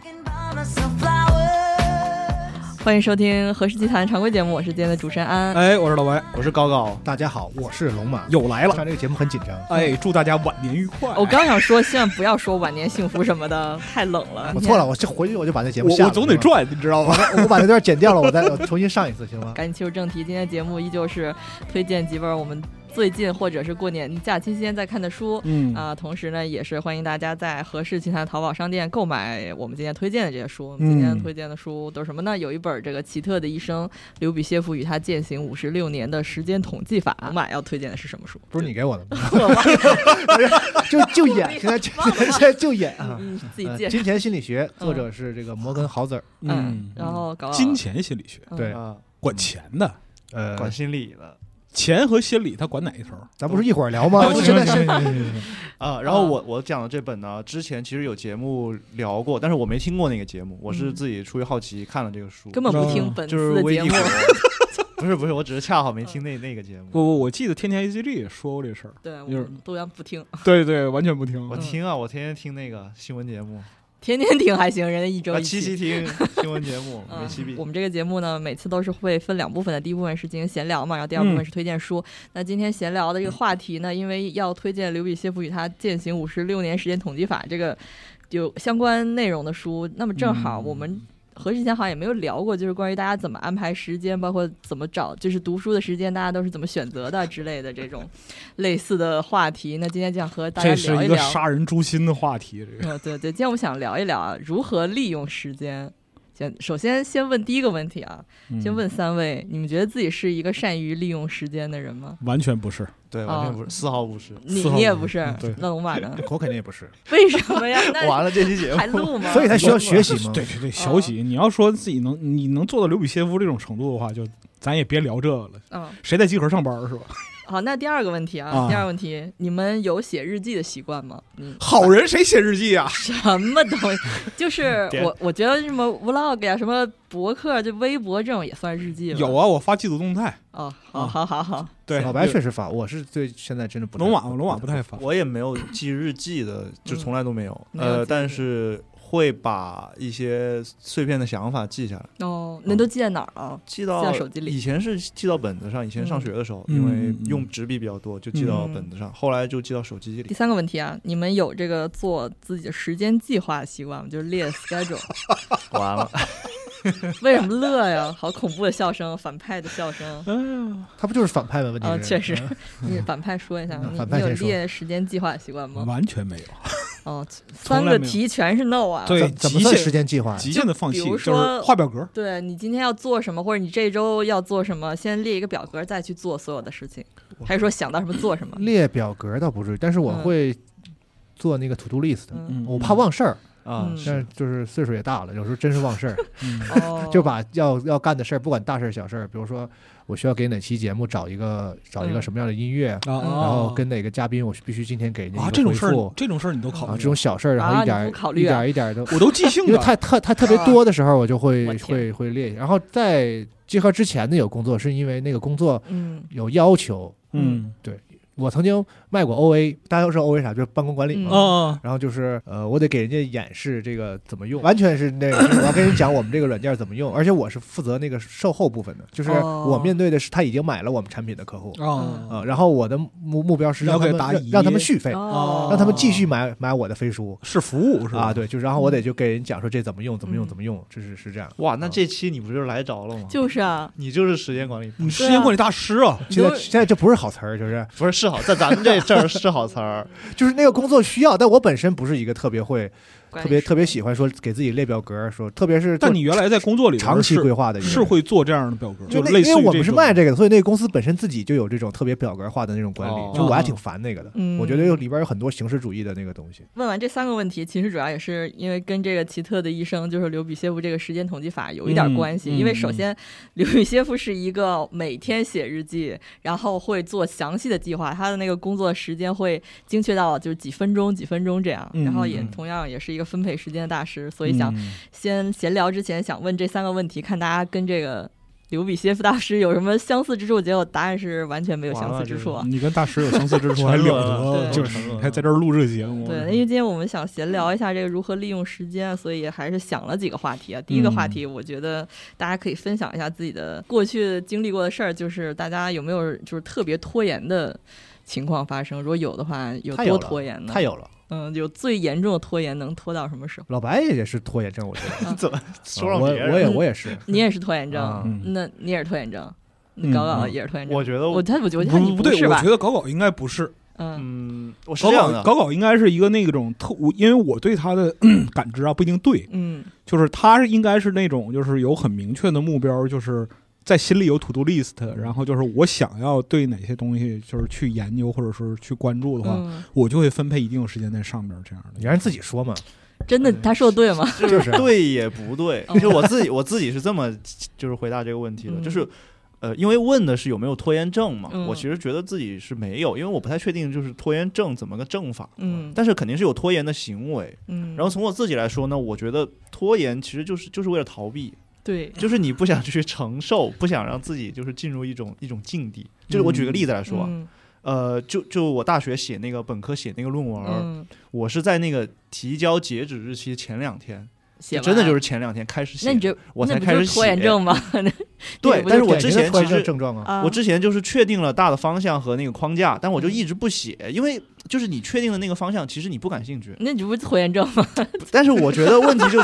欢迎收听何氏集团常规节目，我是今天的主持人安。 哎，我是老白， 我是高高。 大家好，我是龙马， 又来了。 上这个节目很紧张。 哎，祝大家晚年愉快。 我刚想说，希望不要说晚年幸福什么的，太冷了。 我错了，我这回去我就把这节目下了。 我总得转，你知道吗？ 我把那段剪掉了，我重新上一次，行吗？ 赶紧切入正题，今天节目依旧是推荐几本我们最近或者是过年假期期间在看的书，同时呢也是欢迎大家在何氏集团淘宝商店购买我们今天推荐的这些书。今天推荐的书都是什么呢？有一本这个奇特的一生，刘比歇夫与他践行56年的时间统计法。我买要推荐的是什么书？ 不是你给我的吗？就演，现在就演啊！ 自己介绍。 金钱心理学，作者是这个摩根豪泽尔。 然后搞金钱心理学， 对， 管钱的， 管心理的。 钱和心理他管哪一头？ 咱不是一会儿聊吗？ 现在是然后我讲的这本呢，之前其实有节目聊过，但是我没听过那个节目，我是自己出于好奇看了这个书， 根本不听本就是的节目。 不是，我只是恰好没听那个节目。 不，我记得天天 ACG 也说过这事儿。 对，我们都不听。 对，完全不听。 我听啊，我天天听那个新闻节目。 天天听还行，人家一周一期。 七听新闻节目，没期我们这个节目呢，每次都是会分两部分的，第一部分是进行闲聊嘛，然后第二部分是推荐书。那今天闲聊的这个话题呢，因为要推荐刘比歇夫与他践行56年时间统计法这个有相关内容的书，那么正好我们何氏集团好像也没有聊过，就是关于大家怎么安排时间，包括怎么找就是读书的时间，大家都是怎么选择的之类的这种类似的话题。那今天就想和大家聊一聊， 这是一个杀人诛心的话题。这个对，今天我们想聊一聊如何利用时间。首先先问第一个问题啊，先问三位，你们觉得自己是一个善于利用时间的人吗？ 完全不是。 对，完全不是，丝毫不是。 你也不是？那龙马呢？ 我肯定也不是。 为什么呀？ 完了这期节目还录吗？ 所以他需要学习吗？ 对，学习。你要说自己你能做到刘比歇夫这种程度的话，就咱也别聊这个了。谁在集合上班是吧？ 好，那第二个问题啊，第二个问题，你们有写日记的习惯吗？ 好人谁写日记啊？ 什么东西？就是我觉得什么 vlog 呀，什么博客，就微博这种也算日记吧。 有啊，我发季度动态。 好。 对， 老白确实发，我是对现在真的不太。 龙马不太发， 我也没有记日记的，就从来都没有。但是会把一些碎片的想法记下来。 那都记在哪儿啊？ 记到手机里。 以前是记到本子上，以前上学的时候，因为用纸笔比较多，就记到本子上。后来就记到手机里。 第三个问题啊，你们有这个做自己的时间计划的习惯吗？就是列 schedule。 完了。 为什么乐呀？好恐怖的笑声，反派的笑声。 他不就是反派的问题？ 确实。你反派说一下，你有列时间计划的习惯吗？ 完全没有。 三个题全是 no 啊！ 对， 怎么算时间计划？ 极限的放弃， 比如说就是画表格。 对，你今天要做什么，或者你这周要做什么，先列一个表格，再去做所有的事情。还是说想到什么做什么？ 列表格倒不至于，但是我会做那个 to do list。我怕忘事儿。但是就是岁数也大了，有时候真是忘事儿。就把要干的事儿，不管大事儿小事儿，比如说我需要给哪期节目找一个什么样的音乐，然后跟哪个嘉宾我必须今天给那个这种事儿你都考虑这种小事儿，然后一点的我都记性的， 因为它特别多的时候，我就会列。然后在集合之前的有工作，是因为那个工作有要求。对。我曾经卖过 OA， 大家都知道 OA 啥，就是办公管理嘛。然后就是我得给人家演示这个怎么用，完全是那个我要跟人讲我们这个软件怎么用，而且我是负责那个售后部分的，就是我面对的是他已经买了我们产品的客户然后我的目标是让他们续费，让他们继续买我的飞书， 是服务是吧？ 对，就然后我得就给人讲说这怎么用，是这样。 哇，那这期你不就是来着了吗？ 就是啊， 你就是时间管理， 你时间管理大师啊！ 现在这不是好词儿，就是不是好，在咱们这儿是好词儿， 就是那个工作需要，但我本身不是一个特别喜欢说给自己列表格，说特别是。 但你原来在工作里长期规划的是会做这样的表格，就类似于因为我们是卖这个的，所以那个公司本身自己就有这种特别表格化的那种管理，就我还挺烦那个的。我觉得里边有很多形式主义的那个东西。 问完这三个问题，其实主要也是因为跟这个奇特的一生，就是刘比歇夫这个时间统计法有一点关系。因为首先，刘比歇夫是一个每天写日记，然后会做详细的计划，他的那个工作时间会精确到就是几分钟这样，然后也同样也是一个分配时间的大师。所以想先闲聊之前想问这三个问题，看大家跟这个刘比歇夫大师有什么相似之处？结果答案是完全没有相似之处。 你跟大师有相似之处还了得？就是还在这儿录这个节目。 对，因为今天我们想闲聊一下这个如何利用时间，所以还是想了几个话题啊。第一个话题，我觉得大家可以分享一下自己的过去经历过的事儿，就是大家有没有就是特别拖延的情况发生？如果有的话，有多拖延呢？ 太有了。 有最严重的拖延能拖到什么时候？ 老白也是拖延症，我觉得。 怎么说让别人？我也是。 你也是拖延症？那你也是拖延症？搞搞也是拖延症？ 我觉得我觉得你不对， 吧？ 我觉得搞应该不是。 我是这样的， 搞应该是一个那种因为我对他的感知啊不一定对。就是他应该是那种就是有很明确的目标，就是在心里有 to do list， 然后就是我想要对哪些东西就是去研究或者是去关注的话，我就会分配一定时间在上面这样的。 你让人自己说嘛， 真的他说的对吗？ 就是对也不对，就是我自己是这么就是回答这个问题的，就是因为问的是有没有拖延症嘛，我其实觉得自己是没有，因为我不太确定就是拖延症怎么个症法，但是肯定是有拖延的行为，然后从我自己来说呢，我觉得拖延其实就是为了逃避。 对， 就是你不想去承受，不想让自己就是进入一种境地。就是我举个例子来说，就我大学写那个本科写那个论文，我是在那个提交截止日期前2天，真的就是前2天开始写，我才开始写。 拖延症吗？ 对，但是我之前其实症状啊， 我之前就是确定了大的方向和那个框架，但我就一直不写，因为就是你确定的那个方向，其实你不感兴趣。 那你不是拖延症吗？ 但是我觉得问题就是。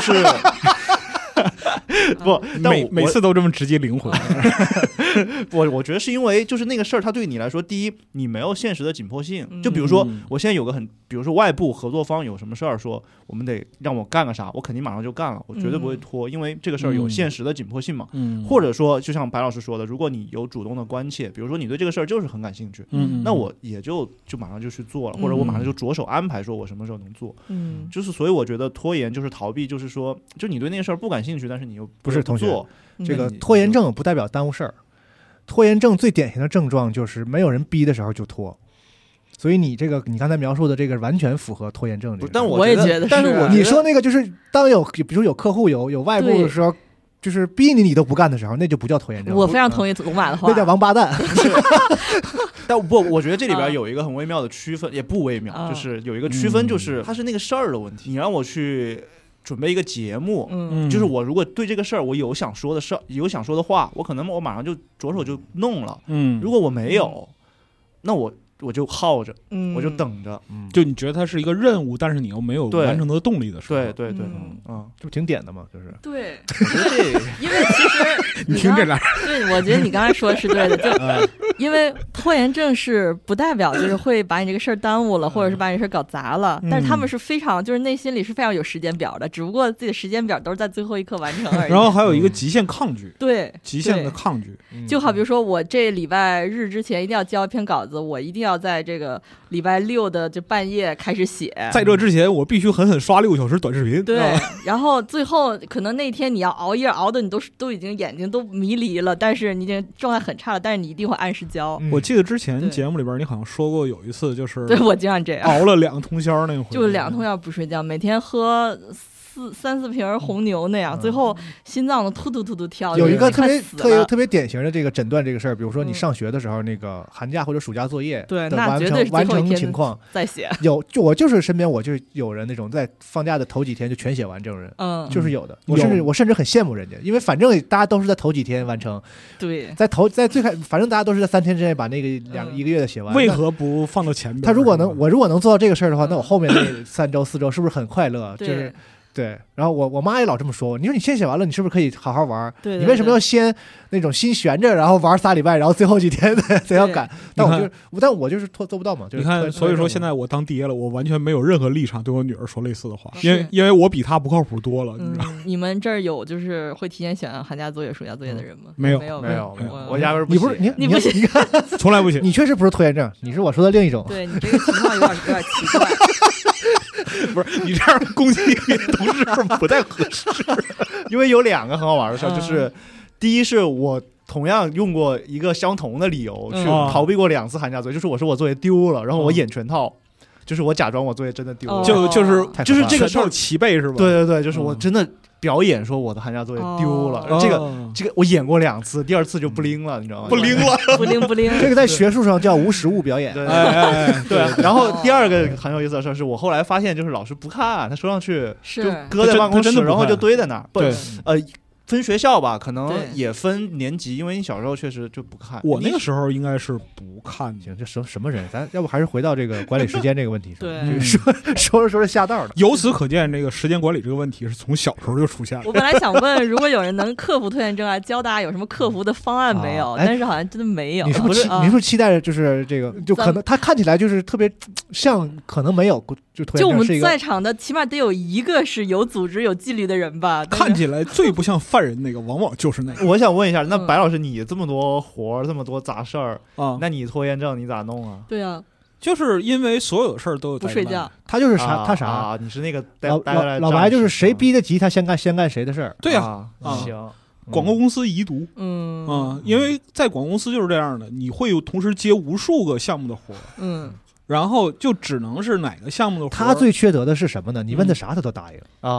不，但每次都这么直击灵魂。 我觉得是因为就是那个事儿，它对你来说，第一，你没有现实的紧迫性。就比如说，我现在有个比如说外部合作方有什么事儿，说我们得让我干个啥，我肯定马上就干了，我绝对不会拖，因为这个事儿有现实的紧迫性嘛。或者说，就像白老师说的，如果你有主动的关切，比如说你对这个事儿就是很感兴趣，那我也就马上就去做了，或者我马上就着手安排，说我什么时候能做。就是所以我觉得拖延就是逃避，就是说，就你对那个事儿不感兴趣，但是你又不是同学，这个拖延症不代表耽误事儿。拖延症最典型的症状就是没有人逼的时候就拖，所以你刚才描述的这个完全符合拖延症这个。 但我也觉得， 但是你说那个就是当比如说有客户有外部的时候，就是逼你都不干的时候，那就不叫拖延症。 我非常同意龙马的话， 那叫王八蛋。 但我觉得这里边有一个很微妙的区分，也不微妙，就是有一个区分，就是它是那个事儿的问题。你让我去准备一个节目，就是我如果对这个事儿我有想说的事儿，有想说的话，我可能我马上就着手就弄了。如果我没有，那我就耗着，我就等着。 就你觉得它是一个任务，但是你又没有完成的动力的时候， 对， 就挺点的嘛，就是。 对， 我觉得这， 因为其实你听这俩， 对，我觉得你刚才说的是对的，就因为拖延症是不代表就是会把你这个事儿耽误了，或者是把你这事儿搞砸了，但是他们是非常就是内心里是非常有时间表的，只不过自己的时间表都是在最后一刻完成而已。 然后还有一个极限抗拒， 对， 极限的抗拒， 就好比如说我这礼拜日之前一定要交一篇稿子，我一定要在这个礼拜6的就半夜开始写， 在这之前我必须狠狠刷6个小时短视频。 对，然后最后可能那天你要熬夜熬的你都已经眼睛都迷离了，但是你已经状态很差了，但是你一定会按时交。 我记得之前节目里边你好像说过有一次就是对我经常这样熬了2个通宵那回， 就是2个通宵不睡觉，每天喝3-4瓶红牛那样，最后心脏都突突突突跳。 有一个特别典型的这个诊断这个事儿，比如说你上学的时候，那个寒假或者暑假作业对，那绝对是完成情况再写。 我就是身边我就有人那种在放假的头几天就全写完这种人，就是有的。我甚至很羡慕人家，因为反正大家都是在头几天完成。 对， 在最开，反正大家都是在3天之内把那个1个月的写完。 为何不放到前面？ 我如果能做到这个事儿的话，那我后面那3周4周是不是很快乐？就是对。然后我妈也老这么说我，你说你先写完了，你是不是可以好好玩？ 对， 你为什么要先那种心悬着，然后玩3礼拜，然后最后几天才要赶？但我就是做不到嘛。 你看，所以说现在我当爹了，我完全没有任何立场对我女儿说类似的话，因为我比她不靠谱多了。 你们这儿有就是会提前写完寒假作业、暑假作业的人吗？ 没有， 我压根儿不写。 你不行， 从来不写。 你确实不是拖延症，你是我说的另一种。 对，你这个情况有点奇怪。 不是你这样攻击同事不太合适。 因为有2个很好玩的事儿，就是第一是我同样用过一个相同的理由去逃避过2次寒假作业，就是我说我作业丢了，然后我演全套，就是我假装我作业真的丢了， 就是这个事儿齐备是吧？ 对，就是我真的表演说我的寒假作业丢了，这个我演过2次，第2次就不灵了，你知道吗？ 不灵了， 不灵。 这个在学术上叫无实物表演。 对。然后第2个很有意思的事是我后来发现，就是老师不看，他收上去就搁在办公室，然后就堆在那儿。 对， 分学校吧，可能也分年级，因为你小时候确实就不看。 我那个时候应该是不看。 行，这什么人？咱要不还是回到这个管理时间这个问题上。 对， 说着下道的。 由此可见，这个时间管理这个问题是从小时候就出现了。 我本来想问，如果有人能克服拖延症啊，教大家有什么克服的方案没有？但是好像真的没有。 你是不是期待着就是这个？就可能他看起来就是特别像，可能没有就拖延症是一个。 就我们在场的起码得有一个是有组织、有纪律的人吧？ 看起来最不像犯人那个，往往就是那个。 我想问一下，那白老师，你这么多活儿，这么多杂事儿啊，那你拖延症你咋弄啊？ 对啊， 就是因为所有的事儿都有不睡觉。 他就是啥，他啥？ 你是那个老白，就是谁逼得急，他先干谁的事儿。 对呀， 行。 广告公司遗毒，因为在广告公司就是这样的，你会有同时接无数个项目的活，然后就只能是哪个项目的活。 他最缺德的是什么呢？你问他啥他都答应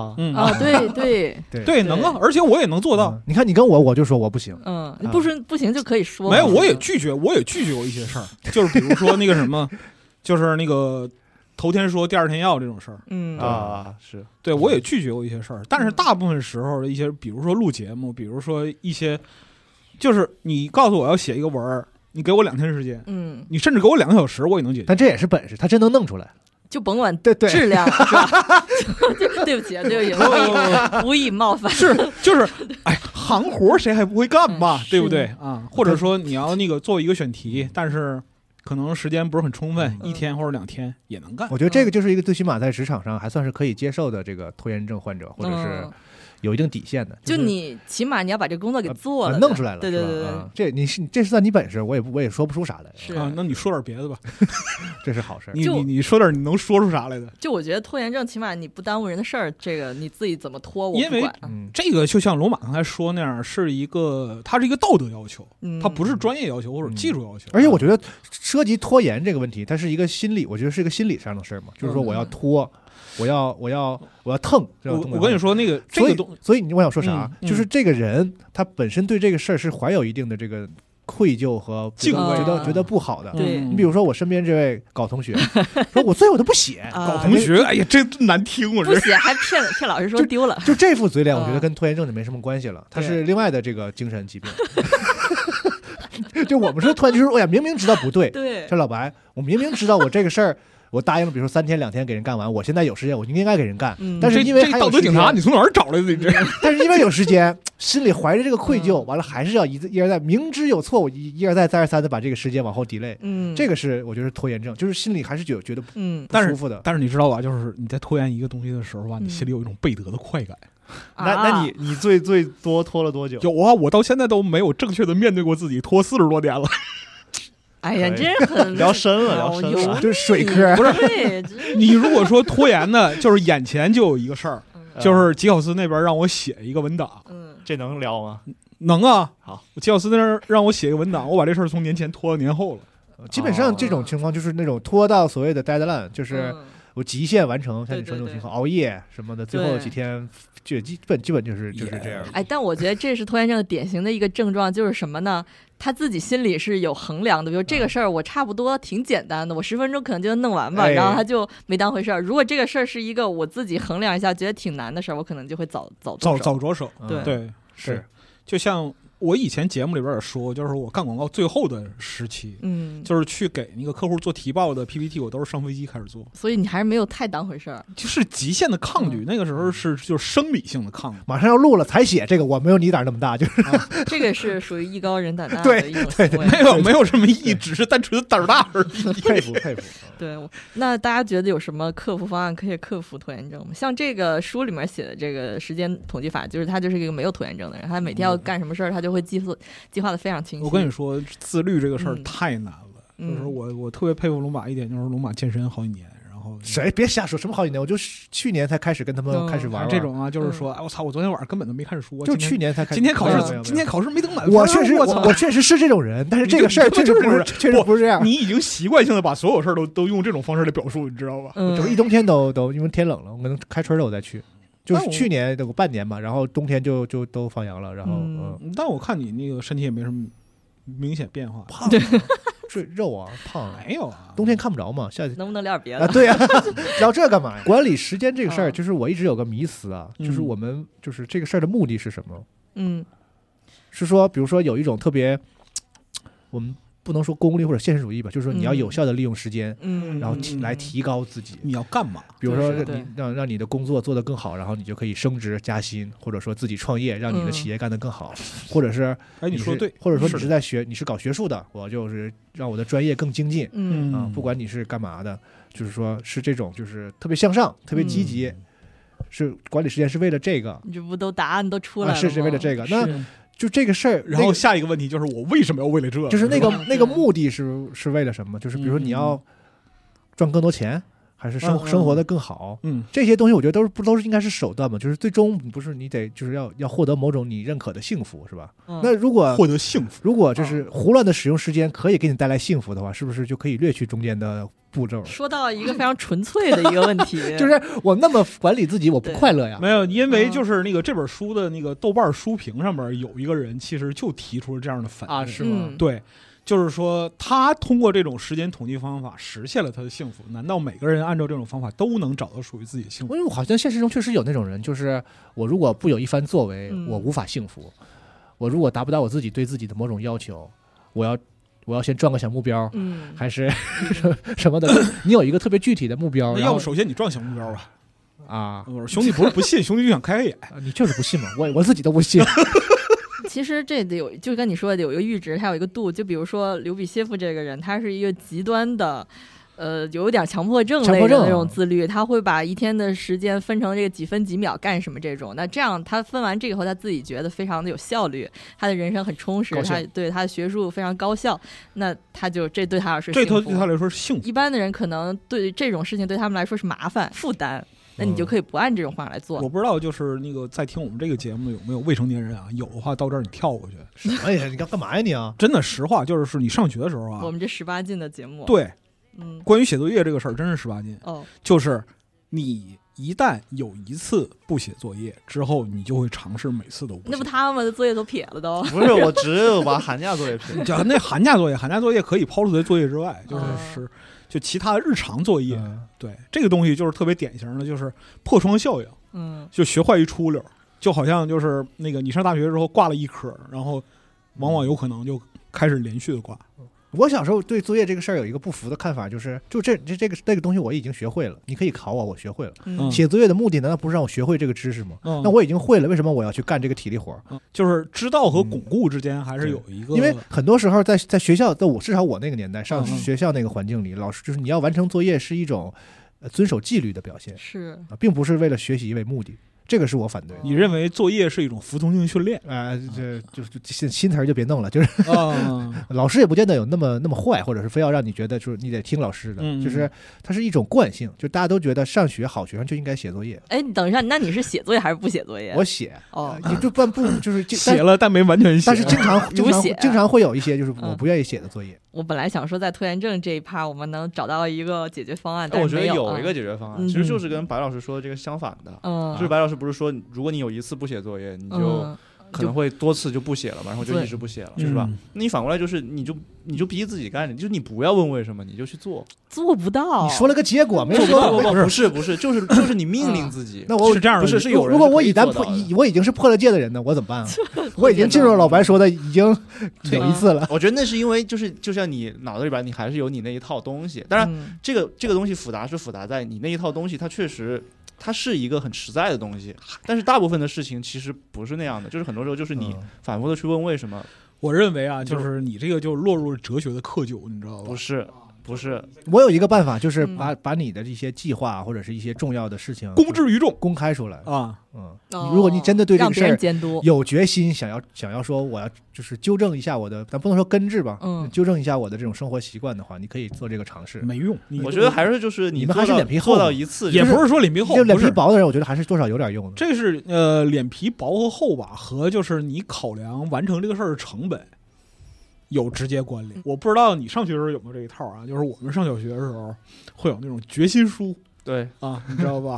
对， 能啊，而且我也能做到。 你看你跟我就说我不行， 不说不行就可以说。 没有，我也拒绝过一些事儿，就是比如说那个什么，就是那个头天说第2天要这种事儿， 是对我也拒绝过一些事儿，但是大部分时候的一些，比如说录节目，比如说一些，就是你告诉我要写一个文儿。你给我2天时间，你甚至给我2个小时，我也能解决。 但这也是本事，他真能弄出来， 就甭管质量，是吧？对不起，无意冒犯。 就是，哎，行活谁还不会干嘛，对不对啊？或者说你要那个做一个选题，但是可能时间不是很充分，1天或者2天也能干。 我觉得这个就是一个最起码在职场上还算是可以接受的这个拖延症患者，或者是。有一定底线的， 就你起码你要把这工作给做了， 弄出来了， 对， 这是算你本事，我也说不出啥来。 是啊，那你说点别的吧， 这是好事。 你说点你能说出啥来的？ 就我觉得拖延症起码你不耽误人的事儿，这个你自己怎么拖我不管。 这个就像罗马刚才说那样，它是一个道德要求，它不是专业要求或者技术要求。 而且我觉得涉及拖延这个问题，它是一个心理，我觉得是一个心理上的事儿嘛，就是说我要拖。我要腾， 我跟你说那个这个所以我想说啥，就是这个人他本身对这个事儿是怀有一定的这个愧疚和觉得不好的。你比如说我身边这位搞同学，说我作业我都不写， 搞同学，哎呀，真难听，我不写还骗老师说丢了， 就这副嘴脸，我觉得跟拖延症就没什么关系了，他是另外的这个精神疾病。就我们说突然就是，哎呀，明明知道不对，这老白，我明明知道我这个事儿。我答应了，比如说3天2天给人干完，我现在有时间，我就应该给人干。但是因为还有道德警察，你从哪儿找来的？你这？ 但是因为有时间，心里怀着这个愧疚，完了还是要一而再，明知有错误，一而再再而三的把这个时间往后 delay。这个是我觉得拖延症，就是心里还是觉得不舒服的。 但是你知道吧？就是你在拖延一个东西的时候吧，你心里有一种背德的快感。 那你最多拖了多久？ 有啊，我到现在都没有正确的面对过自己，拖40多年了。 哎呀，真很聊深了， 就是水科。 不是，你如果说拖延的，就是眼前就有一个事儿，就是吉考斯那边让我写一个文档。 这能聊吗？ 能啊。 好， 吉考斯那边让我写一个文档，我把这事儿从年前拖到年后了。 基本上这种情况就是那种拖到所谓的 deadline，就是我极限完成，像你说这种情况，熬夜什么的，最后几天。基本就是这样。 哎，但我觉得这是拖延症的典型的一个症状，就是什么呢？他自己心里是有衡量的，比如这个事儿我差不多挺简单的，我10分钟可能就能弄完吧，然后他就没当回事儿。如果这个事儿是一个我自己衡量一下觉得挺难的事儿，我可能就会早着手。 对， 是，就像。我以前节目里边也说，就是我干广告最后的时期，就是去给那个客户做提报的 PPT， 我都是上飞机开始做。 所以你还是没有太当回事儿， 就是极限的抗拒。那个时候就是生理性的抗拒， 马上要录了才写这个，我没有你胆那么大，就是、 这个是属于艺高人胆大的一种行为。 没有这么意，只是单纯的胆儿大而已。 佩服。 对，那大家觉得有什么克服方案可以克服拖延症吗？像这个书里面写的这个时间统计法，就是他就是一个没有拖延症的人，他每天要干什么事儿，他就会计划的非常清晰。 我跟你说，自律这个事儿太难了。就是我特别佩服龙马一点，就是龙马健身好几年，然后谁别瞎说什么好几年，我就去年才开始跟他们开始玩这种啊，就是说，哎我操，我昨天晚上根本都没看书， 就去年才开始。 今天考试没等满分。 我确实是这种人，但是这个事儿确实不是这样。 你已经习惯性的把所有事儿都用这种方式来表述，你知道吧？ 就是一冬天都因为天冷了，我可能开春了我再去。 就是去年有半年嘛，然后冬天就都放羊了，然后但我看你那个身体也没什么明显变化， 胖这肉啊胖没有啊， 冬天看不着嘛，夏天能不能聊点别的？ 对呀，聊这干嘛呀？管理时间这个事儿，就是我一直有个迷思啊，就是我们就是这个事儿的目的是什么？是说比如说有一种特别我们不能说功利或者现实主义吧，就是说你要有效的利用时间，然后来提高自己。 你要干嘛？ 比如说你让你的工作做得更好，然后你就可以升职加薪，或者说自己创业，让你的企业干得更好，或者是你说对， 或者说你是搞学术的，我就是让我的专业更精进，不管你是干嘛的，就是说是这种就是特别向上、特别积极，是管理时间是为了这个。 你这不都答案都出来了吗？ 是为了这个那。就这个事儿， 然后下一个问题就是我为什么要为了这？ 就是那个目的是为了什么？就是比如说你要赚更多钱，还是生活的更好？这些东西我觉得都是应该是手段嘛。就是最终不是你得就是要获得某种你认可的幸福，是吧？那如果获得幸福， 如果就是胡乱的使用时间可以给你带来幸福的话，是不是就可以略去中间的步骤？ 说到一个非常纯粹的一个问题， 就是我那么管理自己，我不快乐呀？ 没有，因为就是那个这本书的那个豆瓣书评上面有一个人，其实就提出了这样的反应是吗？ 对，就是说他通过这种时间统计方法实现了他的幸福。难道每个人按照这种方法都能找到属于自己的幸福？ 因为好像现实中确实有那种人，就是我如果不有一番作为，我无法幸福。我如果达不到我自己对自己的某种要求，我要先撞个小目标，还是什么的？你有一个特别具体的目标， 要不首先你撞小目标吧。兄弟不是不信，兄弟就想开开眼。 你就是不信嘛，我自己都不信。 其实这得有，就跟你说的有一个阈值，它有一个度。就比如说刘比歇夫这个人，他是一个极端的。有点强迫症类的那种自律，他会把一天的时间分成这个几分几秒干什么这种。那这样他分完这个后，他自己觉得非常的有效率，他的人生很充实，他对他的学术非常高效。那他就这对他来说是幸福， 这对他来说是幸福。 一般的人可能对这种事情对他们来说是麻烦负担。那你就可以不按这种方法来做。 我不知道，就是那个在听我们这个节目有没有未成年人啊？有的话，到这儿你跳过去。 哎呀，你干嘛呀你啊？ 真的，实话就是你上学的时候啊， 我们这18禁的节目， 对。关于写作业这个事儿，真是18禁。就是你一旦有一次不写作业之后，你就会尝试每次都不写。 那不他们的作业都撇了都？ 不是，我只有把寒假作业撇了。 那寒假作业可以抛除在作业之外，就其他的日常作业。对，这个东西就是特别典型的，就是破窗效应。就学坏一出溜，就好像就是那个你上大学之后挂了一科，然后往往有可能就开始连续的挂。 我小时候对作业这个事儿有一个不服的看法，就是这个东西我已经学会了，你可以考我学会了。写作业的目的难道不是让我学会这个知识吗？那我已经会了，为什么我要去干这个体力活？ 就是知道和巩固之间还是有一个， 因为很多时候在学校，至少我那个年代上学校那个环境里，老师就是你要完成作业是一种遵守纪律的表现， 是并不是为了学习为目的。这个是我反对的。 你认为作业是一种服从性训练？ 这就是新词儿就别弄了，就是老师也不见得有那么坏，或者是非要让你觉得就是你得听老师的，就是它是一种惯性，就大家都觉得上学好学生就应该写作业。 哎，你等一下，那你是写作业还是不写作业？ 我写你就不就是写了，但没完全写。 但是经常会有一些就是我不愿意写的作业。 我本来想说在拖延症这一趴我们能找到一个解决方案，但我觉得有一个解决方案，其实就是跟白老师说的这个相反的。就是白老师不是说如果你有一次不写作业，你就可能会多次就不写了嘛，然后就一直不写了，是吧？那你反过来就是你就逼自己干，就是你不要问为什么，你就去做不到。 你说了个结果，没说不是，就是你命令自己。 那我是这样的， 是有人。 如果我已经是破了戒的人呢，我怎么办啊？我已经进入了老白说的已经有一次了。 我觉得那是因为就像你脑子里边你还是有你那一套东西，当然这个东西复杂是复杂在你那一套东西，它确实。它是一个很实在的东西，但是大部分的事情其实不是那样的，就是很多时候就是你反复的去问为什么。 我认为啊，就是你这个就落入了哲学的窠臼，你知道吧？ 不是， 我有一个办法，就是把你的一些计划或者是一些重要的事情公之于众， 公开出来啊。 如果你真的对这个事儿监督有决心，想要说我要就是纠正一下我的，咱不能说根治吧，纠正一下我的这种生活习惯的话，你可以做这个尝试。 没用， 我觉得还是就是你们还是脸皮厚， 做到一次， 也不是说脸皮厚， 就脸皮薄的人，我觉得还是多少有点用的。 这是脸皮薄和厚吧，和就是你考量完成这个事儿的成本有直接关联。我不知道你上学的时候有没有这一套啊？就是我们上小学的时候会有那种决心书， 对啊，你知道吧？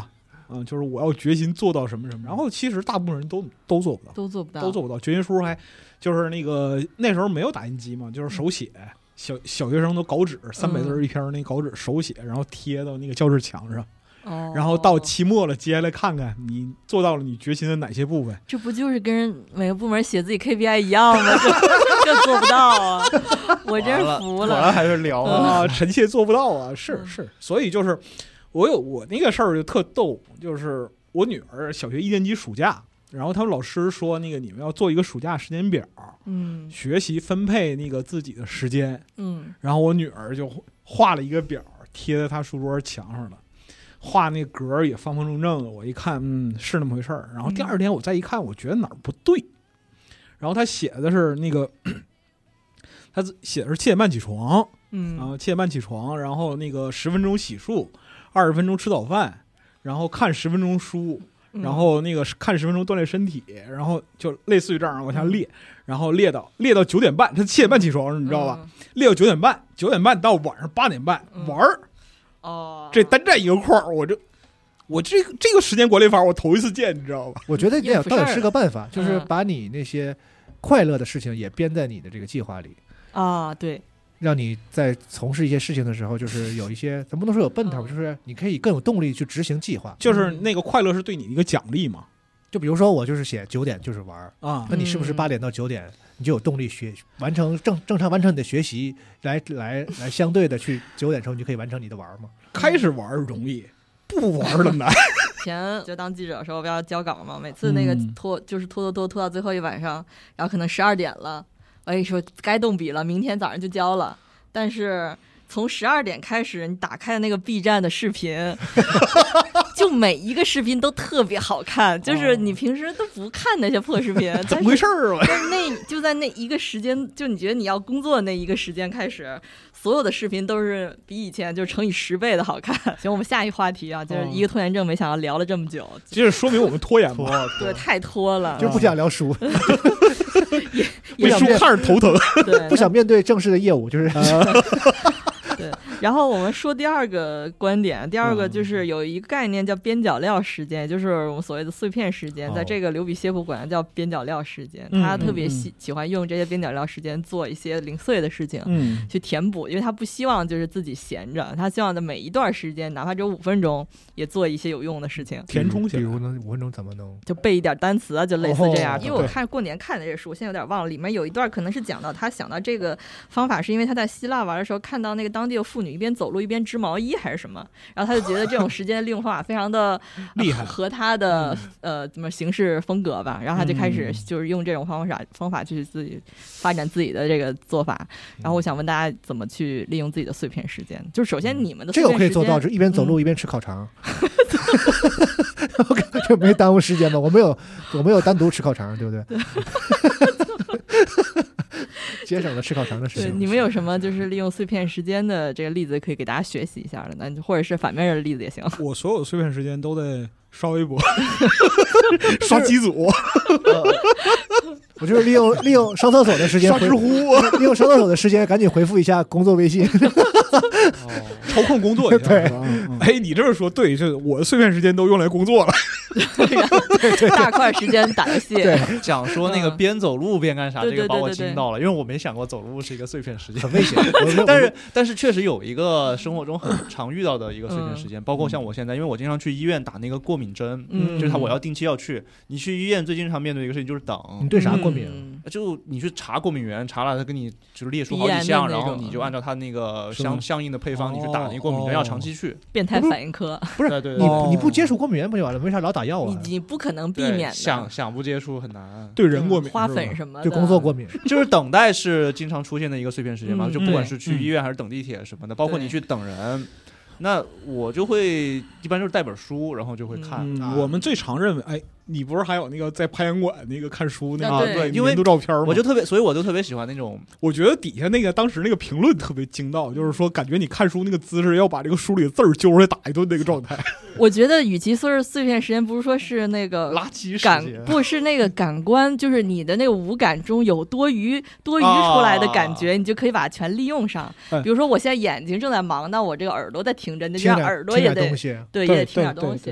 就是我要决心做到什么什么。然后其实大部分人都做不到， 都做不到。 决心书还就是那时候没有打印机嘛，就是手写，小学生都稿纸300字一篇那稿纸手写，然后贴到那个教室墙上。然后到期末了，接下来看看你做到了你决心的哪些部分。 这不就是跟每个部门写自己 KPI 一样吗？这做不到啊！我真服了。 果然还是聊啊，臣妾做不到啊！是，所以就是我那个事儿就特逗，就是我女儿小学1年级暑假，然后他们老师说那个你们要做一个暑假时间表，学习分配那个自己的时间，然后我女儿就画了一个表贴在她书桌墙上了。画那格也方方正正的，我一看，是那么回事儿。然后第二天我再一看，我觉得哪儿不对。然后他写的是那个，他写的是7点半起床，然后7点半起床，然后那个10分钟洗漱，20分钟吃早饭，然后看10分钟书，然后那个看10分钟锻炼身体，然后就类似于这样往下列，然后列到9点半，他7点半起床，你知道吧？列到9点半，9点半到晚上8点半玩儿。这单占一个框，我这个时间管理法我头一次见，你知道吧？ 我觉得也倒也是个办法，就是把你那些快乐的事情也编在你的这个计划里啊，对， 让你在从事一些事情的时候，就是有一些咱不能说有奔头，就是你可以更有动力去执行计划。 就是那个快乐是对你的一个奖励嘛？ 就比如说我就是写9点就是玩啊，那你是不是8点到9点？你就有动力完成正常完成你的学习，来相对的去9点的时候你就可以完成你的玩嘛。 开始玩容易，不玩了难。 以前就当记者的时候不要交稿嘛，每次那个拖到最后一晚上，然后可能12点了，我跟你说该动笔了，明天早上就交了。但是从12点开始，你打开那个 B 站的视频，就每一个视频都特别好看，就是你平时都不看那些破视频， 怎么回事啊？ 但是就在那一个时间，就你觉得你要工作的那一个时间开始，所有的视频都是比以前就乘以10倍的好看。行，我们下一话题啊，就是一个拖延症，没想到聊了这么久， 这说明我们拖延嘛？ 对，太拖了， 就不想聊书， 被书看着头疼， 对， 不想面对正式的业务，就是。 对，然后我们说第二个观点，第二个就是有一个概念叫边角料时间，也就是我们所谓的碎片时间，在这个刘比歇夫管它叫边角料时间，他特别喜欢用这些边角料时间做一些零碎的事情，去填补，因为他不希望就是自己闲着，他希望在每一段时间，哪怕只有5分钟，也做一些有用的事情， 填充起来。 比如呢，5分钟怎么弄？ 就背一点单词啊，就类似这样。因为我过年看的这书，现在有点忘了，里面有一段可能是讲到他想到这个方法，是因为他在希腊玩的时候看到那个当地的妇女一边走路一边织毛衣还是什么，然后他就觉得这种时间利用方法非常的厉害， 和他的怎么行事风格吧，然后他就开始就是用这种方法去自己发展自己的这个做法。然后我想问大家怎么去利用自己的碎片时间？就是首先你们的碎片时间这个可以做到，就一边走路一边吃烤肠，这没耽误时间吗？我没有单独吃烤肠，对不对？节省了吃烤肠的事情。 你们有什么就是利用碎片时间的这个例子可以给大家学习一下的呢？或者是反面的例子也行。 我所有碎片时间都在刷微博、刷机组。 我就是利用上厕所的时间刷知乎， 利用上厕所的时间赶紧回复一下工作微信， 抽空工作一下。 对， 哎，你这么说对，就是我的碎片时间都用来工作了。 对，大块时间打游戏。 对， 讲说那个边走路边干啥，这个把我惊到了，因为我没想过走路是一个碎片时间， 很危险。 但是确实有一个生活中很常遇到的一个碎片时间，包括像我现在，因为我经常去医院打那个过敏针，就是我要定期要去。你去医院最经常面对一个事情就是等。 你对啥过敏？ 就你去查过敏源，查了他给你就是列出好几项，然后你就按照他那个相应的配方，你去打那个过敏针，要长期去。 变态反应科不是？ 对， 你不接触过敏源不就完了？为啥老打药啊？ 你不可能避免的。 想不接触很难。 对人过敏， 花粉什么的， 对工作过敏， 就是等待是经常出现的一个碎片时间嘛。就不管是去医院还是等地铁什么的，包括你去等人。那我就会一般就是带本书，然后就会看。 我们最常认为，哎，你不是还有那个在拍洋馆那个看书那个对，因为年度照片吗？ 所以我就特别喜欢那种。 我觉得底下那个当时那个评论特别精到，就是说感觉你看书那个姿势要把这个书里的字儿揪出来打一顿那个状态。 我觉得与其说是碎片时间，不是说是那个垃圾时间， 不是那个感官，就是你的那个五感中有多余出来的感觉，你就可以把它全利用上。比如说我现在眼睛正在忙，那我这个耳朵在听着，那就让耳朵也得东西， 对，也得听点东西。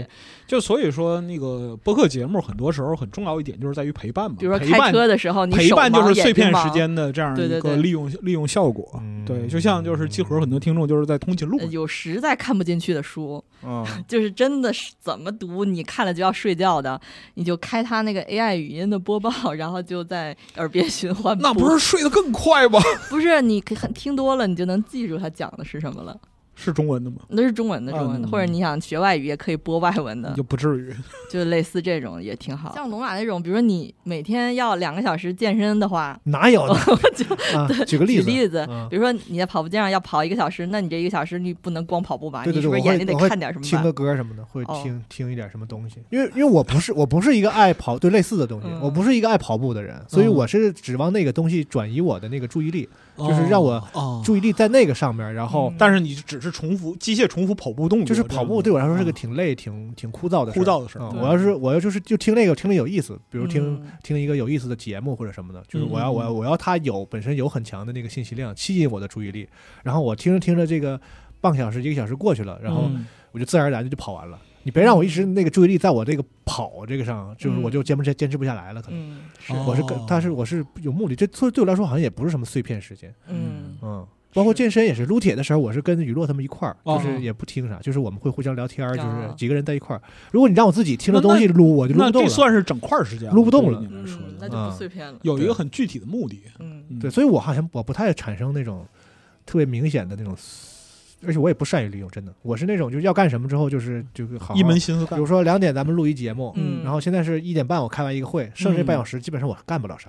就所以说那个播客节目很多时候很重要一点就是在于陪伴嘛， 比如说开车的时候， 陪伴就是碎片时间的这样一个利用效果。对，就像就是集合很多听众就是在通勤路有实在看不进去的书，就是真的是怎么读你看了就要睡觉的，你就开他那个 AI 语音的播报，然后就在耳边循环。 那不是睡得更快吗？ 不是，你听多了你就能记住他讲的是什么了。 是中文的吗？ 那是中文的，或者你想学外语也可以播外文的， 就不至于， 就类似这种也挺好。像龙马那种，比如说你每天要2个小时健身的话， 哪有呢？举个例子，比如说你在跑步机上要跑1个小时，那你这1个小时你不能光跑步吧？ 对对对， 你是不是眼睛得看点什么？ 听个歌什么的，会听一点什么东西。因为我不是一个爱跑对类似的东西，我不是一个爱跑步的人，所以我是指望那个东西转移我的那个注意力，就是让我注意力在那个上面，然后但是你只是机械重复跑步动作， 就是跑步对我来说是个挺累、挺枯燥的事。 我要就是就听那个听着有意思，比如听一个有意思的节目或者什么的，就是我要它本身有很强的那个信息量，吸引我的注意力，然后我听着这个半个小时1个小时过去了，然后我就自然而然的就跑完了。你别让我一直那个注意力在我这个跑这个上，就是我就坚持不下来了。可能我是有目的，这对我来说好像也不是什么碎片时间。包括健身也是，撸铁的时候我是跟雨落他们一块儿，就是也不听啥，就是我们会互相聊天，就是几个人在一块儿。如果你让我自己听着东西撸，我就撸不动了。 那这算是整块时间， 撸不动了。 那就不碎片了。 有一个很具体的目的。 对，所以我不太产生那种特别明显的那种，而且我也不善于利用，真的，我是那种就是要干什么之后就是好一门心思干。 比如说2点咱们录一节目，然后现在是1点半我开完一个会，剩下这半小时基本上我干不了啥。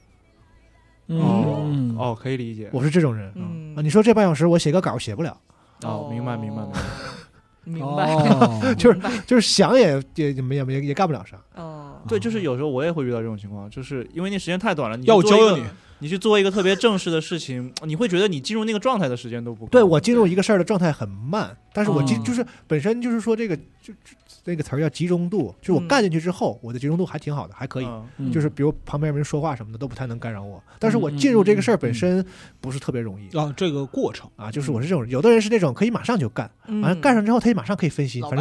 可以理解， 我是这种人。你说这半小时我写个稿写不了。 明白， 就是想也干不了啥。 对，就是有时候我也会遇到这种情况，就是因为那时间太短了， 要我教教你去做一个特别正式的事情，你会觉得你进入那个状态的时间都不够。 对，我进入一个事儿的状态很慢，但是我就是本身就是说这个就那个词儿叫集中度，就是我干进去之后，我的集中度还挺好的，还可以。就是比如旁边人说话什么的都不太能干扰我，但是我进入这个事儿本身不是特别容易这个过程就是我是这种，有的人是那种可以马上就干，完了干上之后他也马上可以分析，反正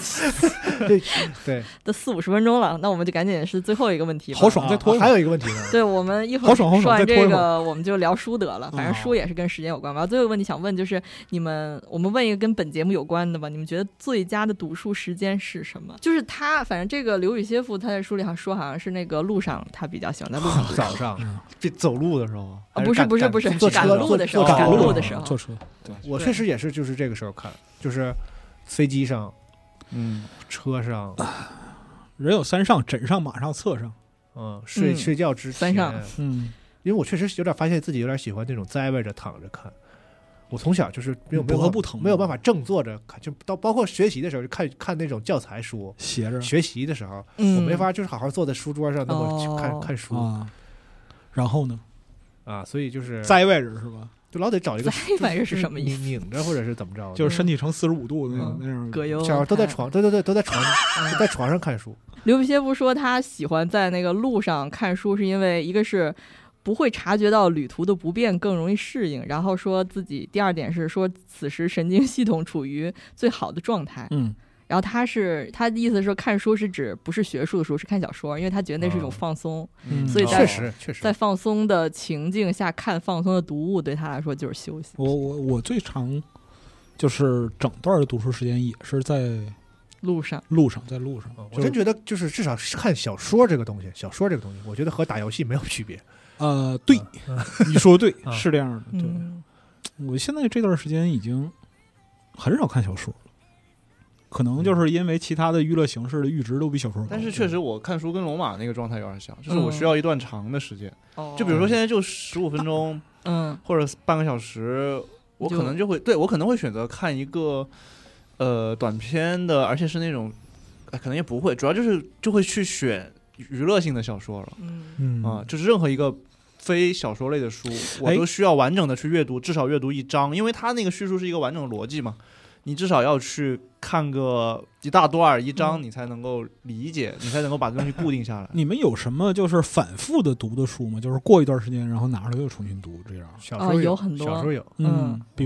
对， 都40-50分钟了，那我们就赶紧是最后一个问题吧。 好爽，再拖一会儿。 还有一个问题呢， 对，我们一会儿说完这个我们就聊书得了，反正书也是跟时间有关吧。最后一个问题想问就是我们问一个跟本节目有关的吧，你们觉得最佳的读书时间是什么？就是反正这个刘禹锡夫他在书里说好像是那个路上，他比较喜欢在路上早上走路的时候不是赶路的时候，赶路的时候坐车。 对，我确实也是就是这个时候看，就是飞机上车上人有3上，枕上马上侧上睡觉之前 3上因为我确实有点发现自己有点喜欢那种栽歪着躺着看。我从小就是没有办法正坐着看，就包括学习的时候就看那种教材书， 斜着学习的时候，我没法就是好好坐在书桌上那么去看书然后呢所以就是栽歪着是吧？ 就老得找一个栽歪着是什么意思？ 拧着或者是怎么着？ 就是身体呈45度那样葛优小孩都在床，对，都在床上看书。 刘禹锡夫说他喜欢在那个路上看书，是因为一个是不会察觉到旅途的不便，更容易适应。然后说自己第2点是说此时神经系统处于最好的状态。然后他的意思是说看书是指不是学术的书，是看小说，因为他觉得那是一种放松，所以确实在放松的情境下看放松的读物，对他来说就是休息。 我最长就是整段的读书时间也是在路上， 在路上。 我真觉得就是至少看小说这个东西，我觉得和打游戏没有区别。 对，你说对，是这样的。对，我现在这段时间已经很少看小说了，可能就是因为其他的娱乐形式的阈值都比小说高。 但是确实我看书跟龙马那个状态有点像，就是我需要一段长的时间，就比如说现在就15分钟，或者半个小时，我可能我可能会选择看一个短篇的，而且是那种可能也不会，主要就会去选娱乐性的小说了。就是任何一个非小说类的书，我都需要完整的去阅读，至少阅读1章，因为它那个叙述是一个完整的逻辑嘛。你至少要去看个一大段1章，你才能够理解，你才能够把东西固定下来。 你们有什么就是反复的读的书吗？就是过一段时间，然后拿出来又重新读这样？ 小说有很多， 小说有， 比如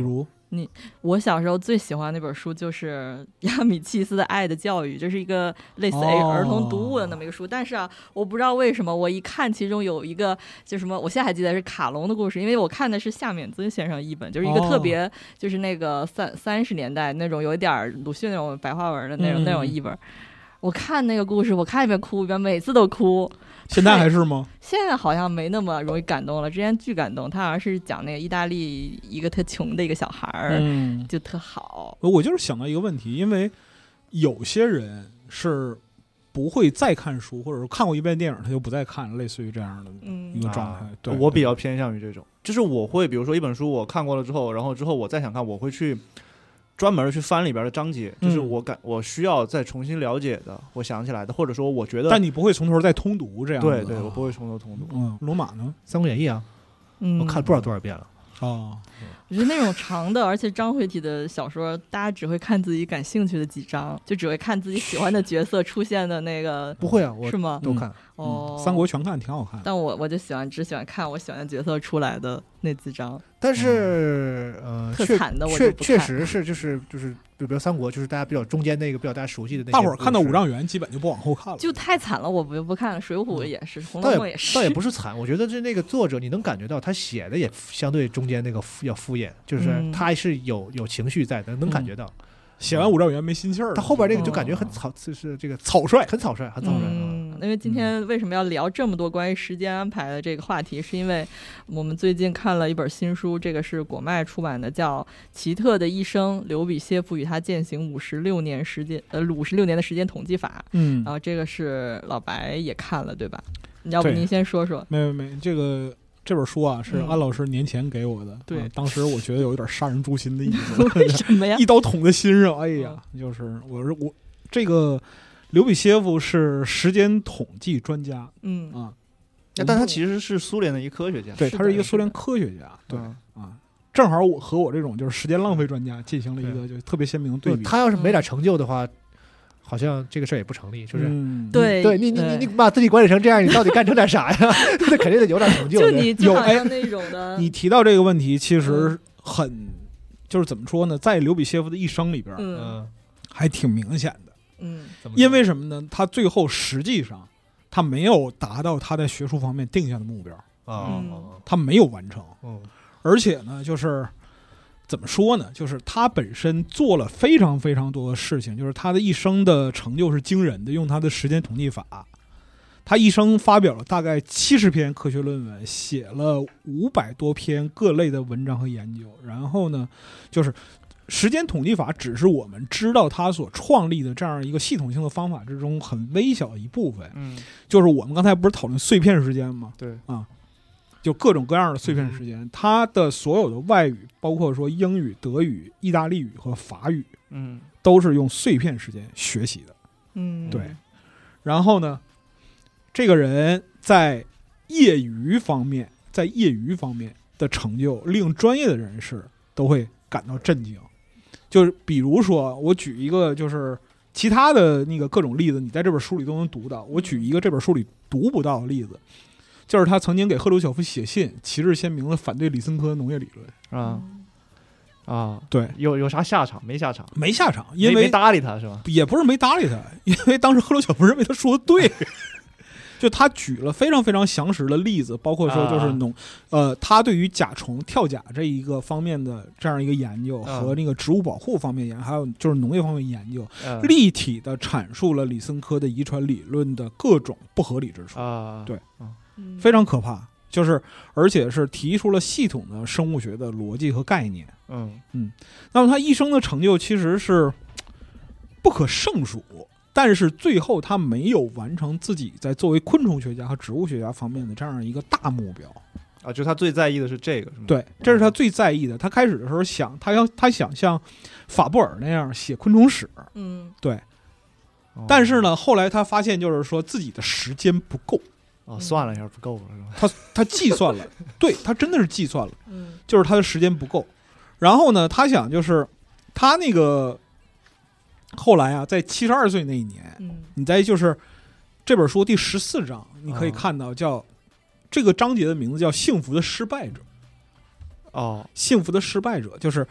我小时候最喜欢那本书就是亚米契斯的《爱的教育》，这是一个类似儿童读物的那么一个书。但是啊，我不知道为什么我一看其中有一个就什么，我现在还记得是卡隆的故事，因为我看的是夏勉尊先生译本，就是一个特别就是那个30年代那种有一点鲁迅那种白话文的那种译本。我看那个故事，我看一遍哭一遍，每次都哭。 现在还是吗？ 现在好像没那么容易感动了，之前巨感动。他好像是讲那个意大利一个特穷的一个小孩儿，就特好。 我就是想到一个问题，因为有些人是不会再看书，或者说看过一遍电影他就不再看，类似于这样的一个状态。对， 我比较偏向于这种，就是我会比如说一本书我看过了之后，然后我再想看，我会去专门去翻里边的章节，就是我需要再重新了解的，我想起来的，或者说我觉得， 但你不会从头再通读这样的。 对，我不会从头通读。 罗马呢？ 《三国演义》啊，我看了不知道多少遍了。 我觉得那种长的而且章回体的小说，大家只会看自己感兴趣的几章，就只会看自己喜欢的角色出现的那个。 不会啊，我是吗？ 都看。 三国全看，挺好看。 但我就只喜欢看我喜欢的角色出来的那几章。 但是特惨的我就不看。 确实是就是比如三国，就是大家比较中间那个比较大家熟悉的那些。 大伙儿看到五丈原基本就不往后看了， 就太惨了，我不看了。水浒也是，红楼梦也是。 倒也不是惨，我觉得这那个作者你能感觉到他写的也相对中间那个要敷衍，就是他是有情绪在的，能感觉到。 写完五丈原没心气儿， 他后边那个就感觉很就是这个草率， 很草率。 因为今天为什么要聊这么多关于时间安排的这个话题，是因为我们最近看了一本新书，这个是果麦出版的，叫《奇特的一生：刘比歇夫与他践行56年的时间统计法》。然后这个是老白也看了对吧？要不您先说说？ 没，这本书啊是安老师年前给我的。 对， 当时我觉得有一点杀人诛心的意思。 为什么呀？ 一刀捅在心上。哎呀，就是我这个刘比歇夫是时间统计专家。 但他其实是苏联的一个科学家。 对，他是一个苏联科学家。对正好我和我这种就是时间浪费专家进行了一个就特别鲜明的对比。 他要是没点成就的话。好像这个事儿也不成立，就是对你把自己管理成这样，你到底干成点啥呀？那肯定得有点成就。 就你就好像那种的。 你提到这个问题，其实很就是怎么说呢，在刘比歇夫的一生里边，还挺明显的。因为什么呢？他最后实际上他没有达到他在学术方面定下的目标他没有完成。而且呢，就是怎么说呢？就是他本身做了非常非常多的事情，就是他的一生的成就是惊人的。用他的时间统计法，他一生发表了大概70篇科学论文，写了500多篇各类的文章和研究。然后呢，就是时间统计法只是我们知道他所创立的这样一个系统性的方法之中很微小的一部分。就是我们刚才不是讨论碎片时间吗？ 对就各种各样的碎片时间，他的所有的外语，包括说英语、德语、意大利语和法语，都是用碎片时间学习的。对。然后呢，这个人在业余方面的成就，令专业的人士都会感到震惊。就是比如说，我举一个，就是其他的那个各种例子，你在这本书里都能读到。我举一个这本书里读不到的例子。就是他曾经给赫鲁晓夫写信，旗帜鲜明的反对李森科农业理论。对， 有啥下场？没下场， 因为没搭理他是吧？ 也不是没搭理他，因为当时赫鲁晓夫认为他说的对。就他举了非常非常详实的例子，包括说就是他对于甲虫、跳甲这一个方面的这样一个研究，和那个植物保护方面研究，还有就是农业方面研究，立体的阐述了李森科的遗传理论的各种不合理之处。对。非常可怕，就是而且是提出了系统的生物学的逻辑和概念。那么他一生的成就其实是不可胜数，但是最后他没有完成自己在作为昆虫学家和植物学家方面的这样一个大目标。 就他最在意的是这个，是吗？ 对，这是他最在意的。他开始的时候他想像法布尔那样写昆虫史。对。但是呢，后来他发现就是说自己的时间不够。 算了一下不够了是吧？ 他计算了，对，他真的是计算了，就是他的时间不够。然后呢，他想就是他那个后来啊，在72岁那一年，你在就是这本书第14章，你可以看到叫这个章节的名字叫《幸福的失败者》。幸福的失败者就是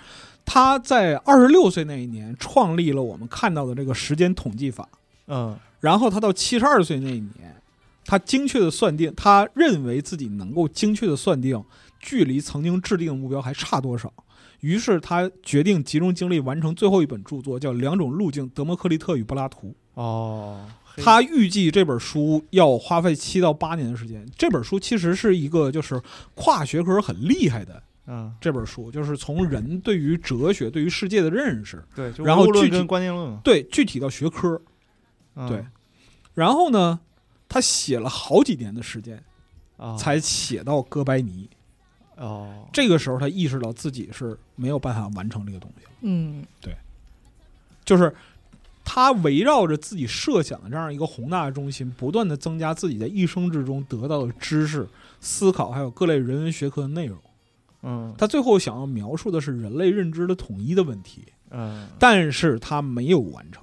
他在26岁那一年创立了我们看到的这个时间统计法。然后他到72岁那一年，他精确的算定，他认为自己能够精确的算定距离曾经制定的目标还差多少，于是他决定集中精力完成最后一本著作，叫《两种路径：德谟克利特与柏拉图》。他预计这本书要花费7到8年的时间。这本书其实是一个就是跨学科很厉害的。这本书就是从人对于哲学、对于世界的认识， 对， 然后具体跟观念论， 对，具体到学科，对。然后呢，他写了好几年的时间，才写到哥白尼。这个时候他意识到自己是没有办法完成这个东西了。对，就是他围绕着自己设想的这样一个宏大的中心，不断的增加自己在一生之中得到的知识、思考，还有各类人文学科的内容。他最后想要描述的是人类认知的统一的问题。但是他没有完成，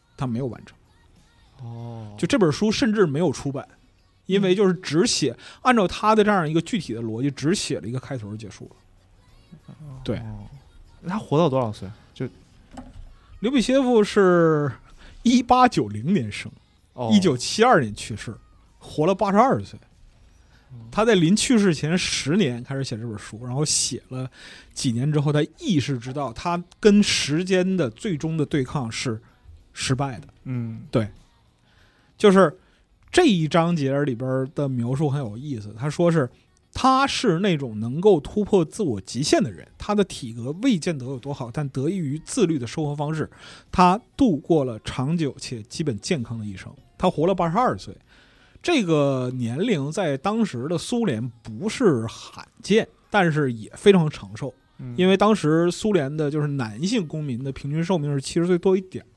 就这本书甚至没有出版，因为就是只写按照他的这样一个具体的逻辑，只写了一个开头就结束了。对， 他活到多少岁？就刘比歇夫是1890年生，1972年去世，活了82岁。他在临去世前10年开始写这本书，然后写了几年之后，他意识知道他跟时间的最终的对抗是失败的。对，就是这一章节里边的描述很有意思。他说他是那种能够突破自我极限的人，他的体格未见得有多好，但得益于自律的生活方式，他度过了长久且基本健康的一生。他活了82岁。这个年龄在当时的苏联不是罕见，但是也非常长寿。因为当时苏联的就是男性公民的平均寿命是70岁多一点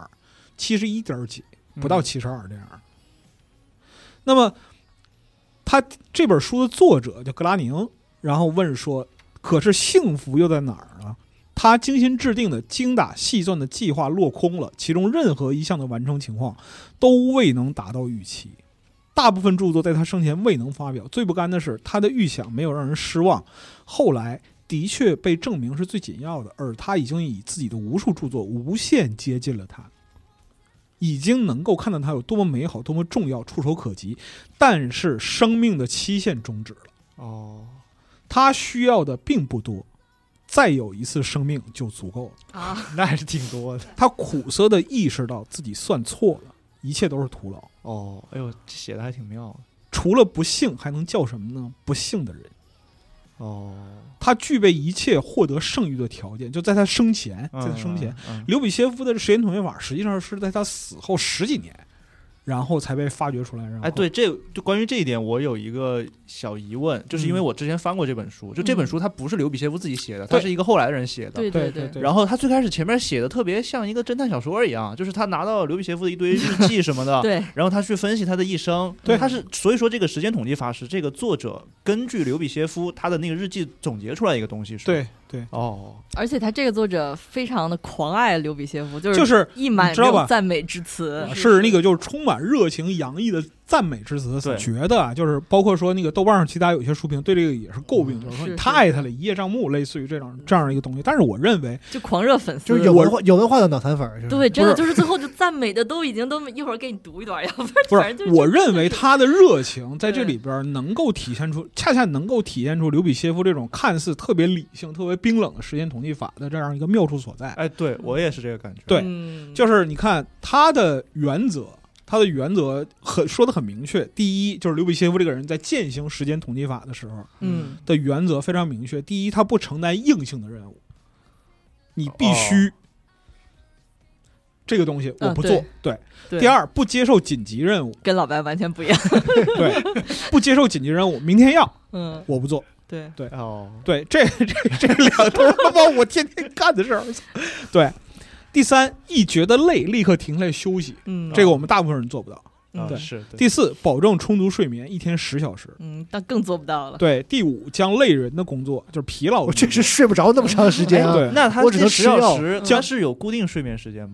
，71点几，不到72这样。那么他这本书的作者叫格拉宁，然后问说，可是幸福又在哪儿呢？他精心制定的精打细算的计划落空了，其中任何一项的完成情况都未能达到预期。大部分著作在他生前未能发表，最不甘的是他的预想没有让人失望，后来的确被证明是最紧要的，而他已经以自己的无数著作无限接近了他，已经能够看到他有多么美好，多么重要，触手可及。但是生命的期限终止了。他需要的并不多，再有一次生命就足够了。 那还是挺多的。 他苦涩地意识到自己算错了，一切都是徒劳。 哎呦，写的还挺妙的。 除了不幸还能叫什么呢？不幸的人。他具备一切获得圣誉的条件，就在他生前，刘比歇夫的时间统计法实际上是在他死后10几年，然后才被发掘出来。然后对，就关于这一点，我有一个小疑问，就是因为我之前翻过这本书，就这本书它不是刘比歇夫自己写的，它是一个后来的人写的。 对。 然后他最开始前面写的特别像一个侦探小说一样，就是他拿到刘比歇夫的一堆日记什么的， 对， 然后他去分析他的一生。 对， 所以说这个时间统计法是这个作者根据刘比歇夫他的那个日记总结出来一个东西。 对。 而且他这个作者非常的狂爱刘比歇夫， 就是溢满这种赞美之词， 是那个就是充满热情洋溢的赞美之词。觉得就是包括说那个豆瓣上其他有些书评对这个也是诟病，就是说你太爱他了，一叶障目，类似于这样一个东西。但是我认为就狂热粉丝， 就是有文化的脑残粉。 对，真的就是最后就赞美的都一会儿给你读一段，要不然我认为他的热情在这里边能够体现出，恰恰能够体现出刘比歇夫这种看似特别理性、特别冰冷的时间统计法的这样一个妙处所在。 对，我也是这个感觉。 对，就是你看他的原则说得很明确。第一，就是刘比歇夫这个人在践行时间统计法的时候，的原则非常明确。第一，他不承担硬性的任务，你必须这个东西我不做。对。第二，不接受紧急任务， 跟老白完全不一样。 对，不接受紧急任务，明天要，我不做。 对， 对，这两头他妈我天天干的事儿。对。第三，一觉得累立刻停下来休息，这个我们大部分人做不到。对， 是。 第四，保证充足睡眠，1天10小时。 但更做不到了。 对。第五，将累人的工作就是疲劳， 我确实睡不着那么长时间啊。 对， 那他我只能 10小时，他是有固定睡眠时间吗？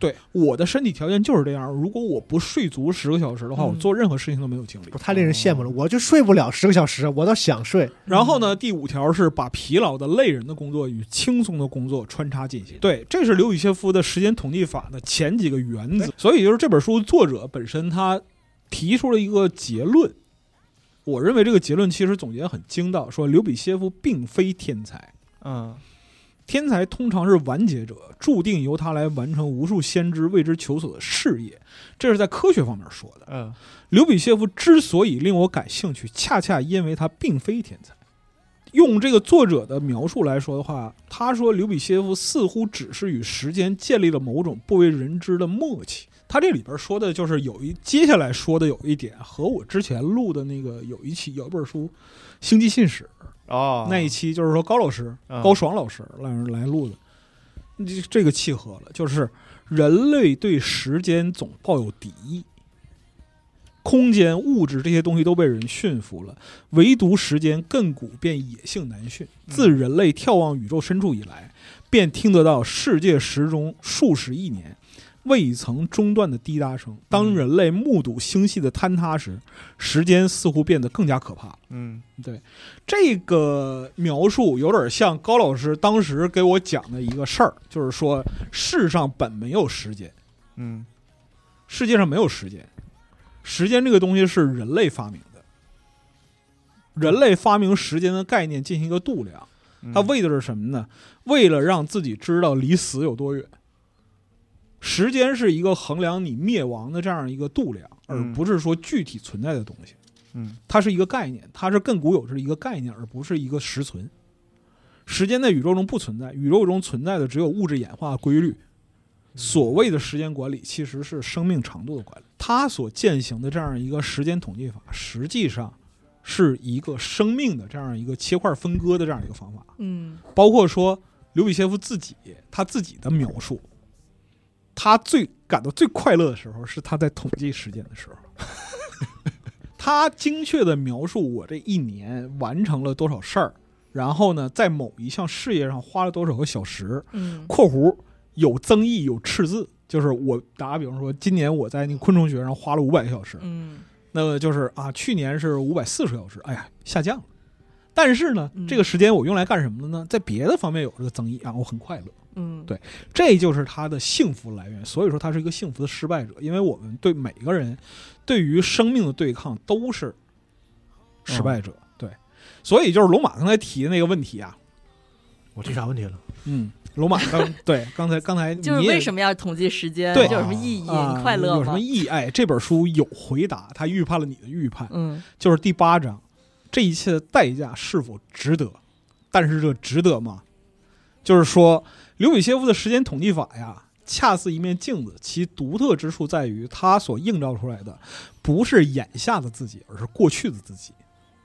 对，我的身体条件就是这样，如果我不睡足10个小时的话，我做任何事情都没有精力。 太令人羡慕了，我就睡不了10个小时，我倒想睡。 然后呢，第5条是把疲劳的累人的工作与轻松的工作穿插进行。对，这是刘禹锡夫的时间统计法的前几个原则。所以就是这本书作者本身他提出了一个结论，我认为这个结论其实总结很精到，说刘比歇夫并非天才。天才通常是完结者，注定由他来完成无数先知为之求索的事业，这是在科学方面说的。刘比歇夫之所以令我感兴趣，恰恰因为他并非天才。用这个作者的描述来说的话，他说刘比歇夫似乎只是与时间建立了某种不为人知的默契。他这里边说的就是接下来说的有一点和我之前录的那个有一本书《星际信使》那一期，就是说高爽老师来录的，这个契合了，就是人类对时间总抱有敌意，空间、物质这些东西都被人驯服了，唯独时间亘古便野性难驯。自人类眺望宇宙深处以来，便听得到世界时钟数十亿年未曾中断的滴答声。当人类目睹星系的坍塌时，时间似乎变得更加可怕。对，这个描述有点像高老师当时给我讲的一个事儿，就是说世上本没有时间。世界上没有时间，时间这个东西是人类发明的。人类发明时间的概念进行一个度量，它为的是什么呢？为了让自己知道离死有多远。时间是一个衡量你灭亡的这样一个度量，而不是说具体存在的东西。它是一个概念，它是亘古有之一个概念，而不是一个实存。时间在宇宙中不存在，宇宙中存在的只有物质演化规律。所谓的时间管理其实是生命长度的管理。它所践行的这样一个时间统计法，实际上是一个生命的这样一个切块分割的这样一个方法。包括说刘比歇夫他自己的描述，他感到最快乐的时候是他在统计时间的时候。他精确的描述我这一年完成了多少事儿，然后呢在某一项事业上花了多少个小时。括弧有增益有赤字，就是我打个比方说，今年我在那个昆虫学上花了500个小时，那么就是去年是540个小时，哎呀下降了。但是呢，这个时间我用来干什么了呢？在别的方面有这个增益我很快乐。对，这就是他的幸福来源。所以说他是一个幸福的失败者，因为我们对每个人对于生命的对抗都是失败者。对，所以就是龙马刚才提的那个问题啊， 我提啥问题了？ 龙马刚才就是为什么要统计时间？ 对， 有什么意义？你快乐吗？ 有什么意义？这本书有回答，他预判了你的预判。就是第8章，这一切的代价是否值得？但是这值得吗？就是说，刘比歇夫的时间统计法呀，恰似一面镜子，其独特之处在于，它所映照出来的不是眼下的自己，而是过去的自己。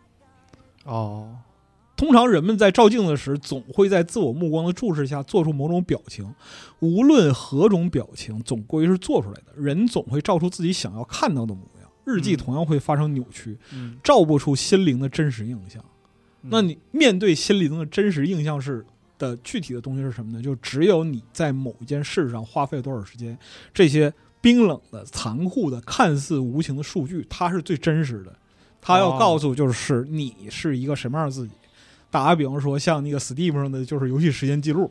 通常人们在照镜子时，总会在自我目光的注视下做出某种表情，无论何种表情，总归是做出来的。人总会照出自己想要看到的模样，日记同样会发生扭曲，照不出心灵的真实印象。那你面对心灵的真实印象的具体的东西是什么呢？就只有你在某一件事上花费了多少时间，这些冰冷的、残酷的、看似无情的数据，它是最真实的。它要告诉就是你是一个什么样的自己。打个比方说，像那个 Steam 上的就是游戏时间记录。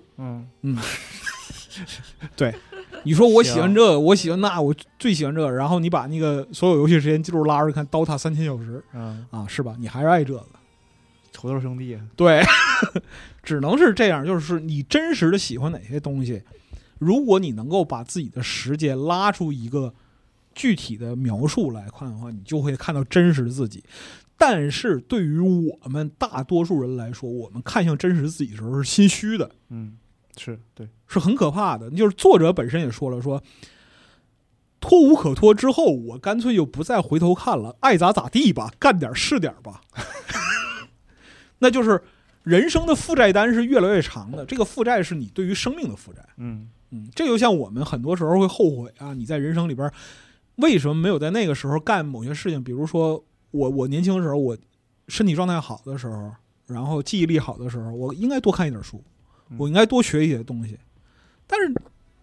对，你说我喜欢这个，我喜欢那，我最喜欢这个，然后你把那个所有游戏时间记录拉出看 DOTA 3000小时，是吧？你还是爱这个。 土豆兄弟， 对，只能是这样，就是你真实的喜欢哪些东西，如果你能够把自己的时间拉出一个具体的描述来看的话，你就会看到真实的自己。但是对于我们大多数人来说，我们看向真实自己的时候是心虚的。 是对， 是很可怕的。就是作者本身也说了，说脱无可脱之后，我干脆就不再回头看了，爱咋咋地吧，干点是点吧。那就是人生的负债单是越来越长的，这个负债是你对于生命的负债。这就像我们很多时候会后悔你在人生里边为什么没有在那个时候干某些事情。比如说我年轻的时候，我身体状态好的时候，然后记忆力好的时候，我应该多看一点书，我应该多学一些东西。但是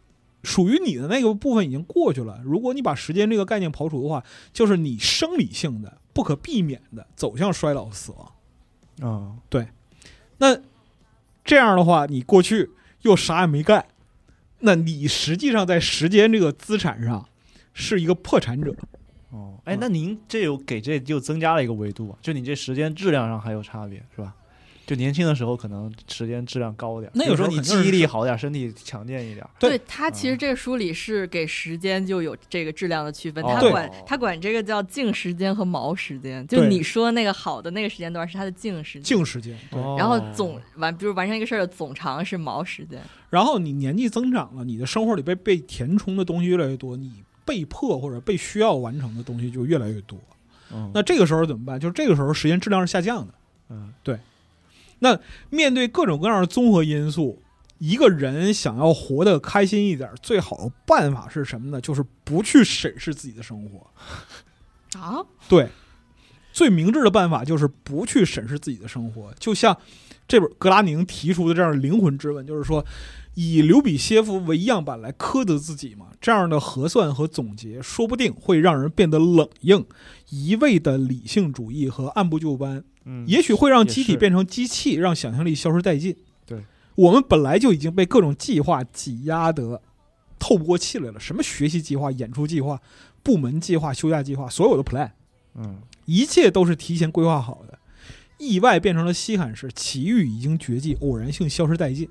属于你的那个部分已经过去了。如果你把时间这个概念刨除的话，就是你生理性的不可避免的走向衰老死亡。对。那这样的话，你过去又啥也没干，那你实际上在时间这个资产上是一个破产者。 那您这有给这就增加了一个维度啊，就你这时间质量上还有差别是吧？就年轻的时候可能时间质量高点， 那有时候你记忆力好点，身体强健一点。 对，他其实这个书里是给时间就有这个质量的区分，他管这个叫净时间和毛时间。就你说那个好的那个时间段是他的净时间，然后比如完成一个事儿的总长是毛时间。 然后你年纪增长了，你的生活里被填充的东西越来越多，你被迫或者被需要完成的东西就越来越多。那这个时候怎么办？就是这个时候时间质量是下降的。对。那面对各种各样的综合因素，一个人想要活得开心一点，最好的办法是什么呢？就是不去审视自己的生活。对，最明智的办法就是不去审视自己的生活。就像这本格拉宁提出的这样的灵魂质问，就是说以刘比歇夫为样板来苛责自己嘛，这样的核算和总结说不定会让人变得冷硬，一味的理性主义和按部就班，也许会让机体变成机器，让想象力消失殆尽。 对， 我们本来就已经被各种计划挤压得透不过气来了，什么学习计划、演出计划、部门计划、休假计划，所有的 plan，一切都是提前规划好的。意外变成了稀罕事，奇遇已经绝迹，偶然性消失殆尽。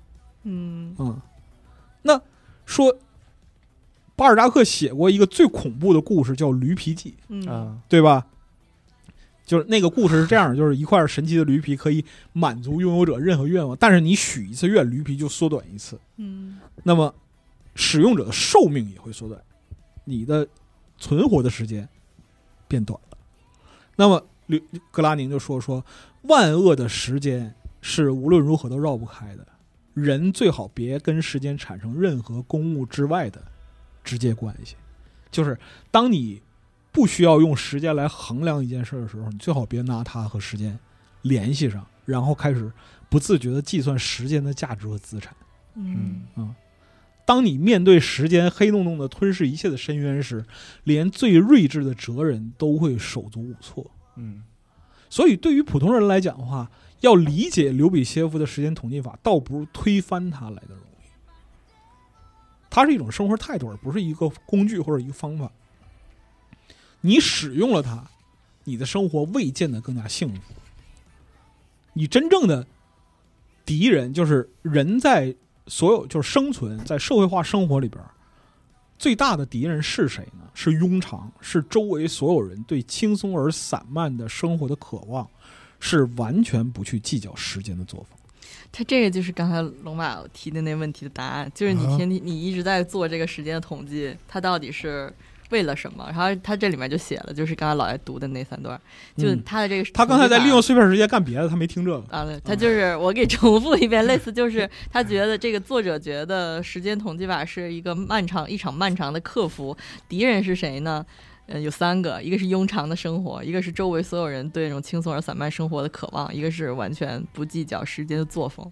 那说巴尔扎克写过一个最恐怖的故事，叫《驴皮记》，对吧？就是那个故事是这样，就是一块神奇的驴皮可以满足拥有者任何愿望，但是你许一次愿，驴皮就缩短一次。那么使用者的寿命也会缩短，你的存活的时间变短了。那么格拉宁就说万恶的时间是无论如何都绕不开的，人最好别跟时间产生任何公务之外的直接关系。就是当你不需要用时间来衡量一件事的时候，你最好别拿它和时间联系上，然后开始不自觉地计算时间的价值和资产。当你面对时间黑洞洞的吞噬一切的深渊时，连最睿智的哲人都会手足无措。所以对于普通人来讲的话，要理解刘比歇夫的时间统计法，倒不如推翻它来的容易。它是一种生活态度，而不是一个工具或者一个方法。你使用了它，你的生活未见得更加幸福。你真正的敌人就是人，在所有就是生存在社会化生活里边，最大的敌人是谁呢？是庸常，是周围所有人对轻松而散漫的生活的渴望，是完全不去计较时间的作风。 他这个就是刚才龙马提的那问题的答案，就是你一直在做这个时间的统计，它到底是为了什么？然后他这里面就写了，就是刚才老爷读的那3段，就他的这个他刚才在利用碎片时间干别的，他没听这个啊。对，他就是我给重复一遍，类似就是他觉得这个作者觉得时间统计法是一场漫长的克服。敌人是谁呢？有3个，一个是庸常的生活，一个是周围所有人对这种轻松而散漫生活的渴望，一个是完全不计较时间的作风。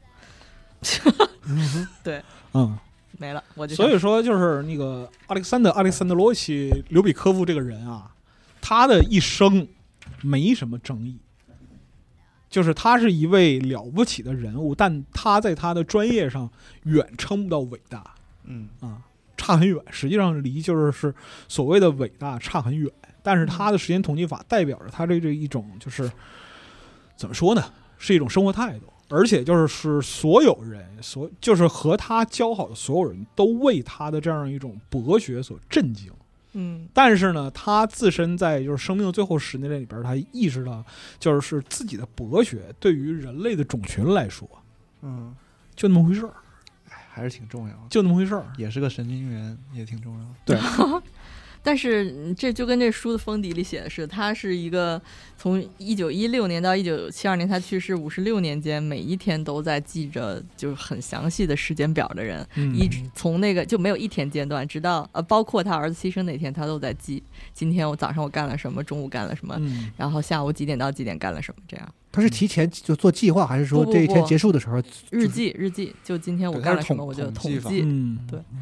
对，没了，我就所以说就是那个阿历山德罗奇刘比科夫这个人啊，他的一生没什么争议，就是他是一位了不起的人物，但他在他的专业上远称不到伟大，差很远，实际上离就是所谓的伟大差很远。但是他的时间统计法代表着他这一种就是怎么说呢，是一种生活态度。而且就是所有人就是和他交好的所有人都为他的这样一种博学所震惊。但是呢，他自身在就是生命的最后10年里边，他意识到就是自己的博学对于人类的种群来说，就那么回事儿， 还是挺重要的， 就那么回事儿， 也是个神经元，也挺重要的。 对。 但是这就跟这书的封底里写的是，他是一个从1916年到1972年他去世56年间，每一天都在记着就是很详细的时间表的人，一直从那个就没有一天间断，直到包括他儿子牺牲那天，他都在记今天我早上我干了什么，中午干了什么，然后下午几点到几点干了什么，这样。 他是提前就做计划，还是说这一天结束的时候日记？就今天我干了什么，我就统计。对。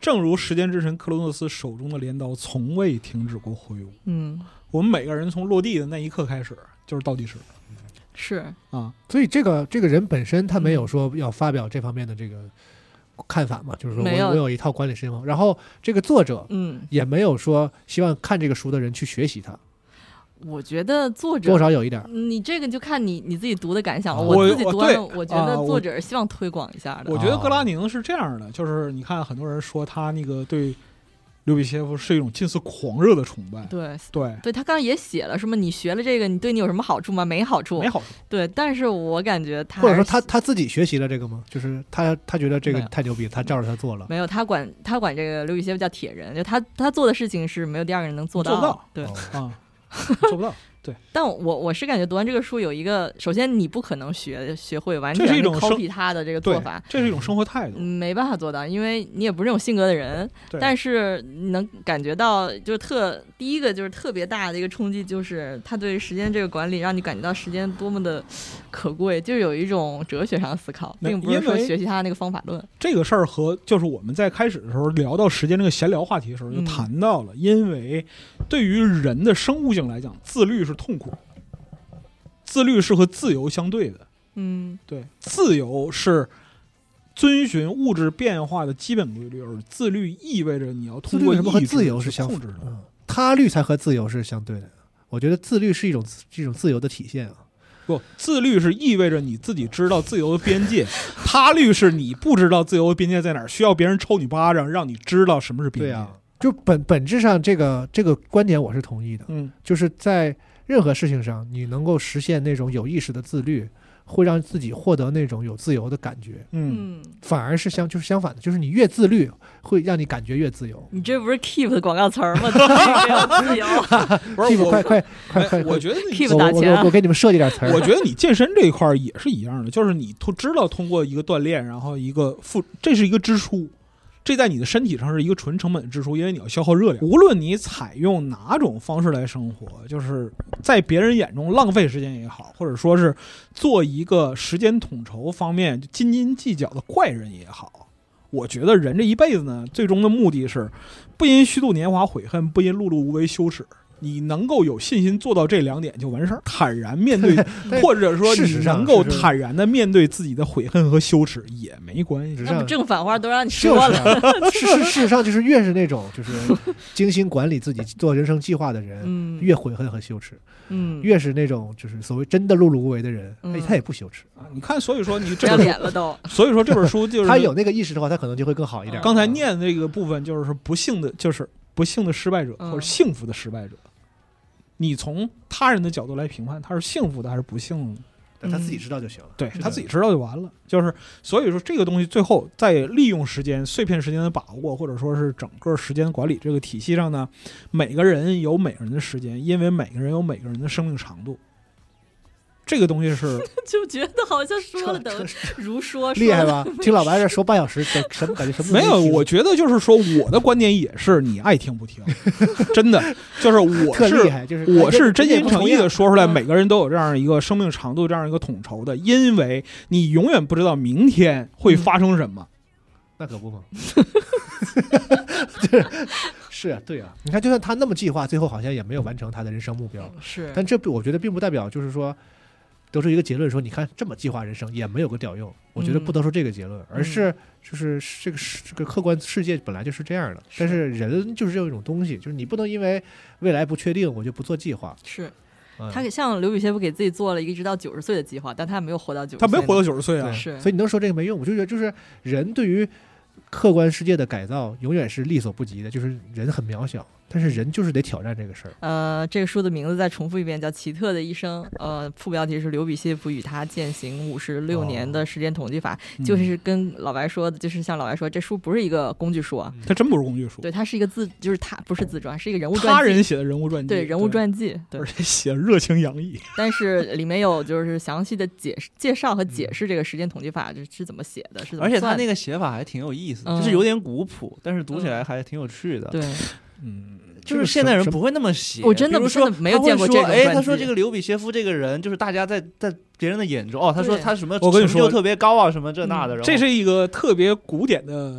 正如时间之神克罗诺斯手中的镰刀从未停止过挥舞。我们每个人从落地的那一刻开始就是倒计时。 是啊， 所以这个人本身他没有说要发表这方面的这个看法嘛，就是说我有一套管理时间方法，然后这个作者也没有说希望看这个书的人去学习它。 我觉得作者多少有一点， 你这个就看你自己读的感想了。我自己读完，我觉得作者希望推广一下的。 我觉得格拉宁是这样的，就是你看很多人说他那个对刘比歇夫是一种近似狂热的崇拜。 对，他刚刚也写了什么，你学了这个，你对你有什么好处吗？没好处， 没好处。 对，但是我感觉他或者说他自己学习了这个吗？就是他觉得这个太牛逼，他照着他做了。 没有，他管这个刘比歇夫叫铁人，就他做的事情是没有第二个人能做到。 对啊，做不到。对， 但我是感觉读完这个书有一个，首先你不可能学会完全 copy 他的这个做法， 这是一种生活态度， 没办法做到，因为你也不是那种性格的人。但是你能感觉到，就是第一个就是特别大的一个冲击，就是他对时间这个管理，让你感觉到时间多么的可贵，就是有一种哲学上的思考，并不是说学习他的那个方法论。 这个事儿和就是我们在开始的时候聊到时间这个闲聊话题的时候就谈到了，因为对于人的生物性来讲，自律是痛苦。自律是和自由相对的，对，自由是遵循物质变化的基本规律，而自律意味着你要通过意志和自由是相控制的， 他律才和自由是相对的。我觉得自律是一种自由的体现啊。 不，自律是意味着你自己知道自由的边界，他律是你不知道自由的边界在哪儿，需要别人抽你巴掌，让你知道什么是边界。 对啊，就本质上这个观点我是同意的，就是在任何事情上，你能够实现那种有意识的自律，会让自己获得那种有自由的感觉。反而是就是相反的，就是你越自律，会让你感觉越自由。 你这不是 Keep 的广告词吗？自由 ，Keep 快！ 我觉得 Keep 打钱， 我给你们设计点词儿。 我觉得你健身这一块也是一样的，就是你知道通过一个锻炼，然后这是一个支出。这在你的身体上是一个纯成本的支出，因为你要消耗热量。无论你采用哪种方式来生活，就是在别人眼中浪费时间也好，或者说是做一个时间统筹方面斤斤计较的怪人也好，我觉得人这一辈子呢，最终的目的是不因虚度年华悔恨，不因碌碌无为羞耻。你能够有信心做到这2点就完事儿，坦然面对，或者说你能够坦然的面对自己的悔恨和羞耻也没关系。 那正反话都让你说了。 事实上，就是越是那种就是精心管理自己、做人生计划的人，越悔恨和羞耻。越是那种就是所谓真的碌碌无为的人，他也不羞耻啊。你看，所以说你这脸了都。 所以说这本书就是他有那个意识的话，他可能就会更好一点。 刚才念的这个部分就是不幸的失败者或者幸福的失败者。你从他人的角度来评判他是幸福的还是不幸的， 但他自己知道就行了。 对，他自己知道就完了。就是所以说这个东西最后在利用时间、碎片时间的把握，或者说是整个时间管理这个体系上呢，每个人有每个人的时间，因为每个人有每个人的生命长度。这个东西是就觉得好像说了等如说厉害吧？听老白这说半小时，什么感觉？什么没有？我觉得就是说，我的观点也是你爱听不听，真的就是我是真心诚意的说出来，每个人都有这样一个生命长度，这样一个统筹的，因为你永远不知道明天会发生什么。 那可不嘛。是啊，对啊，你看，就算他那么计划，最后好像也没有完成他的人生目标。 是， 但这我觉得并不代表就是说得出一个结论说，你看这么计划人生也没有个屌用。我觉得不得出这个结论，而是就是这个客观世界本来就是这样的。但是人就是这种东西，就是你不能因为未来不确定，我就不做计划。 是。他像刘比歇夫给自己做了一直到90岁的计划，但他没有活到90岁。 他没活到90岁啊， 是。 所以你能说这个没用？我就觉得就是人对于客观世界的改造永远是力所不及的，就是人很渺小，但是人就是得挑战这个事儿。这个书的名字再重复一遍，叫《奇特的一生》。副标题是刘比歇夫与他践行56年的时间统计法，就是跟老白说的，就是像老白说，这书不是一个工具书啊， 它真不是工具书， 对，它是一个就是它不是自传，是一个人物传记， 他人写的人物传记， 对，人物传记，对， 而且写热情洋溢， 但是里面有就是详细的介绍和解释这个时间统计法是怎么写的，是怎么算的， 而且他那个写法还挺有意思的，就是有点古朴，但是读起来还挺有趣的。 对， 就是现代人不会那么写。 我真的没有见过这个。 他说这个刘比歇夫这个人，就是大家在别人的眼中，他说他什么成就特别高啊，什么这那的。 这是一个特别古典的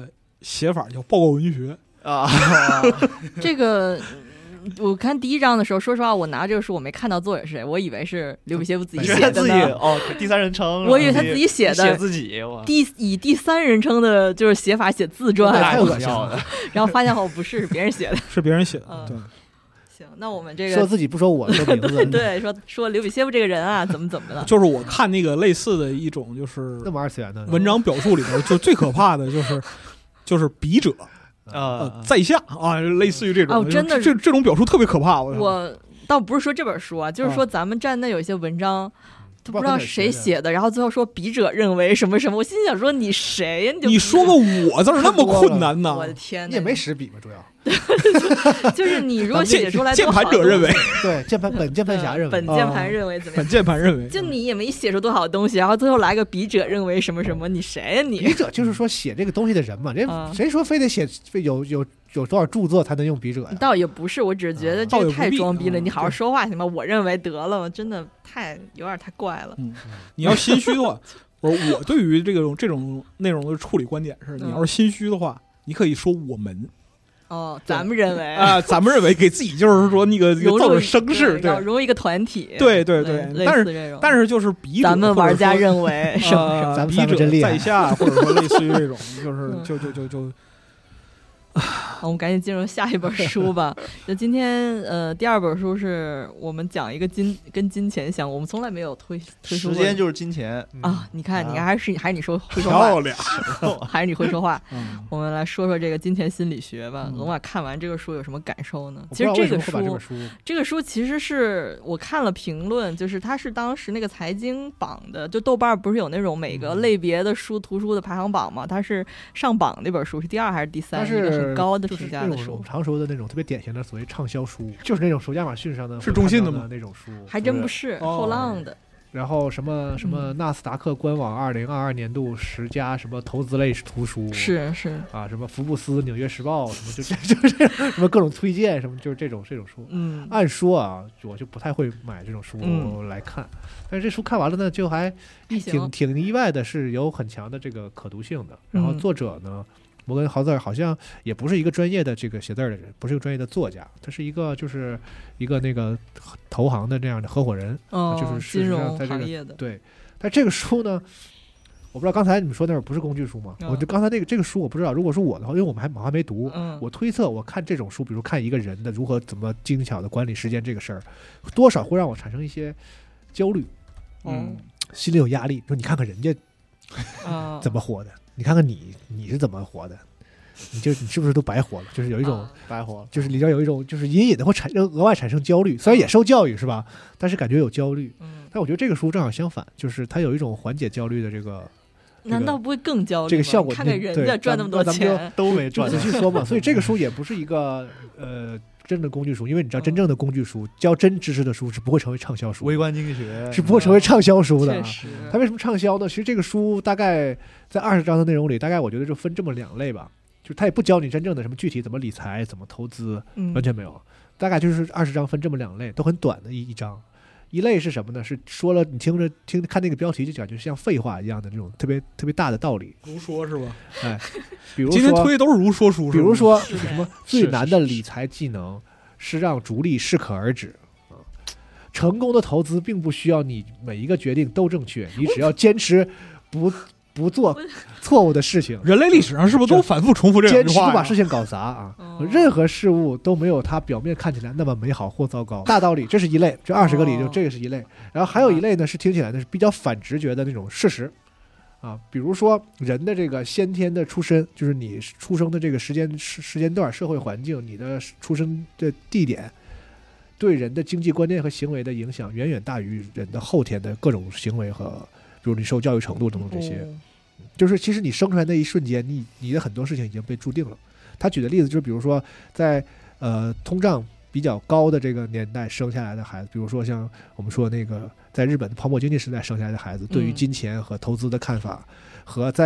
写法叫报告文学啊。 这个我看第一章的时候，说实话，我拿这个书我没看到作者是谁，我以为是刘比歇夫自己写的呢。 第三人称， 我以为他自己写的， 写自己， 以第三人称的就是写法写自传， 太恶心了。 然后发现不是别人写的， 是别人写的。对， 行，那我们这个说自己不说我的名字， 对，说刘比歇夫这个人啊，怎么的， 就是我看那个类似的一种就是那么二次元的文章表述里边，就最可怕的就是笔者。在下啊，类似于这种， 真的这种表述特别可怕。 我倒不是说这本书啊，就是说咱们站内有一些文章，都不知道谁写的，然后最后说笔者认为什么什么，我心想说你谁呀？ 你说个我字那么困难呢？ 我的天， 你也没使笔吧？主要就是你如果写出来， 键盘者认为， 对本键盘侠认为， 本键盘认为怎么样？ 本键盘认为， 就你也没写出多少东西，然后最后来个笔者认为什么什么，你谁呀你？ 笔者就是说写这个东西的人嘛，谁说非得写有多少著作才能用笔者呀？ 倒也不是，我只是觉得这个太装逼了，你好好说话行吗？我认为得了，真的有点太怪了。 你要心虚的话，我对于这种内容的处理观点是，你要是心虚的话，你可以说我们。 咱们认为咱们认为给自己就是说那个造个声势，对， 融入一个团体， 对，但是就是笔者， 咱们玩家认为什么咱们笔者在下，或者说类似于这种，就是就。 我们赶紧进入下一本书吧。就今天第二本书是我们讲一个跟金钱相关，我们从来没有推出过。 时间就是金钱啊！你看还是你说会说话， 漂亮， 还是你会说话。我们来说说这个金钱心理学吧。龙马看完这个书有什么感受呢？其实这个书其实是我看了评论，就是它是当时那个财经榜的，就豆瓣不是有那种每个类别的图书的排行榜吗？它是上榜那本书是第2还是第3？一个很高的评价的书， 常说的那种特别典型的所谓畅销书，就是那种属亚马逊上的是中信的吗？ 那种书还真不是后浪的。 然后什么纳斯达克官网2022年度10佳什么投资类图书， 是啊，什么福布斯、纽约时报什么就什么各种推荐什么，就是这种书。按说啊，我就不太会买这种书来看，但是这书看完了呢，就还挺意外的，是有很强的这个可读性的。然后作者呢，摩根豪瑟尔好像也不是一个专业的这个写字的人，不是一个专业的作家，他是一个那个投行的这样的合伙人，就是金融行业的。 对，但这个书呢，我不知道刚才你们说那会儿不是工具书吗？我就刚才这个书我不知道，如果是我的话，因为我还没读，我推测我看这种书，比如看一个人的怎么精巧的管理时间这个事儿，多少会让我产生一些焦虑，心里有压力。说你看看人家怎么活的。你看看你是怎么活的，你是不是都白活了？就是有一种白活了， 就是里边有一种就是隐隐的会额外产生焦虑，虽然也受教育是吧，但是感觉有焦虑。但我觉得这个书正好相反，就是它有一种缓解焦虑的这个。 难道不会更焦虑吗？ 这个效果， 看看人家赚那么多钱都没赚， 仔细说嘛。所以这个书也不是一个真的工具书，因为你知道，真正的工具书、教真知识的书是不会成为畅销书， 微观经济学是不会成为畅销书的。它为什么畅销呢？其实这个书大概在20章的内容里，大概我觉得就分这么2类吧。就是它也不教你真正的什么具体怎么理财、怎么投资，完全没有。大概就是20章分这么2类，都很短的一章。一类是什么呢？是说了你看那个标题就感觉像废话一样的这种特别特别大的道理， 如说是吧？ 哎，比如说今天推都是如说书， 比如说是什么最难的理财技能是让逐利适可而止啊！成功的投资并不需要你每一个决定都正确，你只要坚持不做错误的事情。 人类历史上是不是都反复重复这句话？ 坚持不把事情搞砸啊！任何事物都没有它表面看起来那么美好或糟糕。大道理，这是一类，这20个里就这个是一类。然后还有一类呢，是听起来呢是比较反直觉的那种事实啊，比如说人的这个先天的出身，就是你出生的这个时间段、社会环境、你的出生的地点，对人的经济观念和行为的影响远远大于人的后天的各种行为和。比如你受教育程度等等这些，就是其实你生出来那一瞬间，你的很多事情已经被注定了。他举的例子就是，比如说在通胀比较高的这个年代生下来的孩子，比如说像我们说那个在日本的泡沫经济时代生下来的孩子，对于金钱和投资的看法，和在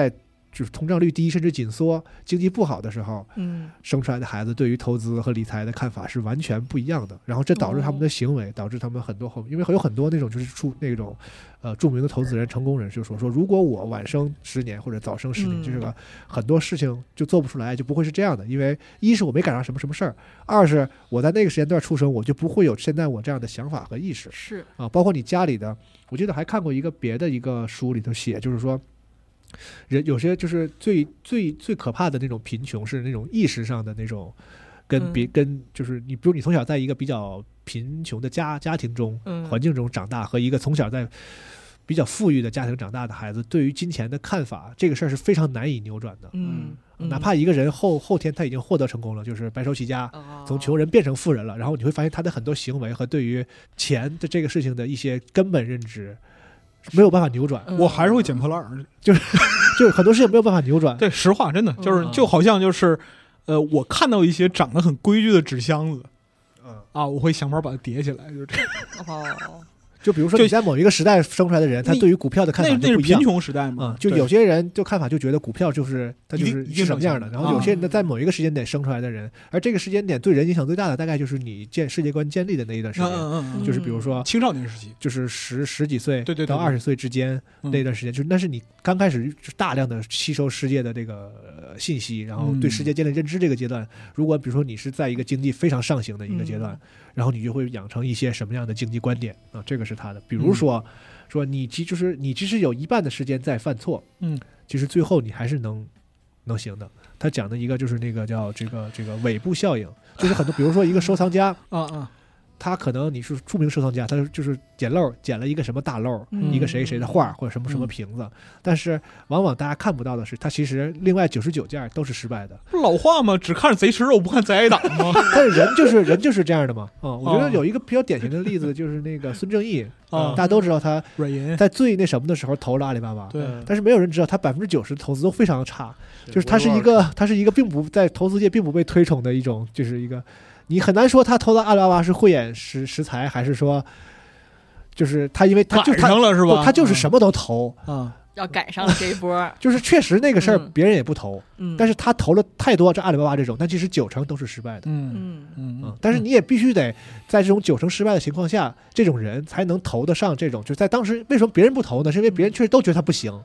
就是通胀率低甚至紧缩，经济不好的时候，生出来的孩子对于投资和理财的看法是完全不一样的。然后这导致他们的行为，导致他们很多因为有很多那种就是那种著名的投资人、成功人就说如果我晚生10年或者早生10年，就是个很多事情就做不出来，就不会是这样的。因为一是我没赶上什么事儿，二是我在那个时间段出生，我就不会有现在我这样的想法和意识。 是啊，包括你家里的，我记得还看过一个别的一个书里头写，就是说。人有些就是最可怕的那种贫穷是那种意识上的那种跟就是你比如你从小在一个比较贫穷的家庭中环境中长大，和一个从小在比较富裕的家庭长大的孩子，对于金钱的看法这个事儿是非常难以扭转的。哪怕一个人后天他已经获得成功了，就是白手起家，从穷人变成富人了，然后你会发现他的很多行为和对于钱的这个事情的一些根本认知没有办法扭转。 我还是会捡破烂， 就是很多事情没有办法扭转。 对，实话真的就好像就是我看到一些长得很规矩的纸箱子，我会想法把它叠起来，就是这样。 就比如说你在某一个时代生出来的人，他对于股票的看法就不一样。 那是贫穷时代嘛， 就有些人就看法就觉得股票就是它就是什么样的，然后有些人在某一个时间点生出来的人，而这个时间点对人影响最大的大概就是你世界观建立的那一段时间，就是比如说青少年时期， 就是十几岁到20岁之间那段时间，就是那是你刚开始大量的吸收世界的这个信息，然后对世界建立认知这个阶段。如果比如说你是在一个经济非常上行的一个阶段，然后你就会养成一些什么样的经济观点啊？这个是他的，比如说你即使有一半的时间在犯错，其实最后你还是能行的。他讲的一个就是那个叫这个尾部效应，就是很多比如说一个收藏家他可能你是著名收藏家，他就是捡漏捡了一个什么大漏，一个谁的画或者什么瓶子，但是往往大家看不到的是，他其实另外99件都是失败的。 老话嘛，只看贼吃肉不看贼挨打吗？ 但是人就是这样的嘛。我觉得有一个比较典型的例子就是那个孙正义，大家都知道他在最那什么的时候投了阿里巴巴， 对， 但是没有人知道他90%的投资都非常差，就是他是一个并不在投资界并不被推崇的一种，就是一个。你很难说他投到阿里巴巴是慧眼识才，还是说，就是他因为他就赶上了是吧？ 他就是什么都投要赶上了这一波。 就是确实那个事儿别人也不投，但是他投了太多，这阿里巴巴这种，但其实90%都是失败的。但是你也必须得在这种90%失败的情况下，这种人才能投得上这种。就在当时为什么别人不投呢？是因为别人确实都觉得他不行。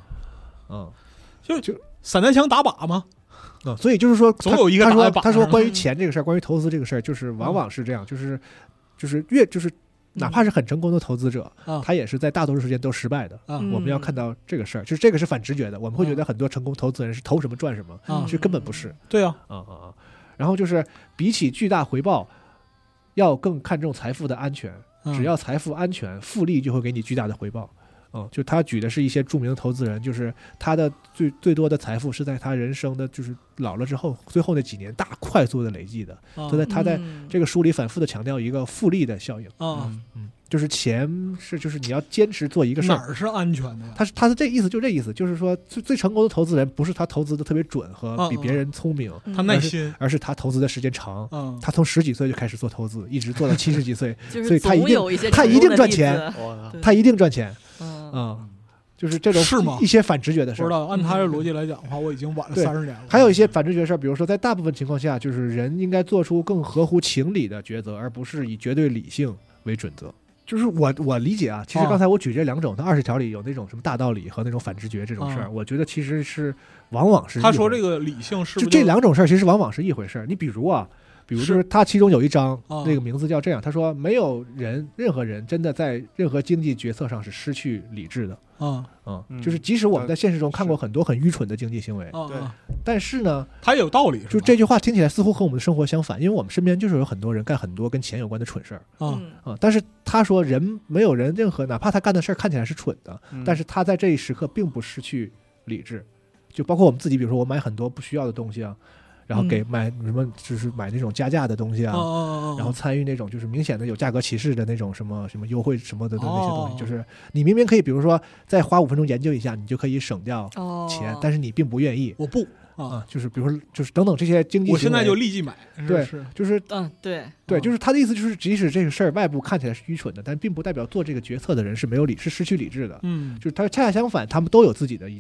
就散弹枪打靶吗？ 所以就是说， 总有一个他说关于钱这个事儿，关于投资这个事儿，就是往往是这样，就是哪怕是很成功的投资者，他也是在大多数时间都失败的。我们要看到这个事儿，就是这个是反直觉的。我们会觉得很多成功投资人是投什么赚什么，其实根本不是。 对啊， 然后就是比起巨大回报，要更看重财富的安全。只要财富安全，复利就会给你巨大的回报。就他举的是一些著名的投资人，就是他的最多的财富是在他人生的就是老了之后最后那几年快速的累积的。他在这个书里反复的强调一个复利的效应。就是钱就是你要坚持做一个事儿， 哪儿是安全的呀？ 他的这意思就这意思，就是说最成功的投资人不是他投资的特别准和比别人聪明， 他耐心， 而是他投资的时间长。他从10几岁就开始做投资，一直做到70几岁， 所以他一定赚钱，他一定赚钱。就是这种是吗？ 一些反直觉的事儿。 不知道，按他的逻辑来讲的话，我已经晚了30年了。 还有一些反直觉的事儿，比如说在大部分情况下，就是人应该做出更合乎情理的抉择，而不是以绝对理性为准则。就是我理解啊，其实刚才我举这2种，他20条里有那种什么大道理和那种反直觉这种事儿，我觉得其实是往往是他说这个理性是不是就这2种事儿，其实往往是一回事儿。你比如就是他其中有一章，那个名字叫这样，他说没有任何人真的在任何经济决策上是失去理智的。就是即使我们在现实中看过很多很愚蠢的经济行为，但是呢， 他也有道理。 就这句话听起来似乎和我们的生活相反，因为我们身边就是有很多人干很多跟钱有关的蠢事儿。但是他说没有人任何哪怕他干的事儿看起来是蠢的，但是他在这一时刻并不失去理智。就包括我们自己，比如说我买很多不需要的东西啊。然后买什么，就是买那种加价的东西啊，然后参与那种就是明显的有价格歧视的那种什么优惠什么的那些东西，就是你明明可以，比如说再花5分钟研究一下，你就可以省掉钱，但是你并不愿意。 我不就是比如说就是等等这些经济行为， 我现在就立即买。 对，就是对， 就是他的意思就是，即使这个事儿外部看起来是愚蠢的，但并不代表做这个决策的人是失去理智的。就是他恰恰相反，他们都有自己的一套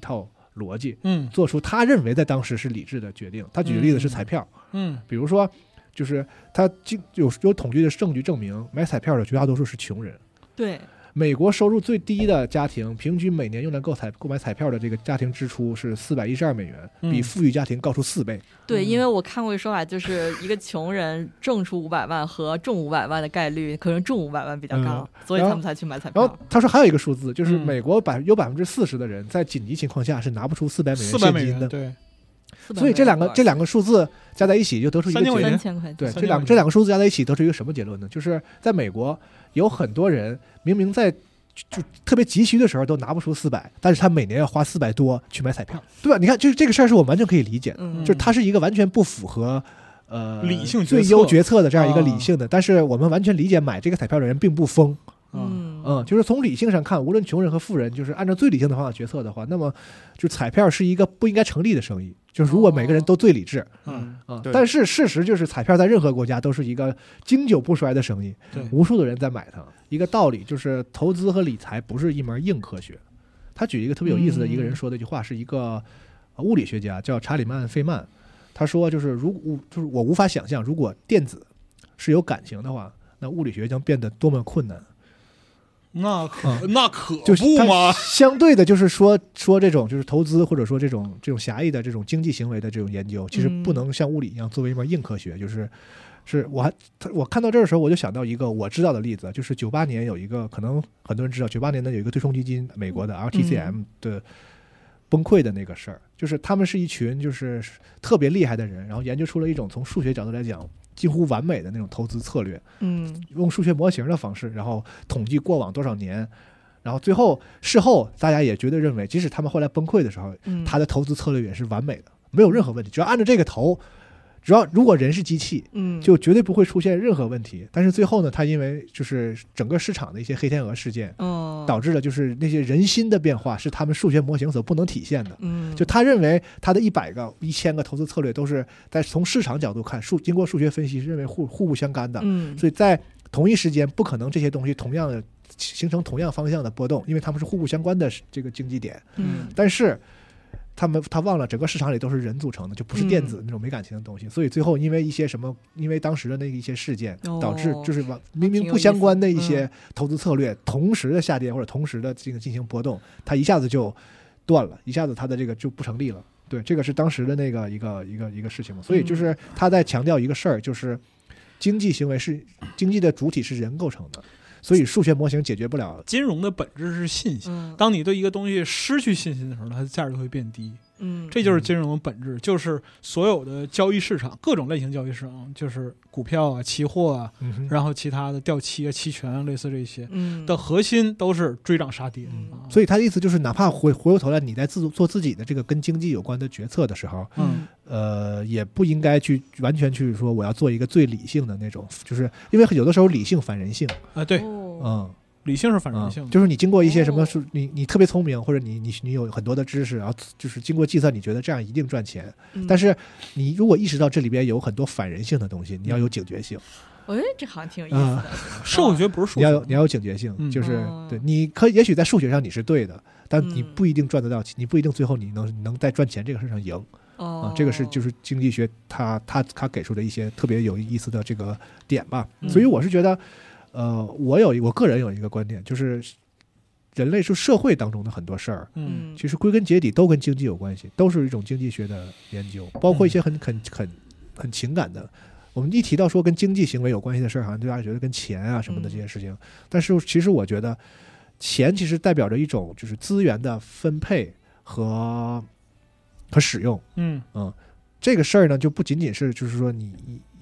逻辑，做出他认为在当时是理智的决定。他举的例子是彩票，比如说就是他有统计的证据证明，买彩票的绝大多数是穷人。 对。 美国收入最低的家庭平均每年用来购买彩票的这个家庭支出是$412，比富裕家庭高出4倍。 对，因为我看过一个说法，就是一个穷人挣出500万和中500万的概率，可能中500万比较高，所以他们才去买彩票。 然后他说还有一个数字，就是美国有40%的人在紧急情况下是拿不出$400现金的。 对。 所以这两个数字加在一起就得出一个结论。 3000块。 对，这两个数字加在一起得出一个什么结论呢？就是在美国有很多人明明在就特别急需的时候都拿不出400，但是他每年要花400多去买彩票，对吧？你看，就是这个事儿是我完全可以理解的，就是它是一个完全不符合理性最优决策的这样一个理性的，但是我们完全理解买这个彩票的人并不疯。就是从理性上看，无论穷人和富人，就是按照最理性的方法决策的话，那么就彩票是一个不应该成立的生意。就是如果每个人都最理智，但是事实就是彩票在任何国家都是一个经久不衰的生意，无数的人在买它。一个道理就是投资和理财不是一门硬科学。他举一个特别有意思的一个人说的一句话，是一个物理学家叫查理曼·费曼，他说就是我无法想象，如果电子是有感情的话，那物理学将变得多么困难。 那可不吗？ 相对的，就是说这种就是投资或者说这种狭义的这种经济行为的这种研究，其实不能像物理一样作为一门硬科学。是我看到这儿的时候，我就想到一个我知道的例子，就是98年有一个，可能很多人知道，98年呢有一个对冲基金，美国的 RTCM 的崩溃的那个事儿，就是他们是一群就是特别厉害的人，然后研究出了一种从数学角度来讲近乎完美的那种投资策略，用数学模型的方式，然后统计过往多少年，然后最后事后大家也绝对认为，即使他们后来崩溃的时候，他的投资策略也是完美的，没有任何问题，只要按照这个投，只要如果人是机器，就绝对不会出现任何问题。但是最后呢，他因为就是整个市场的一些黑天鹅事件，导致了就是那些人心的变化是他们数学模型所不能体现的。就他认为他的100个、1000个投资策略都是在从市场角度看，经过数学分析是认为互不相干的。所以在同一时间不可能这些东西同样的形成同样方向的波动，因为他们是互不相关的这个经济点。但是他忘了整个市场里都是人组成的，就不是电子那种没感情的东西，所以最后因为一些因为当时的那一些事件，导致就是明明不相关的一些投资策略同时的下跌或者同时的这个进行波动，它一下子就断了，一下子它的这个就不成立了。对，这个是当时的那个一个事情嘛。所以就是他在强调一个事儿，就是经济行为是经济的主体是人构成的。所以数学模型解决不了。 金融的本质是信心，当你对一个东西失去信心的时候，它的价值会变低。这就是金融的本质，就是所有的交易市场，各种类型交易市场，就是股票啊、期货啊，然后其他的掉期啊、期权啊，类似这些的核心都是追涨杀跌。 所以他的意思就是，哪怕回过头来你在做自己的这个跟经济有关的决策的时候，也不应该去完全去说我要做一个最理性的那种，就是因为有的时候理性反人性啊，对，理性是反人性， 就是你经过一些什么，你特别聪明，或者你有很多的知识，然后就是经过计算，你觉得这样一定赚钱，但是你如果意识到这里边有很多反人性的东西，你要有警觉性。 这好像挺有意思的。 社会学不是数学， 你要有警觉性，就是对，你也许在数学上你是对的，但你不一定赚得到钱，你不一定最后你能在赚钱这个事上赢。这个是就是经济学他给出的一些特别有意思的这个点吧。所以我是觉得。我个人有一个观点，就是人类是社会当中的很多事儿，其实归根结底都跟经济有关系，都是一种经济学的研究，包括一些很情感的。我们一提到说跟经济行为有关系的事儿，好像大家觉得跟钱啊什么的这些事情，但是其实我觉得钱其实代表着一种就是资源的分配和使用。这个事儿呢，就不仅仅是就是说你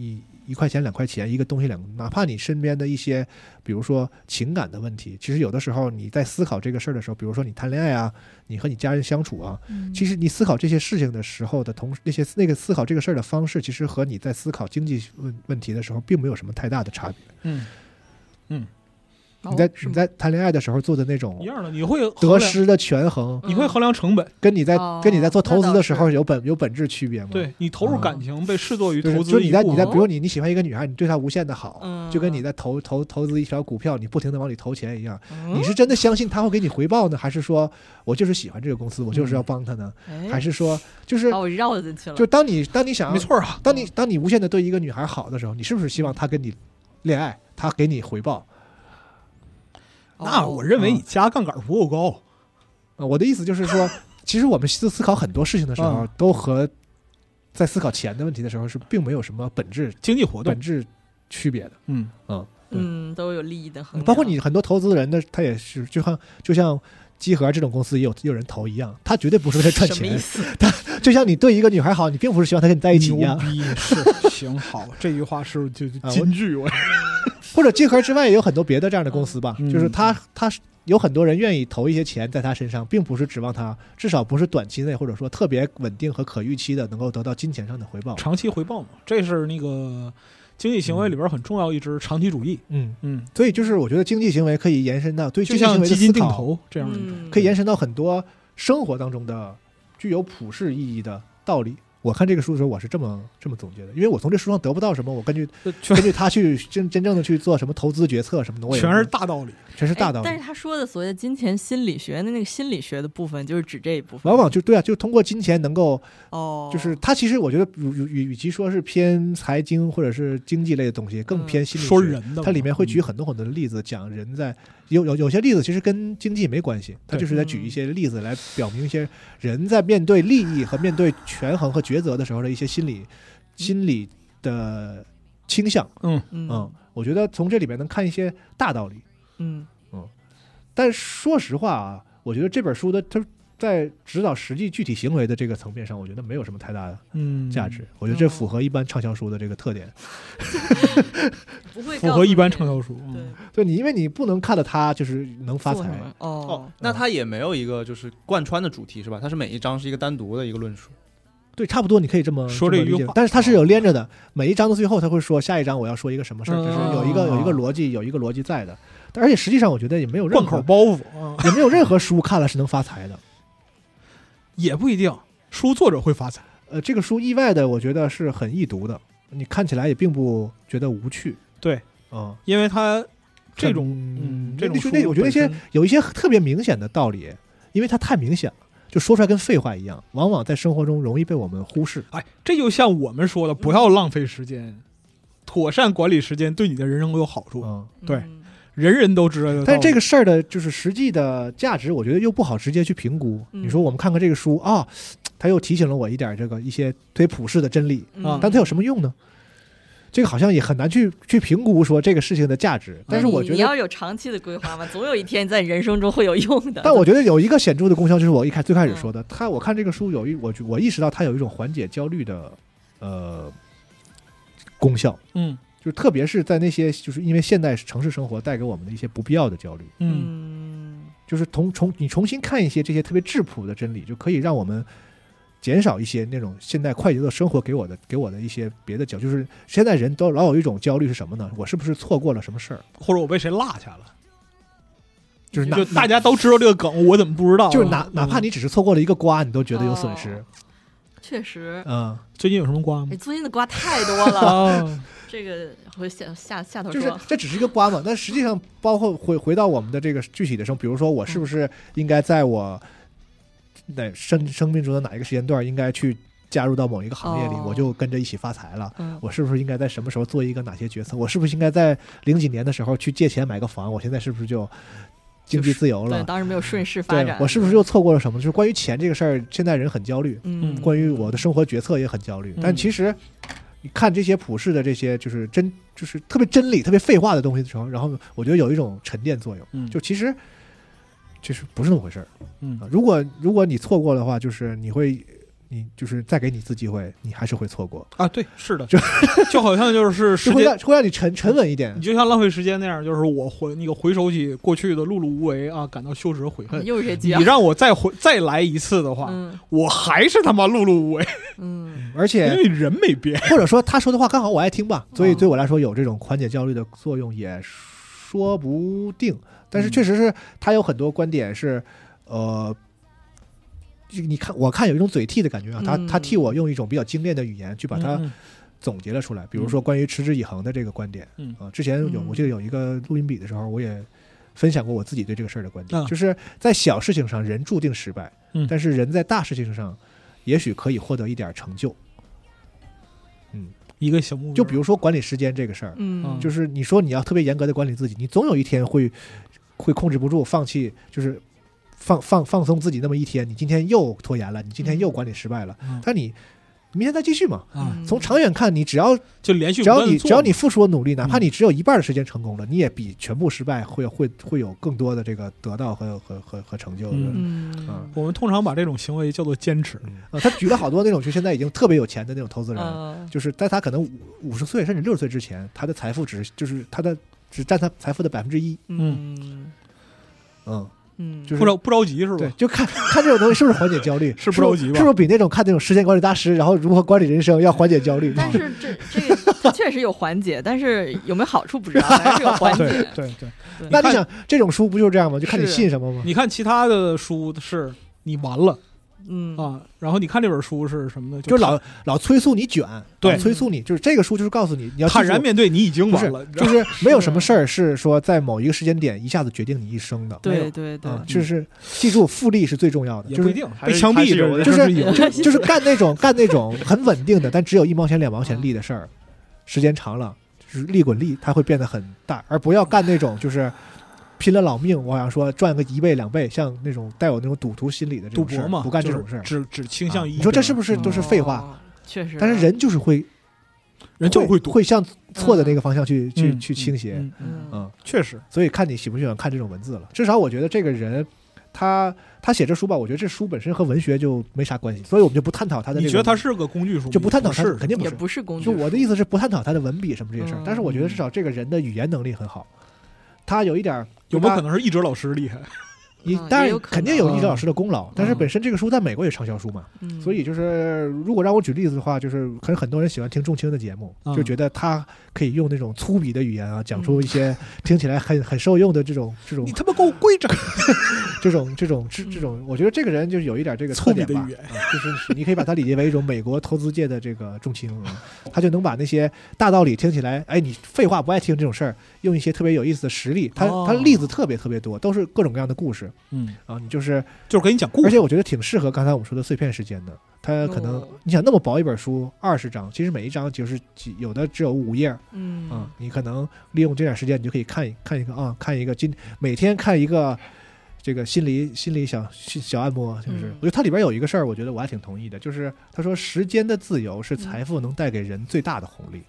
1块钱2块钱一个东西哪怕你身边的一些比如说情感的问题，其实有的时候你在思考这个事儿的时候，比如说你谈恋爱啊，你和你家人相处啊，其实你思考这些事情的时候的同时，那个思考这个事儿的方式，其实和你在思考经济问题的时候并没有什么太大的差别。 你在谈恋爱的时候做的那种一样的，你会得失的权衡， 你会衡量成本， 跟你在做投资的时候有本质区别吗？ 对，你投入感情被视作于投资， 就你在比如你喜欢一个女孩，你对她无限的好，就跟你在投资一条股票，你不停的往里投钱一样，你是真的相信她会给你回报呢，还是说我就是喜欢这个公司，我就是要帮她呢？还是说就是我绕进去了？ 就当你想要没错啊， 当你无限的对一个女孩好的时候，你是不是希望她跟你恋爱，她给你回报？ 那我认为你加杠杆不够高。 我的意思就是说，其实我们思考很多事情的时候，都和在思考钱的问题的时候是并没有什么本质经济活动本质区别的。 都有利益的衡量。 包括你很多投资人的，他也是就像集合这种公司也有人投一样，他绝对不是为了赚钱。他就像你对一个女孩好，你并不是希望她跟你在一起一样。 牛逼是行好，这句话是就金句我。 或者集合之外也有很多别的这样的公司吧，就是他有很多人愿意投一些钱在他身上，并不是指望他至少不是短期内或者说特别稳定和可预期的能够得到金钱上的回报， 长期回报嘛，这是那个经济行为里边很重要一支长期主义。 所以就是我觉得经济行为可以延伸到对就像基金定投这样的， 可以延伸到很多生活当中的具有普世意义的道理。我看这个书的时候，我是这么总结的，因为我从这书上得不到什么，我根据他去真正的去做什么投资决策什么的，我也全是大道理， 全是大道理。 但是他说的所谓的金钱心理学的那个心理学的部分，就是指这一部分， 往往就对啊，就通过金钱能够就是他其实我觉得与其说是偏财经或者是经济类的东西，更偏心理学。 说人的， 它里面会举很多很多的例子，讲人在有些例子其实跟经济没关系，他就是在举一些例子来表明一些人在面对利益和面对权衡和抉择的时候的一些心理的倾向。我觉得从这里面能看一些大道理。但说实话啊，我觉得这本书的它在指导实际具体行为的这个层面上，我觉得没有什么太大的价值。我觉得这符合一般畅销书的这个特点。 不会符合一般畅销书。 对你，因为你不能看到它就是能发财。 那它也没有一个就是贯穿的主题是吧？它是每一章是一个单独的一个论述。 对，差不多你可以这么说这句话， 但是它是有连着的。每一章的最后，他会说下一章我要说一个什么事儿，就是有一个逻辑在的。而且实际上，我觉得也没有任何贯口包袱， 也没有任何书看了是能发财的， 也不一定。书作者会发财。 这个书意外的，我觉得是很易读的，你看起来也并不觉得无趣。 对，因为它这种书， 我觉得有一些特别明显的道理，因为它太明显了。就说出来跟废话一样，往往在生活中容易被我们忽视。 这就像我们说的，不要浪费时间，妥善管理时间对你的人生有好处。对，人人都知道。 但这个事儿的就是实际的价值，我觉得又不好直接去评估。你说我们看看这个书啊，它又提醒了我一点一些特别普世的真理啊，但它有什么用呢？这个好像也很难去评估说这个事情的价值，但是我觉得你要有长期的规划嘛，总有一天在你人生中会有用的。 但我觉得有一个显著的功效，就是我最开始说的，我看这个书我意识到它有一种缓解焦虑的功效。就特别是在那些就是因为现代城市生活带给我们的一些不必要的焦虑。就是你重新看一些这些特别质朴的真理，就可以让我们减少一些那种现代快节奏生活给我的一些别的焦虑。就是现在人都老有一种焦虑是什么呢？我是不是错过了什么事儿， 或者我被谁落下了？ 就大家都知道这个梗，我怎么不知道？ 就是哪怕你只是错过了一个瓜，你都觉得有损失。 确实。 最近有什么瓜吗？ 最近的瓜太多了。这个会下头说， 就是这只是一个瓜嘛。但实际上，包括回到我们的这个具体的生活，比如说我是不是应该在我生命中的哪一个时间段应该去加入到某一个行业里，我就跟着一起发财了。我是不是应该在什么时候做一个哪些决策？我是不是应该在00几年的时候去借钱买个房？我现在是不是就经济自由了？ 对，当时没有顺势发展。 我是不是又错过了什么？就是关于钱这个事儿，现在人很焦虑。关于我的生活决策也很焦虑。但其实你看这些普世的这些就是特别真理、特别废话的东西的时候，然后我觉得有一种沉淀作用。就其实就是不是那么回事儿。如果你错过的话，就是你就是再给你一次机会，你还是会错过啊。对，是的，就好像就是时间会让你沉稳一点。 你就像浪费时间那样，就是我回首起过去的碌碌无为啊，感到羞耻和悔恨。 又是你让我再来一次的话，我还是他妈碌碌无为。 而且因为人没变， 或者说他说的话刚好我爱听吧，所以对我来说有这种缓解焦虑的作用也说不定。但是确实是他有很多观点是你看我看有一种嘴替的感觉啊，他替我用一种比较精炼的语言去把它总结了出来。比如说关于持之以恒的这个观点之前我记得有一个录音笔的时候，我也分享过我自己对这个事儿的观点，就是在小事情上人注定失败，但是人在大事情上也许可以获得一点成就。 一个小目标， 就比如说管理时间这个事儿，就是你说你要特别严格的管理自己，你总有一天会控制不住，放弃，就是放松自己那么一天，你今天又拖延了，你今天又管理失败了，但你明天再继续嘛。从长远看，你只要就连续， 只要你付出了努力，哪怕你只有一半的时间成功了，你也比全部失败会有更多的这个得到和成就的。 我们通常把这种行为叫做坚持。 他举了好多那种就现在已经特别有钱的那种投资人，就是在他可能50岁甚至60岁之前，他的财富只占他财富的1%。就是不着急是吧？ 对，就看这种东西是不是缓解焦虑， 是不着急吧？ 是不是比那种看那种时间管理大师，然后如何管理人生要缓解焦虑？ 但是这个它确实有缓解，但是有没有好处不知道，还是有缓解。 对。 那你想，这种书不就是这样吗？就看你信什么吗？ 你看其他的书是你完了。然后你看这本书是什么呢？ 就老催促你卷，对，催促你，就是这个书就是告诉你，你要坦然面对你已经完了， 就是没有什么事儿是说在某一个时间点一下子决定你一生的。 对， 就是记住复利是最重要的， 也不一定被枪毙就是干那种很稳定的，但只有1毛钱2毛钱利的事儿，时间长了就是利滚利，它会变得很大，而不要干那种就是拼了老命，我想说赚个1倍2倍，像那种带有那种赌徒心理的这种事，不干这种事儿， 只倾向于你说这是不是都是废话？ 确实， 但是人就是会向错的那个方向去倾斜， 确实。 所以看你喜不喜欢看这种文字了。至少我觉得这个人他写这书吧，我觉得这书本身和文学就没啥关系，所以我们就不探讨他的。 你觉得他是个工具书？ 就不探讨他，肯定也不是工具。 就我的意思是不探讨他的文笔什么这些事儿，但是我觉得至少这个人的语言能力很好。他有一点， 有没有可能是译者老师厉害？ 当然肯定有译者老师的功劳，但是本身这个书在美国也畅销书嘛，所以就是如果让我举例子的话，就是很多人喜欢听仲卿的节目，就觉得他可以用那种粗鄙的语言啊，讲出一些听起来很受用的这种。 你他妈给我跪着！ 这种，我觉得这个人就有一点这个特点吧，就是你可以把它理解为一种美国投资界的这个仲卿，他就能把那些大道理听起来，哎，你废话不爱听这种事儿，用一些特别有意思的实例，他例子特别多，都是各种各样的故事。你就是给你讲故事， 而且我觉得挺适合刚才我们说的碎片时间的。他可能你想那么薄一本书20章，其实每一章就是有的只有5页，你可能利用这点时间，你就可以看一个每天看一个这个心理小按摩。就是我觉得它里边有一个事儿，我觉得我还挺同意的，就是他说时间的自由是财富能带给人最大的红利。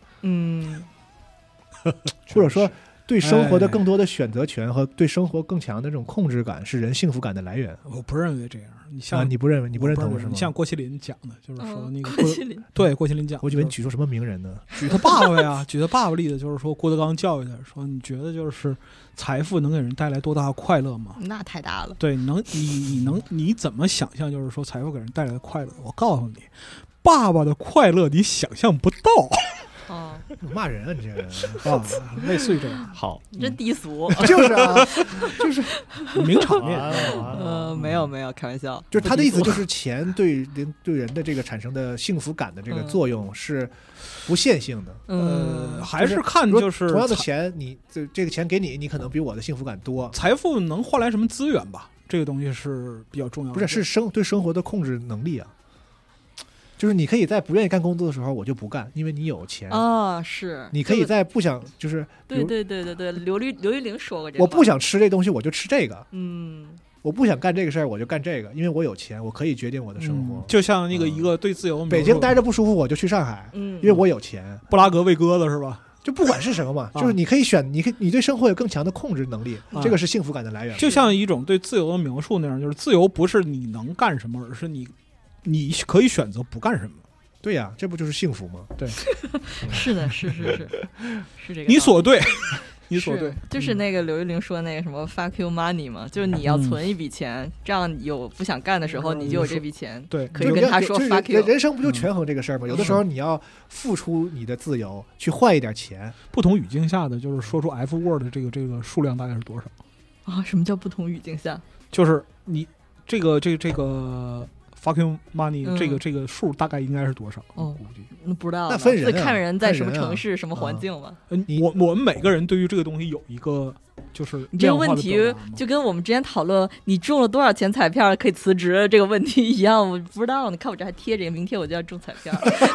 或者说对生活的更多的选择权和对生活更强的这种控制感是人幸福感的来源。 我不认为这样。你不认同是吗？ 你像郭麒麟讲的，就是说那个郭麒麟， 对郭麒麟讲， 我以为你举出什么名人呢？ 举他爸爸呀，举他爸爸例子，就是说郭德纲教育他说，你觉得就是财富能给人带来多大的快乐吗？ 那太大了。 对，你怎么想象就是说财富给人带来的快乐？我告诉你，爸爸的快乐你想象不到。 骂人啊，你这人啊，类似于这样。 好， 你真低俗。 就是啊，就是名场面。 没有，开玩笑。 就是他的意思，就是钱对人的这个产生的幸福感的这个作用是不线性的。 还是看就是同样的钱，你这个钱给你可能比我的幸福感多。 财富能换来什么资源吧？这个东西是比较重要的。 不是对生活的控制能力啊。就是你可以在不愿意干工作的时候，我就不干，因为你有钱啊。是， 你可以在不想就是对，刘玉玲说过这个， 我不想吃这东西，我就吃这个。我不想干这个事儿，我就干这个，因为我有钱，我可以决定我的生活。 就像那个一个对自由， 北京待着不舒服，我就去上海，因为我有钱。 布拉格喂鸽子是吧？ 就不管是什么嘛，就是你可以选，你对生活有更强的控制能力，这个是幸福感的来源。 就像一种对自由的描述那样，就是自由不是你能干什么，而是你可以选择不干什么。 对呀，这不就是幸福吗？ 对， 是的，是这个。 你所对， 你说对， 就是那个刘玉玲说那个什么 fuck you money 嘛，就是你要存一笔钱，这样有不想干的时候，你就有这笔钱， 对， 可以跟他说 fuck you。 人生不就权衡这个事儿吗？有的时候你要付出你的自由去换一点钱。 不同语境下的就是说出 F word 的这个数量大概是多少啊？什么叫不同语境下？ 就是你这个 fucking money 这个数大概应该是多少？估计不知道， 那分人， 看人在什么城市、什么环境吧。 我们每个人对于这个东西有一个就是你这个问题就跟我们之前讨论你中了多少钱彩票可以辞职这个问题一样，我不知道。你看我这还贴着，明天我就要中彩票。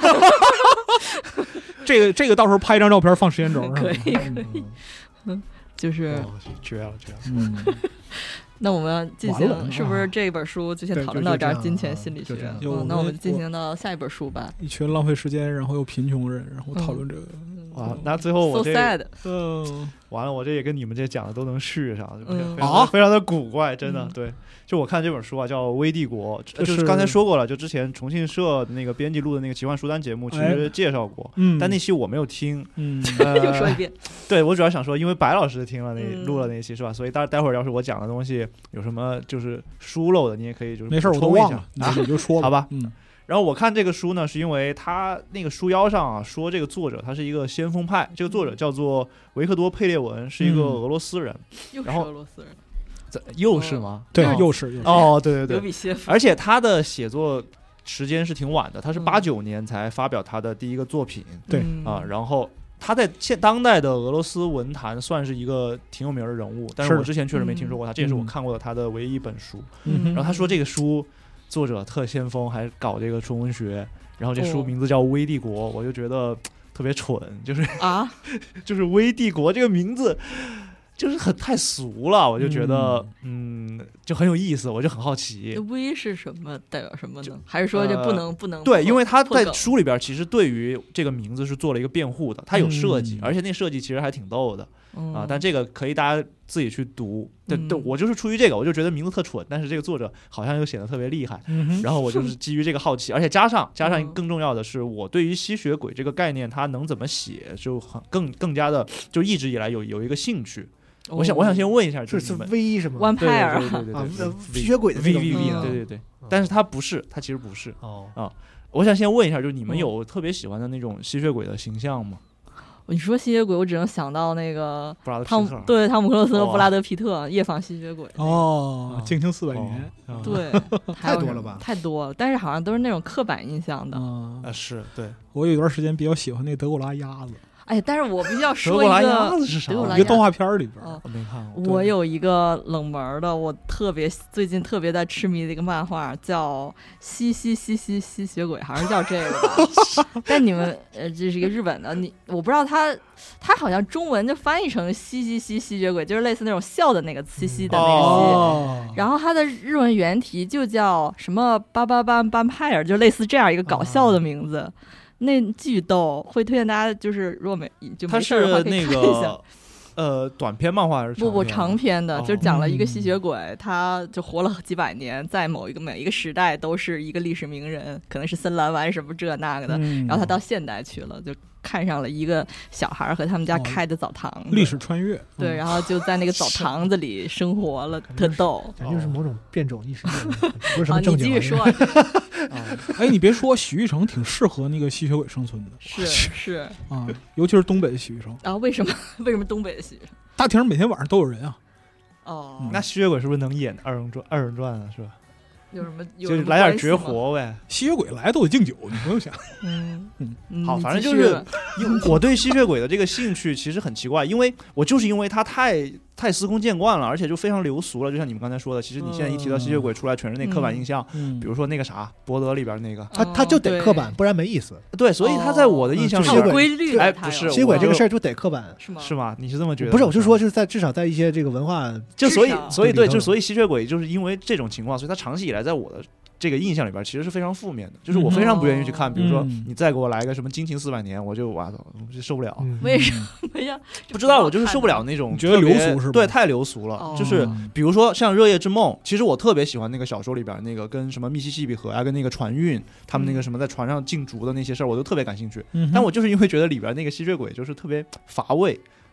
这个到时候拍一张照片放时间轴上， 可以，就是绝了。 那我们进行是不是这本书就先讨论到这儿？金钱心理学。那我们进行到下一本书吧。一群浪费时间，然后又贫穷人，然后讨论这个。 那最后我这 so sad 完了，我这也跟你们这讲的都能续上，非常的古怪，真的。对，就我看这本书啊，叫《微帝国》，就是刚才说过了，就之前重庆社那个编辑录的那个奇幻书单节目，其实介绍过，但那期我没有听。 又说一遍。 对，我主要想说，因为白老师听了录了那期是吧？所以待会儿要是我讲的东西有什么就是疏漏的，你也可以就是没事，我都忘了，你就说吧， 好吧？然后我看这个书呢，是因为他那个书腰上啊说这个作者他是一个先锋派，这个作者叫做维克多·佩列文，是一个俄罗斯人。 又是俄罗斯人？ 又是吗？ 对，又是。 哦，对。 刘比歇夫。 而且他的写作时间是挺晚的，他是89年才发表他的第一个作品。 对然后他在当代的俄罗斯文坛算是一个挺有名的人物，但是我之前确实没听说过他，这也是我看过的他的唯一一本书。然后他说这个书作者特先锋，还搞这个纯文学，然后这书名字叫《微帝国》，我就觉得特别蠢，就是就是微帝国这个名字就是太俗了，我就觉得就很有意思，我就很好奇。 微是什么？代表什么呢？还是说这不能？ 对，因为他在书里边其实对于这个名字是做了一个辩护的，他有设计，而且那设计其实还挺逗的。但这个可以大家自己去读。对，我就是出于这个，我就觉得名字特蠢，但是这个作者好像又显得特别厉害，然后我就是基于这个好奇，而且加上更重要的是，我对于吸血鬼这个概念，它能怎么写，就更加的，就一直以来有一个兴趣。我想先问一下，就是你们 V 什么 Vampire 吸血鬼的 VVV 对，但是它不是，它其实不是我想先问一下，就是你们有特别喜欢的那种吸血鬼的形象吗？ 你说吸血鬼，我只能想到那个汤姆克鲁斯和布拉德皮特夜访吸血鬼。 惊情400年。 对， 太多了吧？ 太多了，但是好像都是那种刻板印象的。 是对。 我有一段时间比较喜欢那德古拉鸭子。 哎，但是我必须要说一个， 一个动画片里边， 我没看过。 我有一个冷门的，我最近特别在痴迷的一个漫画，叫吸血鬼，好像叫这个吧。但你们这是一个日本的，我不知道它好像中文就翻译成吸血鬼，就是类似那种笑的那个吸的那个吸。然后它的日文原题就叫什么班派尔，就类似这样一个搞笑的名字。那巨逗，会推荐大家，就是如果没事的话可以看一下。 短篇漫画还是不长篇的，就讲了一个吸血鬼，他就活了几百年，在每一个时代都是一个历史名人，可能是森兰丸什么这那个的，然后他到现代去了，就看上了一个小孩和他们家开的澡堂， 历史穿越。 对，然后就在那个澡堂子里生活了，特逗。 感觉是某种变种意识，不是什么正经。 你继续说。 哎，你别说，洗浴城挺适合那个吸血鬼生存的。 是尤其是东北的洗浴城。 为什么东北的洗浴城？ 大厅每天晚上都有人啊。 那吸血鬼是不是能演二人转啊？是吧？ 有什么就来点绝活呗。 吸血鬼来都得敬酒，你不用想。 好，反正就是我对吸血鬼的这个兴趣其实很奇怪，因为他太司空见惯了，而且就非常流俗了。就像你们刚才说的，其实你现在一提到吸血鬼出来，全是那刻板印象。比如说那个啥博德里边那个， 他就得刻板，不然没意思。 对，所以他在我的印象里有规律。 不是吸血鬼这个事儿就得刻板， 是吗？你是这么觉得？ 不是，我就说就是至少在一些这个文化， 所以吸血鬼就是因为这种情况，所以他长期以来在我的这个印象里边其实是非常负面的，就是我非常不愿意去看。比如说你再给我来个什么惊情400年，我就受不了。 为什么呀？ 不知道，我就是受不了那种觉得流俗是吧？ 对，太流俗了。就是比如说像《热夜之梦》，其实我特别喜欢那个小说里边那个跟什么密西西比河跟那个船运，他们那个什么在船上竞逐的那些事儿，我都特别感兴趣。但我就是因为觉得里边那个吸血鬼就是特别乏味。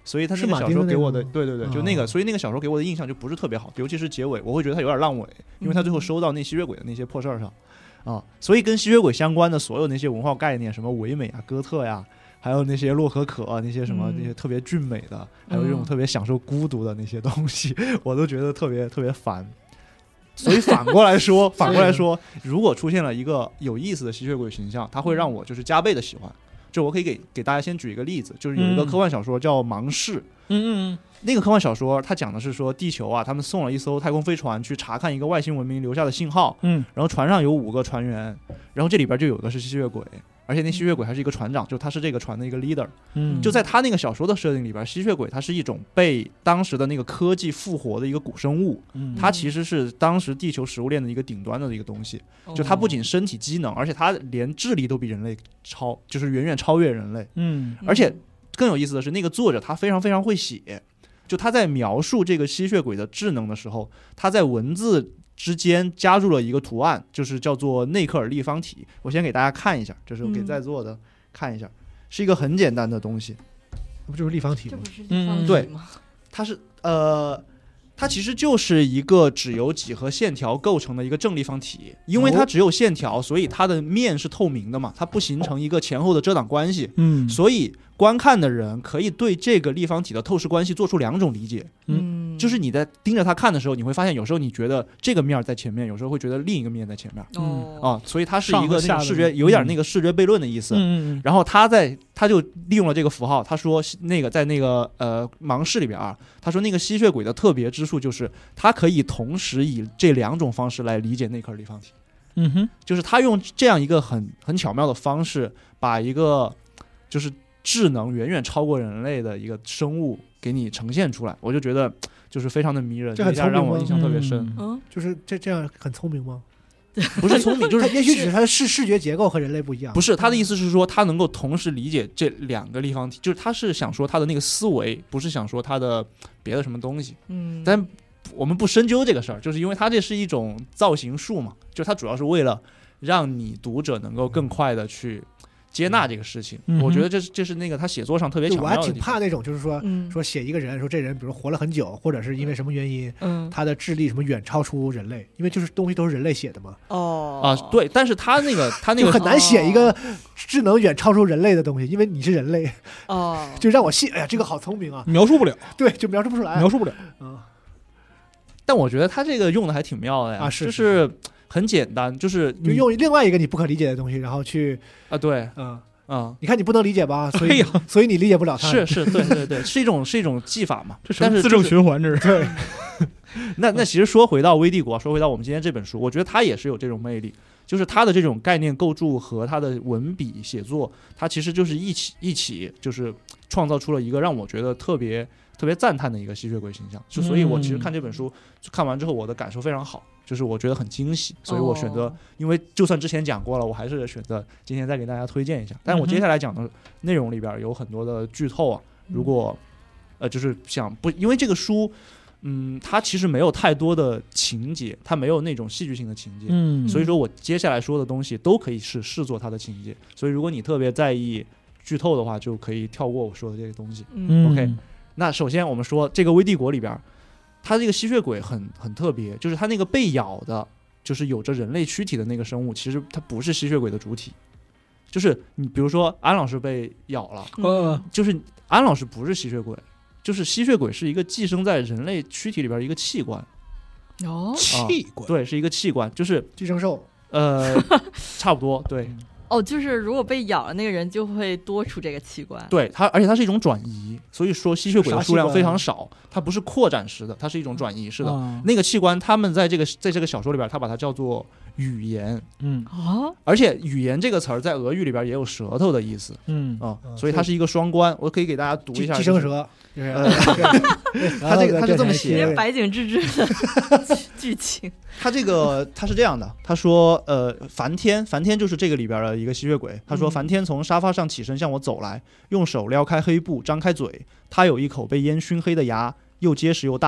所以他那个小说给我的，对对对，就那个，所以那个小说给我的印象就不是特别好，尤其是结尾，我会觉得他有点烂尾，因为他最后收到那吸血鬼的那些破事儿上啊，所以跟吸血鬼相关的所有那些文化概念，什么唯美啊、哥特呀，还有那些洛可可啊，那些什么那些特别俊美的，还有这种特别享受孤独的那些东西，我都觉得特别特别烦。所以反过来说，如果出现了一个有意思的吸血鬼形象，它会让我就是加倍的喜欢。就我可以给大家先举一个例子，就是有一个科幻小说叫《盲视》，那个科幻小说它讲的是说地球啊，他们送了一艘太空飞船去查看一个外星文明留下的信号，然后船上有5个船员，然后这里边就有一个是吸血鬼，而且那吸血鬼还是一个船长，就他是这个船的一个 leader。就在他那个小说的设定里边，吸血鬼它是一种被当时的那个科技复活的一个古生物，它其实是当时地球食物链的一个顶端的一个东西。就它不仅身体机能，而且它连智力都比人类就是远远超越人类。而且更有意思的是，那个作者他非常非常会写，就他在描述这个吸血鬼的智能的时候，他在文字之间加入了一个图案，就是叫做内克尔立方体。我先给大家看一下，这是我给在座的看一下，是一个很简单的东西， 不就是立方体吗？ 这不是立方体吗？ 对，它是它其实就是一个只由几何线条构成的一个正立方体，因为它只有线条，所以它的面是透明的嘛，它不形成一个前后的遮挡关系。所以观看的人可以对这个立方体的透视关系做出2种理解。就是你在盯着它看的时候，你会发现有时候你觉得这个面在前面，有时候会觉得另一个面在前面。所以它是一个那种视觉，有点那个视觉悖论的意思。然后他就利用了这个符号，他说那个在那个盲视里边啊，他说那个吸血鬼的特别之处就是它可以同时以这2种方式来理解内克尔立方体。就是他用这样一个很巧妙的方式，把一个就是智能远远超过人类的一个生物给你呈现出来，我就觉得就是非常的迷人， 这很聪明吗？ 让我印象特别深。 就是这样很聪明吗？ 不是聪明，就是也许只是它的视觉结构和人类不一样。 不是，他的意思是说，他能够同时理解这2个立方体，就是他是想说他的那个思维，不是想说他的别的什么东西。但我们不深究这个事儿，就是因为它这是一种造型术嘛，就它主要是为了让你读者能够更快的去接纳这个事情。我觉得这是那个他写作上特别巧妙的地方。 我还挺怕那种就是说写一个人，说这人比如活了很久，或者是因为什么原因，他的智力什么远超出人类，因为就是东西都是人类写的嘛。 对，但是他那个很难写一个智能远超出人类的东西，因为你是人类。就让我信，哎呀，这个好聪明啊， 描述不了。 对，就描述不出来， 描述不了。 但我觉得他这个用的还挺妙的呀，就是很简单，就用另外一个你不可理解的东西，然后去对， 你看你不能理解吧，所以你理解不了它。 是，对，是一种技法嘛， 这是自正循环，这是。 对。 那其实说回到微帝国，说回到我们今天这本书，我觉得它也是有这种魅力，就是它的这种概念构筑和它的文笔写作，它其实就是一起就是创造出了一个让我觉得特别赞叹的一个吸血鬼形象。所以我其实看这本书看完之后，我的感受非常好，就是我觉得很惊喜，所以我选择，因为就算之前讲过了，我还是选择今天再给大家推荐一下。但是我接下来讲的内容里边有很多的剧透啊，如果就是因为这个书它其实没有太多的情节，它没有那种戏剧性的情节，所以说我接下来说的东西都可以视作它的情节，所以如果你特别在意剧透的话，就可以跳过我说的这些东西。OK， 那首先我们说这个微帝国里边，它这个吸血鬼很特别，就是它那个被咬的，就是有着人类躯体的那个生物，其实它不是吸血鬼的主体。就是你比如说安老师被咬了，就是安老师不是吸血鬼，就是吸血鬼是一个寄生在人类躯体里边的一个器官。 器官， 对，是一个器官，就是寄生兽。 差不多，对。 就是如果被咬了，那个人就会多出这个器官。 对它，而且它是一种转移，所以说吸血鬼的数量非常少，它不是扩展式的，它是一种转移式的。那个器官，他们在这个小说里边，他把它叫做语言。而且语言这个词儿在俄语里边也有舌头的意思。所以它是一个双关。我可以给大家读一下寄生蛇。 他是这么写， 白井智的剧情。 他是这样的，他说梵天就是这个里边的一个吸血鬼。他说梵天从沙发上起身向我走来，用手撩开黑布，张开嘴，他有一口被烟熏黑的牙，又结实又大。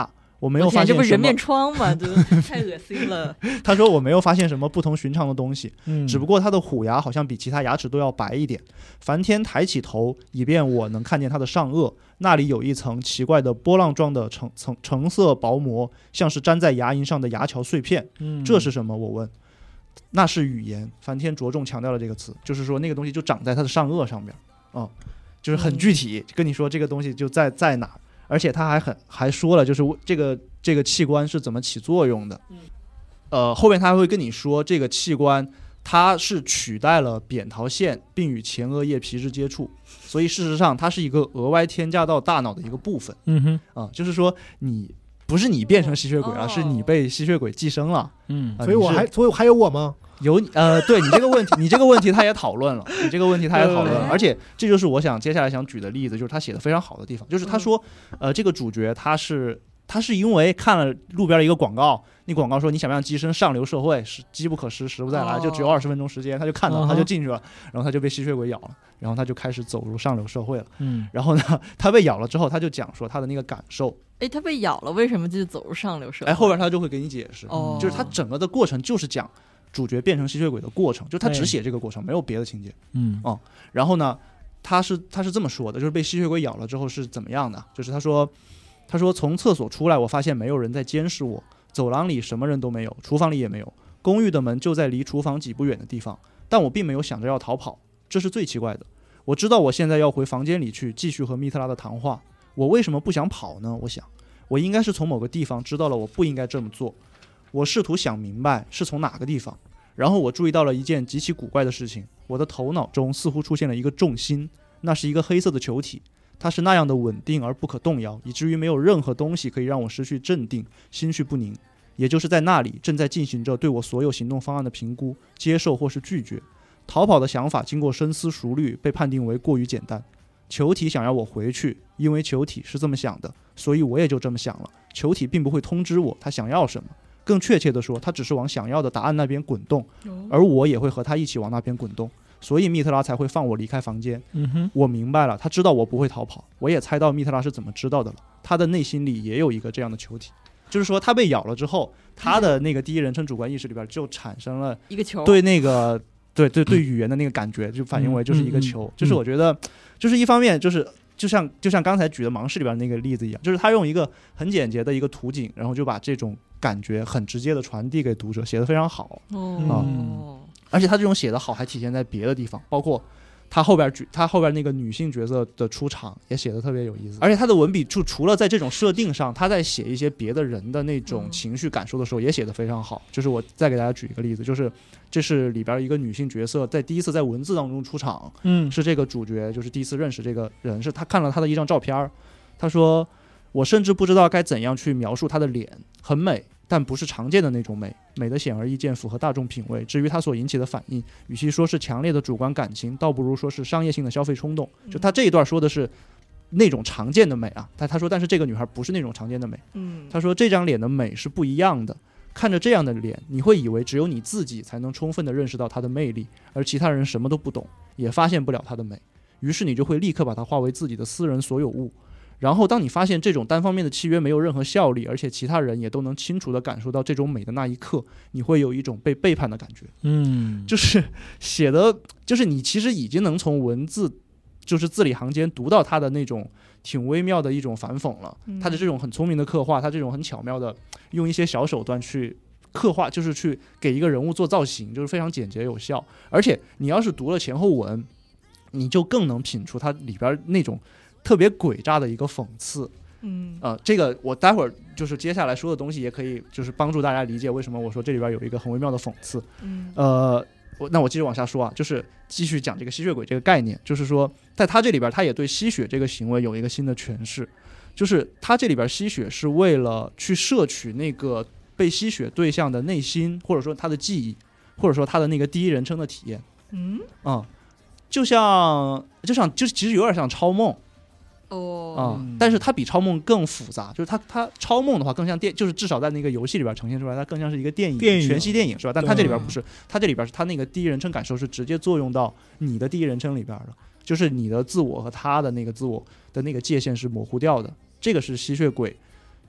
我没有发现什么， 这不是人面疮吗？这太恶心了。 他说我没有发现什么不同寻常的东西，只不过他的虎牙好像比其他牙齿都要白一点。梵天抬起头，以便我能看见他的上颚，那里有一层奇怪的波浪状的橙色薄膜，像是粘在牙龈上的牙桥碎片。这是什么？我问。那是语言。梵天着重强调了这个词，就是说那个东西就长在他的上颚上边就是很具体，跟你说这个东西就在哪儿。而且他还说了，就是这个器官是怎么起作用的。后面他还会跟你说，这个器官它是取代了扁桃腺，并与前额叶皮质接触，所以事实上它是一个额外添加到大脑的一个部分。就是说你不是你变成吸血鬼了，是你被吸血鬼寄生了。 所以还有我吗？ 有对你这个问题他也讨论了，而且这就是我接下来想举的例子，就是他写的非常好的地方，就是他说这个主角他是因为看了路边的一个广告，那广告说你想不想跻身上流社会，是机不可失，时不再来，就只有20分钟时间，他就看到，他就进去了，然后他就被吸血鬼咬了，然后他就开始走入上流社会了。然后呢，他被咬了之后，他就讲说他的那个感受。 他被咬了，为什么就走入上流社会？ 后边他就会给你解释，就是他整个的过程就是讲主角变成吸血鬼的过程，就他只写这个过程，没有别的情节。然后呢，他是这么说的，就是被吸血鬼咬了之后是怎么样的？就是他说从厕所出来，我发现没有人在监视我，走廊里什么人都没有，厨房里也没有，公寓的门就在离厨房几步远的地方，但我并没有想着要逃跑，这是最奇怪的。我知道我现在要回房间里去继续和密特拉的谈话，我为什么不想跑呢？我想我应该是从某个地方知道了我不应该这么做，我试图想明白是从哪个地方，然后我注意到了一件极其古怪的事情，我的头脑中似乎出现了一个重心，那是一个黑色的球体，它是那样的稳定而不可动摇，以至于没有任何东西可以让我失去镇定，心绪不宁。也就是在那里正在进行着对我所有行动方案的评估、接受或是拒绝。逃跑的想法经过深思熟虑被判定为过于简单。球体想要我回去，因为球体是这么想的，所以我也就这么想了。球体并不会通知我他想要什么，更确切地说，他只是往想要的答案那边滚动，而我也会和他一起往那边滚动，所以密特拉才会放我离开房间。我明白了，他知道我不会逃跑，我也猜到密特拉是怎么知道的了，他的内心里也有一个这样的球体，就是说他被咬了之后，他的那个第一人称主观意识里边就产生了一个球， 对那个对语言的那个感觉，就反映为就是一个球。就是我觉得就是一方面就像刚才举的盲视里边那个例子一样，就是他用一个很简洁的一个图景，然后就把这种感觉很直接的传递给读者，写得非常好。而且他这种写得好还体现在别的地方，包括他后边那个女性角色的出场也写得特别有意思。而且他的文笔除了在这种设定上，他在写一些别的人的那种情绪感受的时候也写得非常好。就是我再给大家举一个例子，就是这是里边一个女性角色在第一次在文字当中出场，是这个主角就是第一次认识这个人，是他看了他的一张照片，他说我甚至不知道该怎样去描述她的脸，很美，但不是常见的那种美，美的显而易见，符合大众品味。至于它所引起的反应，与其说是强烈的主观感情，倒不如说是商业性的消费冲动。就他这一段说的是那种常见的美啊，他说但是这个女孩不是那种常见的美。他说这张脸的美是不一样的，看着这样的脸，你会以为只有你自己才能充分地认识到她的魅力，而其他人什么都不懂，也发现不了她的美，于是你就会立刻把它化为自己的私人所有物。然后当你发现这种单方面的契约没有任何效力，而且其他人也都能清楚地感受到这种美的那一刻，你会有一种被背叛的感觉。就是写的就是你其实已经能从文字就是字里行间读到他的那种挺微妙的一种反讽了，他的这种很聪明的刻画，他这种很巧妙的用一些小手段去刻画，就是去给一个人物做造型，就是非常简洁有效。而且你要是读了前后文，你就更能品出它里边那种特别诡诈的一个讽刺。这个我待会儿就是接下来说的东西也可以就是帮助大家理解为什么我说这里边有一个很微妙的讽刺。那我继续往下说啊，就是继续讲这个吸血鬼这个概念，就是说在他这里边他也对吸血这个行为有一个新的诠释，就是他这里边吸血是为了去摄取那个被吸血对象的内心，或者说他的记忆，或者说他的那个第一人称的体验。就其实有点像超梦。但是它比超梦更复杂，就是它超梦的话更像就是至少在那个游戏里边呈现出来，它更像是一个电影全息电影是吧？但它这里边不是，它这里边是它那个第一人称感受是直接作用到你的第一人称里边的，就是你的自我和他的那个自我的那个界限是模糊掉的。这个是吸血鬼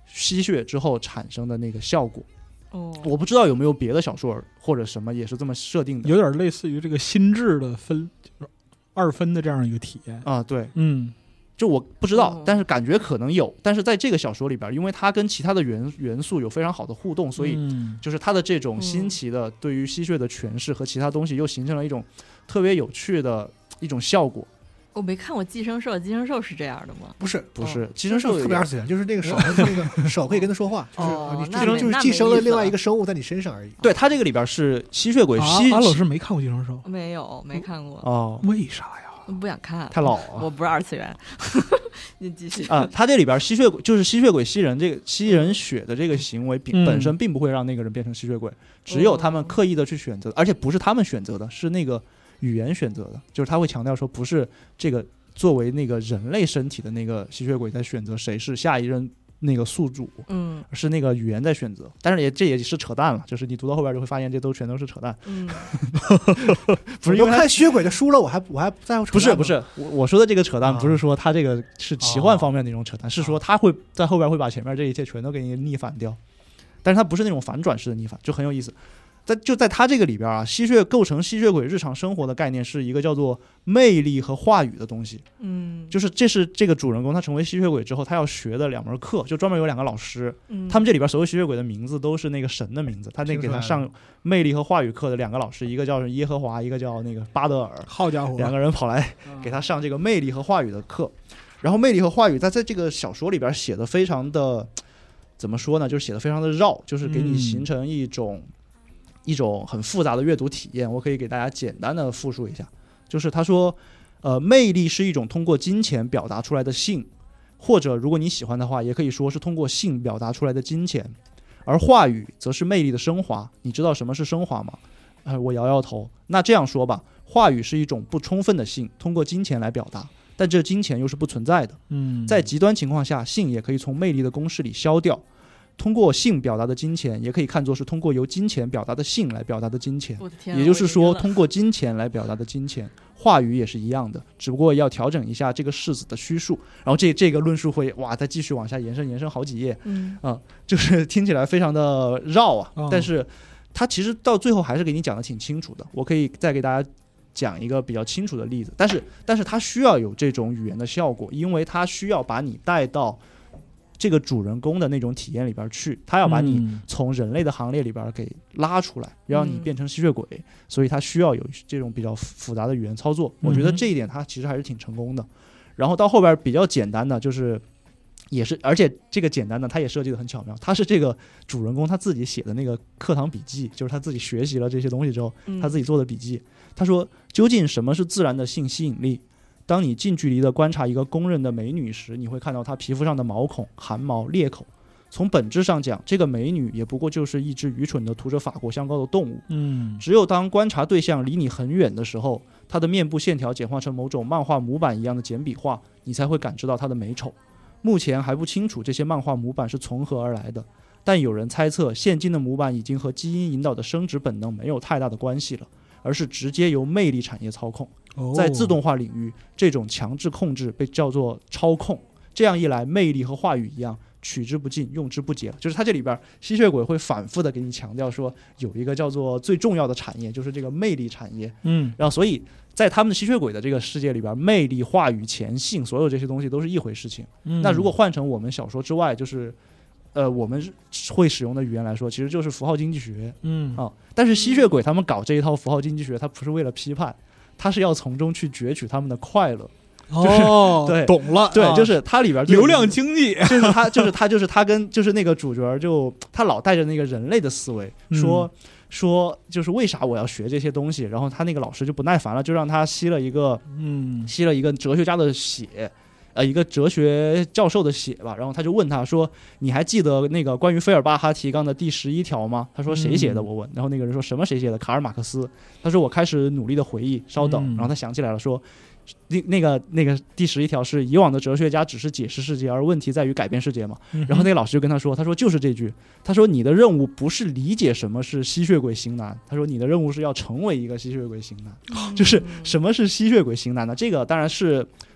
吸血之后产生的那个效果。我不知道有没有别的小说或者什么也是这么设定的， 有点类似于这个心智的分，就是2分的这样一个体验啊。对，就我不知道，但是感觉可能有。但是在这个小说里边，因为它跟其他的元素有非常好的互动，所以就是它的这种新奇的对于吸血的诠释和其他东西又形成了一种特别有趣的一种效果。 我没看过寄生兽，寄生兽是这样的吗？ 不是， 寄生兽特别二次元，就是那个手，那个手可以跟他说话，就是寄生了另外一个生物在你身上而已。 对，它这个里边是吸血鬼。 安老师没看过寄生兽？ 没看过。 哦， 为啥呀？ 不想看， 太老了。 我不是二次元。你继续啊，它这里边吸血鬼就是吸血鬼吸人，这个吸人血的这个行为本身并不会让那个人变成吸血鬼，只有他们刻意的去选择，而且不是他们选择的，是那个语言选择的，就是他会强调说不是这个作为那个人类身体的那个吸血鬼在选择谁是下一任那个宿主，是那个语言在选择。但是这也是扯淡了，就是你读到后边就会发现这都全都是扯淡。 不是因为看吸血鬼的书了，我还在乎扯淡。 不是我说的这个扯淡，不是说他这个是奇幻方面的那种扯淡，是说他会在后边会把前面这一切全都给你逆反掉，但是他不是那种反转式的逆反，就很有意思。在他这个里边啊，构成吸血鬼日常生活的概念是一个叫做魅力和话语的东西。就是这是这个主人公他成为吸血鬼之后他要学的2门课，就专门有2个老师。他们这里边所有吸血鬼的名字都是那个神的名字，他那给他上魅力和话语课的2个老师，一个叫耶和华，一个叫那个巴德尔。 好家伙， 2个人跑来给他上这个魅力和话语的课。然后魅力和话语在这个小说里边写的非常的怎么说呢，就是写的非常的绕，就是给你形成一种很复杂的阅读体验。我可以给大家简单的复述一下，就是他说魅力是一种通过金钱表达出来的性，或者如果你喜欢的话也可以说是通过性表达出来的金钱，而话语则是魅力的升华。你知道什么是升华吗？我摇摇头。那这样说吧，话语是一种不充分的性，通过金钱来表达，但这金钱又是不存在的。在极端情况下，性也可以从魅力的公式里消掉。通过性表达的金钱也可以看作是通过由金钱表达的性来表达的金钱，也就是说通过金钱来表达的金钱。话语也是一样的，只不过要调整一下这个式子的虚数。然后这个论述会再继续往下延伸好几页。就是听起来非常的绕啊，但是它其实到最后还是给你讲的挺清楚的。我可以再给大家讲一个比较清楚的例子，但是它需要有这种语言的效果，因为它需要把你带到这个主人公的那种体验里边去，他要把你从人类的行列里边给拉出来，让你变成吸血鬼，所以他需要有这种比较复杂的语言操作。我觉得这一点他其实还是挺成功的。然后到后边比较简单的就是也是，而且这个简单的他也设计的很巧妙，他是这个主人公他自己写的那个课堂笔记，就是他自己学习了这些东西之后他自己做的笔记。他说究竟什么是自然的性吸引力？当你近距离地观察一个公认的美女时，你会看到她皮肤上的毛孔、汗毛、裂口。从本质上讲，这个美女也不过就是一只愚蠢的涂着法国香膏的动物。只有当观察对象离你很远的时候，她的面部线条简化成某种漫画模板一样的简笔画，你才会感知到她的美丑。目前还不清楚这些漫画模板是从何而来的，但有人猜测现今的模板已经和基因引导的生殖本能没有太大的关系了，而是直接由魅力产业操控。在自动化领域，这种强制控制被叫做操控。这样一来，魅力和话语一样，取之不尽，用之不竭。就是他这里边吸血鬼会反复的给你强调说，有一个叫做最重要的产业，就是这个魅力产业。然后所以在他们的吸血鬼的这个世界里边，魅力、话语、钱、性，所有这些东西都是一回事情。那如果换成我们小说之外，就是我们会使用的语言来说，其实就是符号经济学。但是吸血鬼他们搞这一套符号经济学，他不是为了批判，他是要从中去攫取他们的快乐。对， 懂了。 对，就是它里边流量经济， 就是他跟就是那个主角，就他老带着那个人类的思维，说就是为啥我要学这些东西？然后他那个老师就不耐烦了，就让他吸了一个哲学家的血。一个哲学教授的血吧，然后他就问他说：“你还记得那个关于费尔巴哈提纲的第11条吗？”他说：“谁写的？”我问。然后那个人说：“什么谁写的？卡尔马克思。”他说：“我开始努力的回忆，稍等。”然后他想起来了，说：“那个第11条是以往的哲学家只是解释世界，而问题在于改变世界嘛。”然后那个老师就跟他说：“他说就是这句。他说你的任务不是理解什么是吸血鬼型男，他说你的任务是要成为一个吸血鬼型男。就是什么是吸血鬼型男呢？这个当然是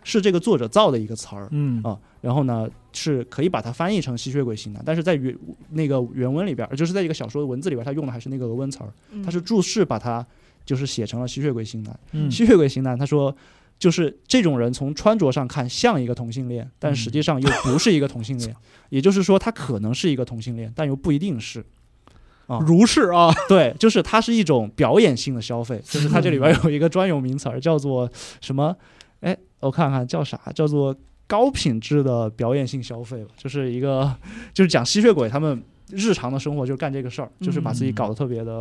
是这个作者造的一个词儿，然后呢是可以把它翻译成吸血鬼型男，但是在那个原文里边，就是在一个小说的文字里边，他用的还是那个俄文词儿，他是注释把它就是写成了吸血鬼型男。吸血鬼型男他说就是这种人从穿着上看像一个同性恋，但实际上又不是一个同性恋，也就是说他可能是一个同性恋，但又不一定是。 如是啊， 对，就是它是一种表演性的消费，就是它这里边有一个专有名词儿叫做什么？哎，我看看叫啥？叫做高品质的表演性消费吧，就是一个就是讲吸血鬼他们日常的生活就干这个事儿，就是把自己搞得特别的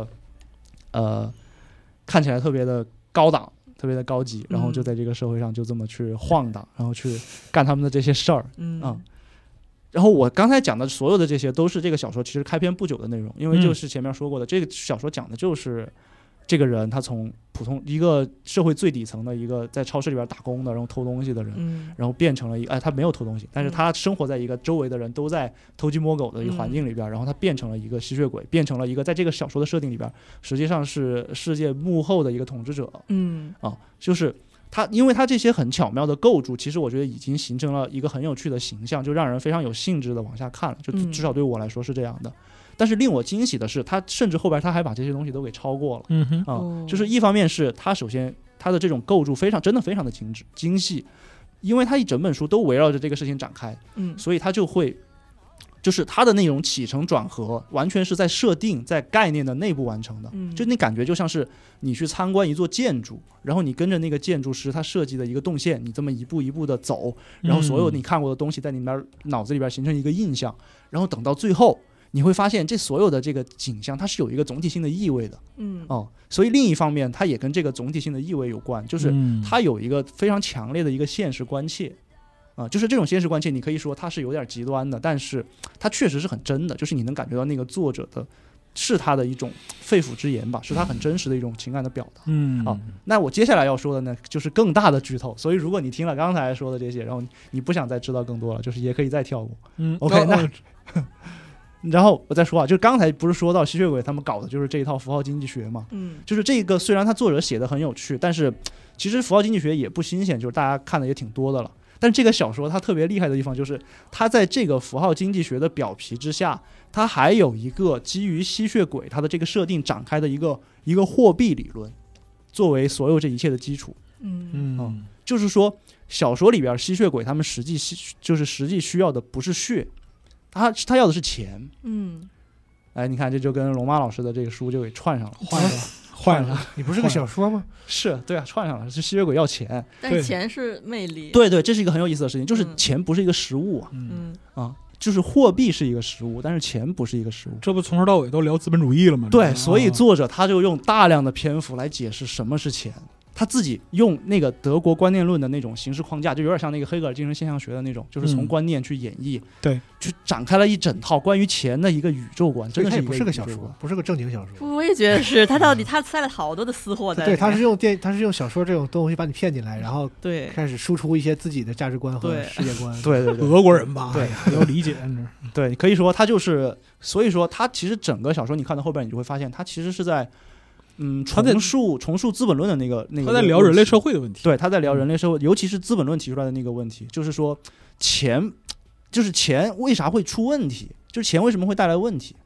看起来特别的高档，特别的高级，然后就在这个社会上就这么去晃荡，然后去干他们的这些事儿，然后我刚才讲的所有的这些都是这个小说其实开篇不久的内容，因为就是前面说过的，这个小说讲的就是这个人他从普通一个社会最底层的一个在超市里边打工的然后偷东西的人，然后变成了一个他没有偷东西，但是他生活在一个周围的人都在偷鸡摸狗的一个环境里边，然后他变成了一个吸血鬼，变成了一个在这个小说的设定里边实际上是世界幕后的一个统治者，就是他因为他这些很巧妙的构筑，其实我觉得已经形成了一个很有趣的形象，就让人非常有兴致的往下看了，就至少对我来说是这样的。但是令我惊喜的是，他甚至后边他还把这些东西都给超过了。就是一方面是他首先他的这种构筑真的非常的精细，因为他一整本书都围绕着这个事情展开，所以他就会就是它的那种起承转合完全是在设定在概念的内部完成的，就那感觉就像是你去参观一座建筑，然后你跟着那个建筑师他设计的一个动线，你这么一步一步的走，然后所有你看过的东西在你脑子里边形成一个印象，然后等到最后你会发现这所有的这个景象它是有一个总体性的意味的，所以另一方面它也跟这个总体性的意味有关，就是它有一个非常强烈的一个现实关切就是这种现实关切你可以说它是有点极端的，但是它确实是很真的，就是你能感觉到那个作者的是他的一种肺腑之言吧，是他很真实的一种情感的表达。那我接下来要说的呢就是更大的剧透，所以如果你听了刚才说的这些然后你不想再知道更多了，就是也可以再跳过。OK 那然后我再说就是刚才不是说到吸血鬼他们搞的就是这一套符号经济学嘛，就是这个虽然他作者写的很有趣，但是其实符号经济学也不新鲜，就是大家看的也挺多的了。但这个小说它特别厉害的地方就是它在这个符号经济学的表皮之下，它还有一个基于吸血鬼它的这个设定展开的一个货币理论作为所有这一切的基础。就是说小说里边吸血鬼他们实际需要的不是血，他要的是钱。你看这就跟龙妈老师的这个书就给串上了，换上了。 你不是个小说吗？ 是，对啊，串上了，是吸血鬼要钱， 但是钱是魅力。 对，这是一个很有意思的事情，就是钱不是一个实物就是货币是一个实物，但是钱不是一个实物。 这不从头到尾都聊资本主义了吗？ 对，所以作者他就用大量的篇幅来解释什么是钱。他自己用那个德国观念论的那种形式框架，就有点像那个黑格尔精神现象学的那种，就是从观念去演绎， 对， 去展开了一整套关于钱的一个宇宙观。真的是不是个小说，不是个正经小说。 我也觉得是，他到底他塞了好多的私货在里面。 对，他是用小说这种东西把你骗进来，然后开始输出一些自己的价值观和世界观。 对， 俄国人吧，对，要理解。 对，可以说他就是，所以说他其实整个小说你看到后边，你就会发现他其实是在。重述资本论的那个他在聊人类社会的问题。 对，他在聊人类社会，尤其是资本论提出来的那个问题，就是说钱为啥会出问题，就是钱为什么会带来问题。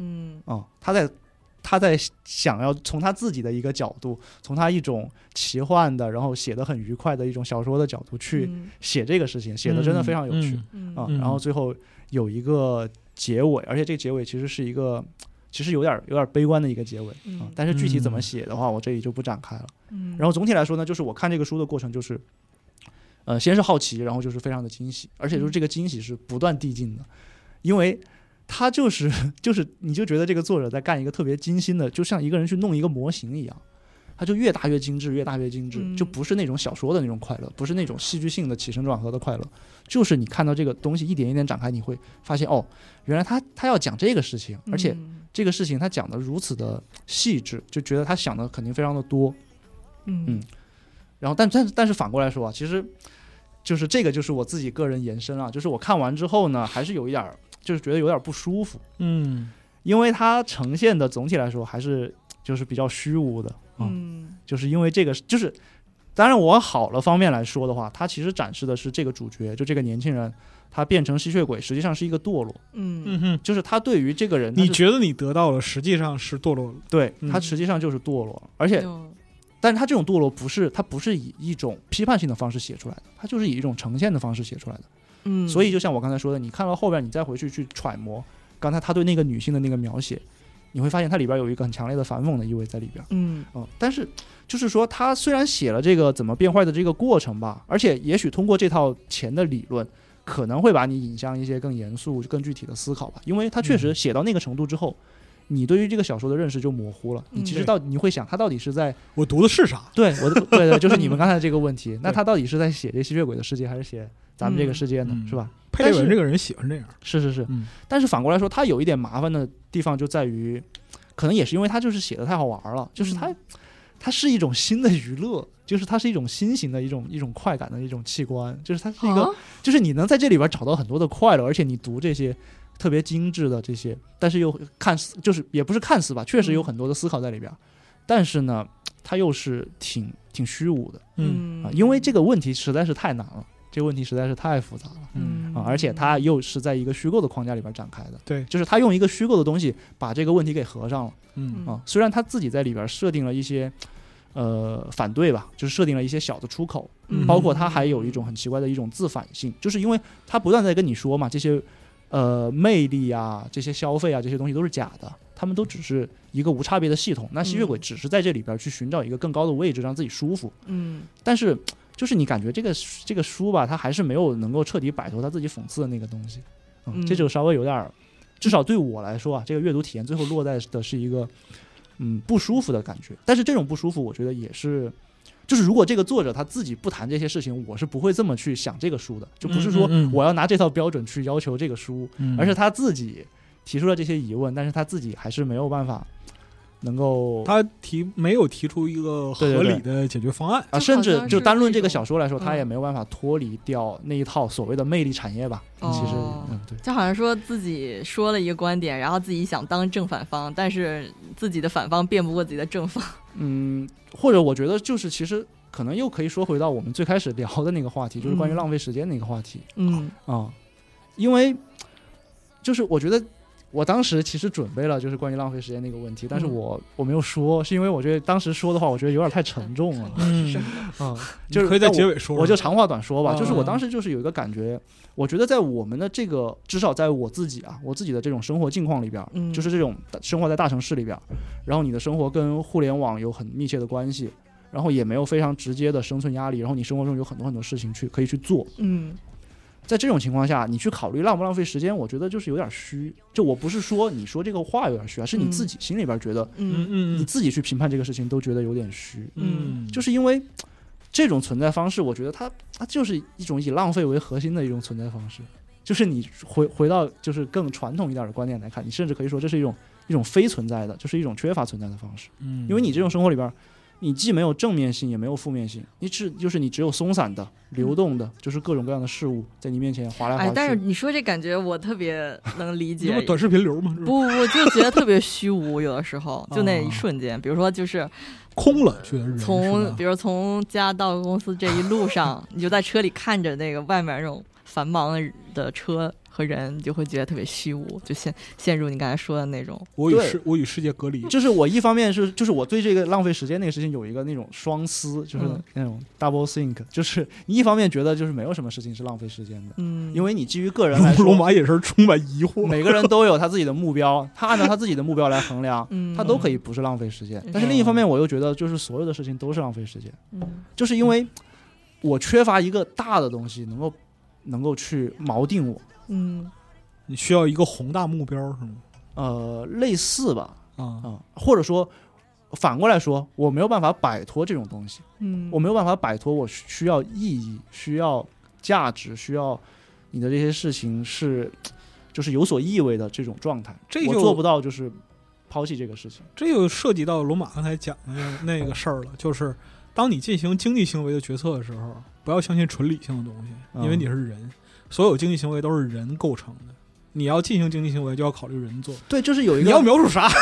他在想要从他自己的一个角度，从他一种奇幻的然后写得很愉快的一种小说的角度去写这个事情，写得真的非常有趣。然后最后有一个结尾，而且这个结尾其实是一个其实有点悲观的一个结尾但是具体怎么写的话我这里就不展开了。然后总体来说呢，就是我看这个书的过程就是先是好奇，然后就是非常的惊喜，而且就是这个惊喜是不断递进的，因为他就是你就觉得这个作者在干一个特别精心的，就像一个人去弄一个模型一样，他就越大越精致，越大越精致，就不是那种小说的那种快乐，不是那种戏剧性的起承转合的快乐，就是你看到这个东西一点一点展开，你会发现原来他要讲这个事情，而且这个事情他讲的如此的细致，就觉得他想的肯定非常的多。然后但是反过来说其实就是这个就是我自己个人延伸就是我看完之后呢，还是有一点就是觉得有点不舒服。因为它呈现的总体来说还是就是比较虚无的。就是因为这个就是当然往好了方面来说的话，它其实展示的是这个主角，就这个年轻人，他变成吸血鬼实际上是一个堕落。就是他对于这个人， 你觉得你得到了，实际上是堕落了。 对，他实际上就是堕落，而且但是他这种堕落他不是以一种批判性的方式写出来的，他就是以一种呈现的方式写出来的。所以就像我刚才说的，你看到后边你再回去揣摩刚才他对那个女性的那个描写，你会发现它里边有一个很强烈的反讽的意味在里边。但是就是说他虽然写了这个怎么变坏的这个过程吧，而且也许通过这套钱的理论可能会把你引向一些更严肃更具体的思考吧，因为他确实写到那个程度之后，你对于这个小说的认识就模糊了。你其实你会想他到底是在我读的是啥？ 对，对，就是你们刚才这个问题那他到底是在写这吸血鬼的世界还是写咱们这个世界呢？是吧？ 佩雷文这个人喜欢这样。 是但是反过来说，他有一点麻烦的地方就在于，可能也是因为他就是写的太好玩了，就是它是一种新的娱乐，就是它是一种新型的一种快感的一种器官，就是它是一个，就是你能在这里边找到很多的快乐，而且你读这些特别精致的这些，但是又看似就是也不是看似吧，确实有很多的思考在里边，但是呢，它又是挺虚无的，因为这个问题实在是太难了。这个问题实在是太复杂了，而且它又是在一个虚构的框架里边展开的， 对， 就是他用一个虚构的东西把这个问题给合上了，虽然他自己在里边设定了一些反对吧，就是设定了一些小的出口，包括他还有一种很奇怪的一种自反性，就是因为他不断在跟你说嘛，这些魅力啊，这些消费啊，这些东西都是假的，他们都只是一个无差别的系统，那吸血鬼只是在这里边去寻找一个更高的位置，让自己舒服，但是就是你感觉这个书吧，它还是没有能够彻底摆脱他自己讽刺的那个东西，这就稍微有点，至少对我来说啊，这个阅读体验最后落在的是一个不舒服的感觉。但是这种不舒服，我觉得也是，就是如果这个作者他自己不谈这些事情，我是不会这么去想这个书的，就不是说我要拿这套标准去要求这个书，而是他自己提出了这些疑问，但是他自己还是没有办法。能够他没有提出一个合理的解决方案啊，甚至就单论这个小说来说，他也没有办法脱离掉那一套所谓的魅力产业吧。其实对， 就好像说自己说了一个观点，然后自己想当正反方，但是自己的反方辩不过自己的正方。 或者我觉得就是其实可能又可以说回到我们最开始聊的那个话题，就是关于浪费时间那个话题。因为就是我觉得。我当时其实准备了就是关于浪费时间那个问题，但是我没有说，是因为我觉得当时说的话，我觉得有点太沉重了。 就是可以在结尾说， 我就长话短说吧。就是我当时就是有一个感觉，我觉得在我们的这个至少在我自己的这种生活境况里边，就是这种生活在大城市里边，然后你的生活跟互联网有很密切的关系，然后也没有非常直接的生存压力，然后你生活中有很多很多事情可以去做。在这种情况下，你去考虑浪不浪费时间，我觉得就是有点虚。就我不是说你说这个话有点虚，而是你自己心里边觉得，你自己去评判这个事情都觉得有点虚。就是因为这种存在方式，我觉得它就是一种以浪费为核心的一种存在方式。就是你回到就是更传统一点的观念来看，你甚至可以说这是一种非存在的，就是一种缺乏存在的方式。因为你这种生活里边。你既没有正面性也没有负面性，你只有松散的流动的，就是各种各样的事物在你面前划来划去。 但是你说这感觉我特别能理解。 这不短视频流吗？ 不，就觉得特别虚无，有的时候就那一瞬间，比如说就是空了，觉得比如从家到公司这一路上，你就在车里看着那个外面那种繁忙的车。和人，你就会觉得特别虚无，就陷入你刚才说的那种我与世界隔离。 就是我一方面就是我对这个浪费时间那个事情有一个那种双思，就是那种 double think，就是你一方面觉得就是没有什么事情是浪费时间的，因为你基于个人来说， 罗马也是充满疑惑， 每个人都有他自己的目标，他按照他自己的目标来衡量，他都可以不是浪费时间。但是另一方面，我又觉得就是所有的事情都是浪费时间，就是因为我缺乏一个大的东西能够去锚定我。 你需要一个宏大目标是吗？ 类似吧，或者说反过来说，我没有办法摆脱这种东西，我没有办法摆脱我需要意义、需要价值、需要你的这些事情是就是有所意味的这种状态，我做不到，就是抛弃这个事情。 这就涉及到罗马刚才讲的那个事儿了，就是当你进行经济行为的决策的时候，不要相信纯理性的东西，因为你是人。所有经济行为都是人构成的，你要进行经济行为就要考虑人做。 对，就是有一个你要描述啥？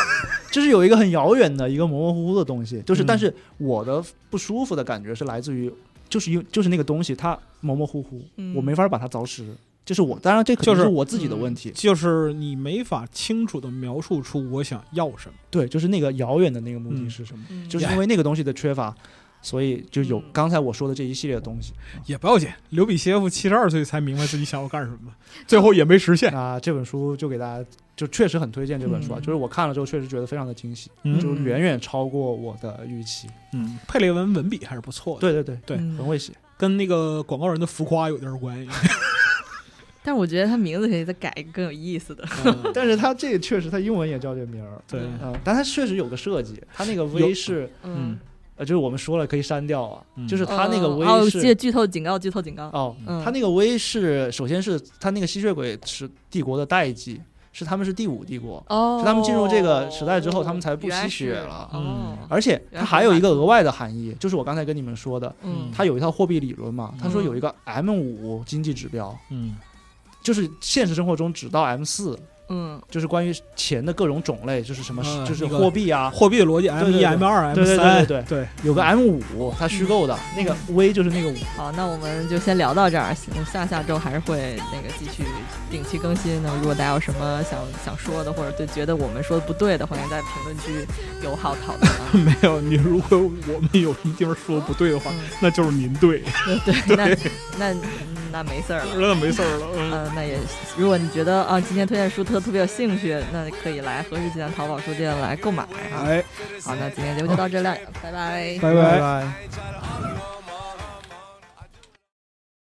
就是有一个很遥远的一个模模糊糊的东西，就是但是我的不舒服的感觉是来自于就是那个东西它模模糊糊，我没法把它凿实。就是我，当然这可能是我自己的问题， 就是你没法清楚的描述出我想要什么。 对，就是那个遥远的那个目的是什么，就是因为那个东西的缺乏，所以就有刚才我说的这一系列的东西。 也不要紧，刘比歇夫72岁才明白自己想要干什么，最后也没实现。 这本书就给大家就确实很推荐这本书啊，就是我看了之后确实觉得非常的惊喜，就远远超过我的预期。 佩雷文文笔还是不错对， 的。对， 很会写， 跟那个广告人的浮夸有点关系。 但我觉得他名字可以再改一个更有意思的。 但是他这个确实他英文也叫这名儿。 对， 但他确实有个设计，他那个 V 是就是我们说了可以删掉啊，就是他那个 V 是剧透警告他那个 V 是首先是他那个吸血鬼是帝国的代际，是他们是第5帝国，是他们进入这个时代之后他们才不吸血了。而且它还有一个额外的含义，就是我刚才跟你们说的，他有一套货币理论嘛，他说有一个 M5 经济指标，就是现实生活中只到 M4，就是关于钱的各种种类，就是什么，就是货币啊， 货币的逻辑 M1、M2、M3， 对，有个 M5，它虚构的那个 V 就是那个5。 好，那我们就先聊到这儿，下周还是会那个继续定期更新。那如果大家有什么想说的，或者觉得我们说的不对的，欢迎在评论区友好讨论啊。 没有，你如果我们有什么地方说的不对的话，那就是您对。 对，那没事儿了， 那没事儿了。 那也，如果你觉得今天推荐书特别有兴趣，那可以来和氏集团淘宝书店来购买啊。好，那今天节目就到这里，拜拜。